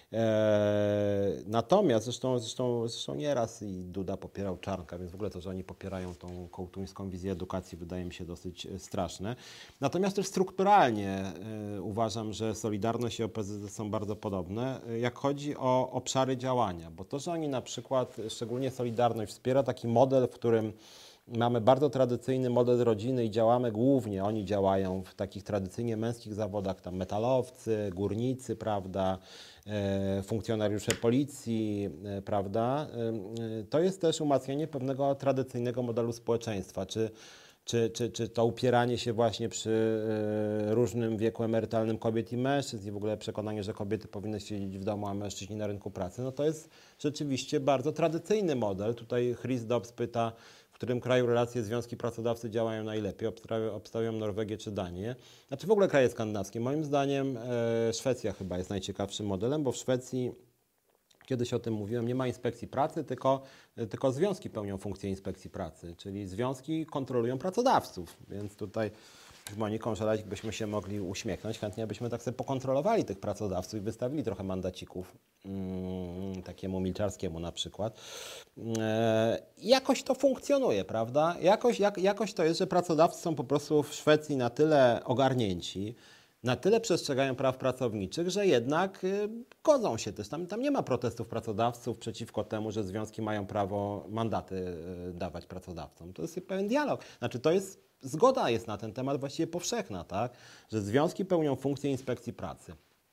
Eee, natomiast zresztą, zresztą, zresztą nieraz i Duda popierał Czarnka, więc w ogóle to, że oni popierają tą kołtuńską wizję edukacji, wydaje mi się dosyć straszne. Natomiast też strukturalnie e, uważam, że Solidarność i O P Z Z są bardzo podobne, jak chodzi o obszary działania, bo to, że oni na przykład, szczególnie Solidarność wspiera taki model, w którym mamy bardzo tradycyjny model rodziny i działamy głównie, oni działają w takich tradycyjnie męskich zawodach, tam metalowcy, górnicy, prawda, e, funkcjonariusze policji, e, prawda. E, to jest też umacnianie pewnego tradycyjnego modelu społeczeństwa, czy Czy, czy, czy to upieranie się właśnie przy y, różnym wieku emerytalnym kobiet i mężczyzn i w ogóle przekonanie, że kobiety powinny siedzieć w domu, a mężczyźni na rynku pracy, no to jest rzeczywiście bardzo tradycyjny model. Tutaj Chris Dobbs pyta, w którym kraju relacje związki pracodawcy działają najlepiej, obstawiam, obstawiam Norwegię czy Danię. Znaczy w ogóle kraje skandynawskie. Moim zdaniem e, Szwecja chyba jest najciekawszym modelem, bo w Szwecji, kiedyś o tym mówiłem, nie ma inspekcji pracy, tylko, tylko związki pełnią funkcję inspekcji pracy, czyli związki kontrolują pracodawców, więc tutaj z Moniką Żelazik byśmy się mogli uśmiechnąć, chętnie byśmy tak sobie pokontrolowali tych pracodawców i wystawili trochę mandacików, mm, takiemu Milczarskiemu na przykład. E, jakoś to funkcjonuje, prawda? Jakoś, jak, jakoś to jest, że pracodawcy są po prostu w Szwecji na tyle ogarnięci, na tyle przestrzegają praw pracowniczych, że jednak y, godzą się też. Tam, tam nie ma protestów pracodawców przeciwko temu, że związki mają prawo mandaty y, dawać pracodawcom. To jest pewien dialog. Znaczy to jest, zgoda jest na ten temat właściwie powszechna, tak? Że związki pełnią funkcję inspekcji pracy.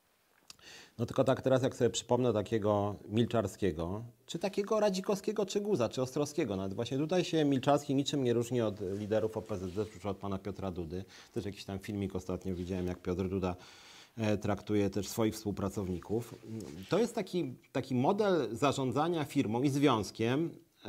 No tylko tak teraz jak sobie przypomnę takiego Milczarskiego, czy takiego Radzikowskiego, czy Guza, czy Ostrowskiego, nawet właśnie tutaj się Milczarski niczym nie różni od liderów O P Z Z, czy od pana Piotra Dudy. Też jakiś tam filmik ostatnio widziałem, jak Piotr Duda e, traktuje też swoich współpracowników. To jest taki, taki model zarządzania firmą i związkiem, e,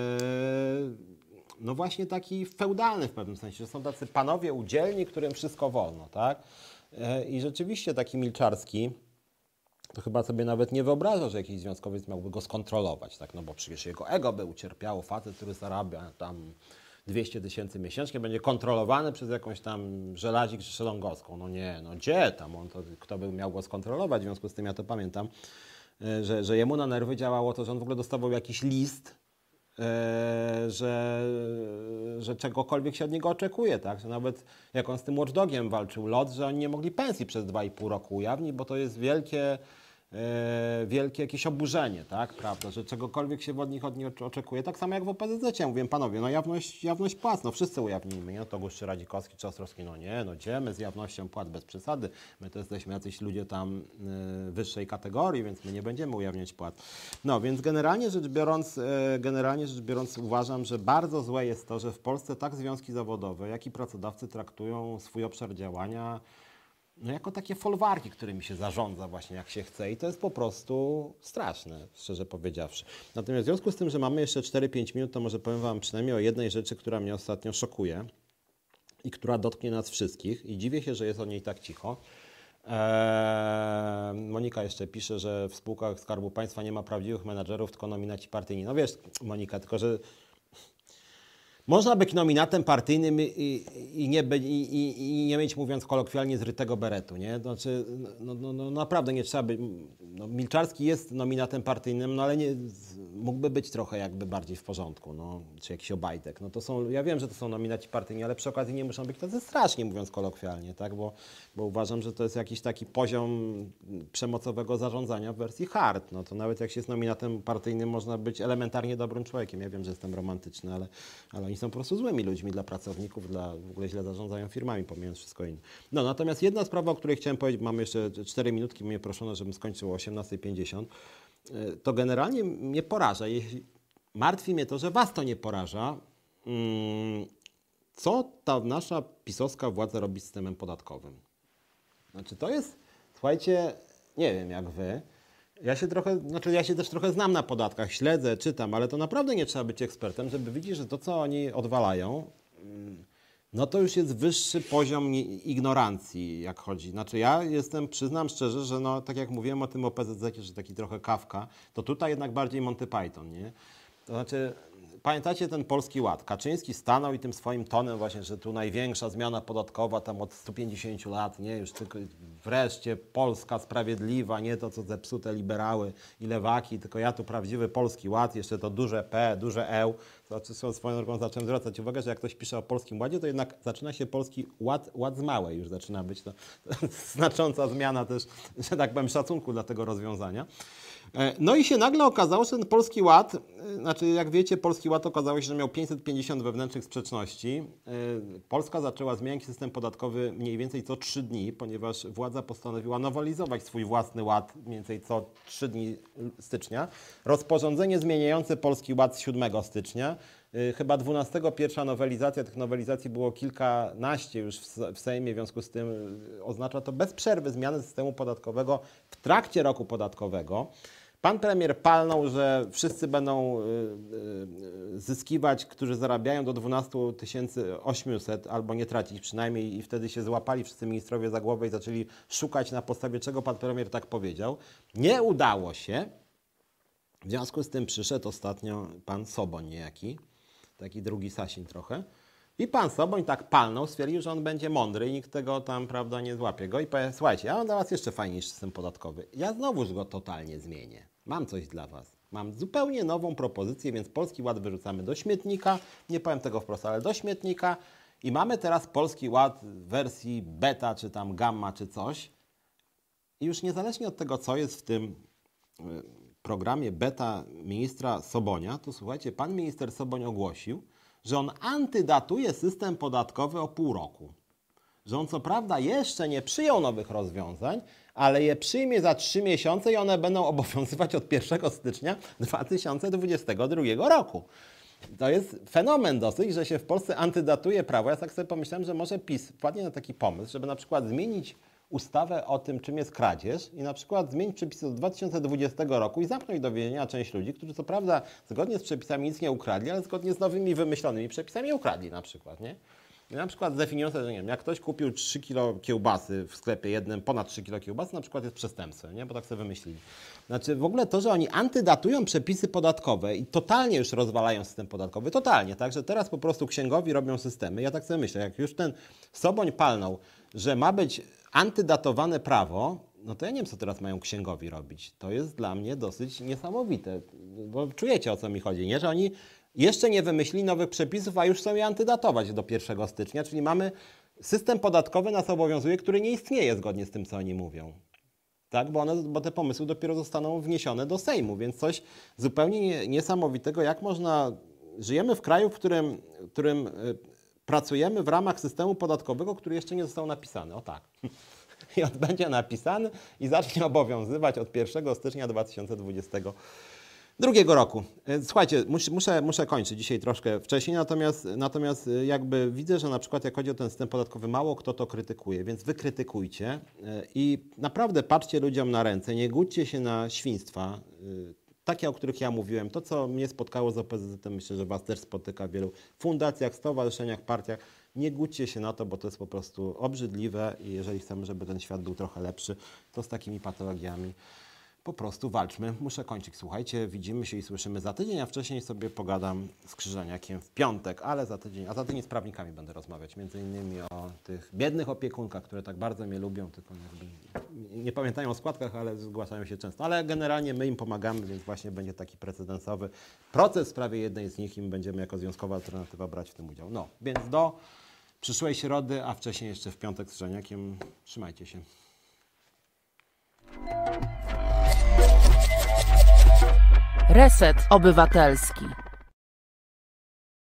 no właśnie taki feudalny w pewnym sensie, że są tacy panowie udzielni, którym wszystko wolno, tak? E, I rzeczywiście taki Milczarski to chyba sobie nawet nie wyobraża, że jakiś związkowiec miałby go skontrolować, tak? No bo przecież jego ego by ucierpiało, facet, który zarabia tam dwieście tysięcy miesięcznie, będzie kontrolowany przez jakąś tam Żelazik czy Szelongowską. No nie, no gdzie tam, on to, kto by miał go skontrolować, w związku z tym ja to pamiętam, że, że jemu na nerwy działało to, że on w ogóle dostawał jakiś list, że, że czegokolwiek się od niego oczekuje, tak? Że nawet jak on z tym Watchdogiem walczył, L O T, że oni nie mogli pensji przez dwa i pół roku ujawnić, bo to jest wielkie, e, wielkie jakieś oburzenie, tak? Prawda? Że czegokolwiek się od nich, od nich oczekuje. Tak samo jak w O P Z Z. Ja mówię, panowie, no jawność, jawność płac, no wszyscy ujawnijmy, nie? To Gusz czy Radzikowski czy Ostrowski, no nie, no gdzie my z jawnością płac bez przesady. My to jesteśmy jacyś ludzie tam y, wyższej kategorii, więc my nie będziemy ujawniać płac. No, więc generalnie rzecz biorąc, y, generalnie rzecz biorąc uważam, że bardzo złe jest to, że w Polsce tak związki zawodowe, jak i pracodawcy traktują swój obszar działania no jako takie folwarki, którymi się zarządza właśnie jak się chce i to jest po prostu straszne, szczerze powiedziawszy. Natomiast w związku z tym, że mamy jeszcze cztery pięć minut, to może powiem wam przynajmniej o jednej rzeczy, która mnie ostatnio szokuje i która dotknie nas wszystkich i dziwię się, że jest o niej tak cicho. Eee, Monika jeszcze pisze, że w spółkach Skarbu Państwa nie ma prawdziwych menadżerów, tylko nominaci partyjni. No wiesz, Monika, tylko że można być nominatem partyjnym i, i, i, nie, by, i, i nie mieć, mówiąc kolokwialnie, zrytego beretu, nie? Znaczy, no, no, no naprawdę nie trzeba być... No, Milczarski jest nominatem partyjnym, no ale nie, mógłby być trochę jakby bardziej w porządku, no, czy jakiś Obajtek. No to są, ja wiem, że to są nominaci partyjni, ale przy okazji nie muszą być tacy strasznie, mówiąc kolokwialnie, tak? Bo, bo uważam, że to jest jakiś taki poziom przemocowego zarządzania w wersji hard. No to nawet jak się jest nominatem partyjnym, można być elementarnie dobrym człowiekiem. Ja wiem, że jestem romantyczny, ale, ale oni są po prostu złymi ludźmi dla pracowników, dla, w ogóle źle zarządzają firmami, pomijając wszystko inne. No natomiast jedna sprawa, o której chciałem powiedzieć, mamy jeszcze cztery minutki, mnie proszono, żebym skończył o osiemnasta pięćdziesiąt, to generalnie mnie poraża. Jeśli, martwi mnie to, że was to nie poraża. Co ta nasza pisowska władza robi z systemem podatkowym? Znaczy to jest, słuchajcie, nie wiem jak wy, ja się trochę, znaczy ja się też trochę znam na podatkach, śledzę, czytam, ale to naprawdę nie trzeba być ekspertem, żeby widzieć, że to, co oni odwalają, no to już jest wyższy poziom ignorancji, jak chodzi. Znaczy ja jestem, przyznam szczerze, że no, tak jak mówiłem o tym O P Z Z, że taki trochę Kafka, to tutaj jednak bardziej Monty Python, nie? To znaczy, pamiętacie ten Polski Ład? Kaczyński stanął i tym swoim tonem właśnie, że tu największa zmiana podatkowa tam od stu pięćdziesięciu lat, nie? Już tylko wreszcie Polska sprawiedliwa, nie to co zepsute liberały i lewaki, tylko ja tu prawdziwy Polski Ład, jeszcze to duże P, duże E. Znaczy swoją drogą zacząłem zwracać uwagę, że jak ktoś pisze o Polskim Ładzie, to jednak zaczyna się Polski Ład, ład z małej już zaczyna być. To, to znacząca zmiana też, że tak powiem, szacunku dla tego rozwiązania. No i się nagle okazało, że ten Polski Ład, znaczy jak wiecie, Polski Ład okazało się, że miał pięćset pięćdziesiąt wewnętrznych sprzeczności. Polska zaczęła zmieniać system podatkowy mniej więcej co trzy dni, ponieważ władza postanowiła nowelizować swój własny ład mniej więcej co trzy dni stycznia. Rozporządzenie zmieniające Polski Ład z siódmego stycznia. Chyba dwunastego pierwsza nowelizacja, tych nowelizacji było kilkanaście już w Sejmie, w związku z tym oznacza to bez przerwy zmiany systemu podatkowego w trakcie roku podatkowego. Pan premier palnął, że wszyscy będą zyskiwać, którzy zarabiają do dwunastu tysięcy osiemset, albo nie tracić przynajmniej, i wtedy się złapali wszyscy ministrowie za głowę i zaczęli szukać, na podstawie czego pan premier tak powiedział. Nie udało się. W związku z tym przyszedł ostatnio pan Soboń niejaki, taki drugi Sasin trochę. I pan Soboń tak palnął, stwierdził, że on będzie mądry i nikt tego tam, prawda, nie złapie go. I powie, słuchajcie, ja mam dla was jeszcze fajniejszy system podatkowy. Ja znowuż go totalnie zmienię. Mam coś dla was. Mam zupełnie nową propozycję, więc Polski Ład wyrzucamy do śmietnika. Nie powiem tego wprost, ale do śmietnika. I mamy teraz Polski Ład w wersji beta, czy tam gamma, czy coś. I już niezależnie od tego, co jest w tym programie beta ministra Sobonia, to słuchajcie, pan minister Soboń ogłosił, że on antydatuje system podatkowy o pół roku. Że on co prawda jeszcze nie przyjął nowych rozwiązań, ale je przyjmie za trzy miesiące i one będą obowiązywać od pierwszego stycznia dwa tysiące dwudziestego drugiego roku. To jest fenomen dosyć, że się w Polsce antydatuje prawo. Ja tak sobie pomyślałem, że może PiS wpadnie na taki pomysł, żeby na przykład zmienić ustawę o tym, czym jest kradzież i na przykład zmienić przepisy do dwa tysiące dwudziestego roku i zamknąć do więzienia część ludzi, którzy co prawda zgodnie z przepisami nic nie ukradli, ale zgodnie z nowymi wymyślonymi przepisami ukradli na przykład, nie? I na przykład zdefiniują sobie, że nie wiem, jak ktoś kupił trzy kilo kiełbasy w sklepie jednym, ponad trzy kilo kiełbasy, na przykład jest przestępstwem, nie? Bo tak sobie wymyślili. Znaczy w ogóle to, że oni antydatują przepisy podatkowe i totalnie już rozwalają system podatkowy, totalnie, tak, że teraz po prostu księgowi robią systemy. Ja tak sobie myślę, jak już ten Soboń palnął, że ma być antydatowane prawo, no to ja nie wiem, co teraz mają księgowi robić. To jest dla mnie dosyć niesamowite, bo czujecie, o co mi chodzi, nie? Że oni jeszcze nie wymyślili nowych przepisów, a już chcą je antydatować do pierwszego stycznia, czyli mamy system podatkowy nas obowiązuje, który nie istnieje zgodnie z tym, co oni mówią. Tak? Bo, one, bo te pomysły dopiero zostaną wniesione do Sejmu, więc coś zupełnie niesamowitego, jak można... Żyjemy w kraju, w którym, w którym pracujemy w ramach systemu podatkowego, który jeszcze nie został napisany. O tak. I on będzie napisany i zacznie obowiązywać od pierwszego stycznia dwa tysiące dwudziestego drugiego roku. Słuchajcie, mus, muszę, muszę kończyć dzisiaj troszkę wcześniej, natomiast, natomiast jakby widzę, że na przykład jak chodzi o ten system podatkowy, mało kto to krytykuje, więc wy krytykujcie i naprawdę patrzcie ludziom na ręce, nie gódźcie się na świństwa, takie, o których ja mówiłem. To, co mnie spotkało z O P Z Z-em, myślę, że was też spotyka w wielu fundacjach, stowarzyszeniach, partiach. Nie gódźcie się na to, bo to jest po prostu obrzydliwe i jeżeli chcemy, żeby ten świat był trochę lepszy, to z takimi patologiami po prostu walczmy. Muszę kończyć. Słuchajcie, widzimy się i słyszymy za tydzień, a wcześniej sobie pogadam z Krzyżaniakiem w piątek, ale za tydzień, a za tydzień z prawnikami będę rozmawiać, między innymi o tych biednych opiekunkach, które tak bardzo mnie lubią, tylko jakby nie pamiętają o składkach, ale zgłaszają się często. Ale generalnie my im pomagamy, więc właśnie będzie taki precedensowy proces w sprawie jednej z nich i my będziemy jako związkowa alternatywa brać w tym udział. No, więc do przyszłej środy, a wcześniej jeszcze w piątek z Krzyżaniakiem. Trzymajcie się. Reset Obywatelski.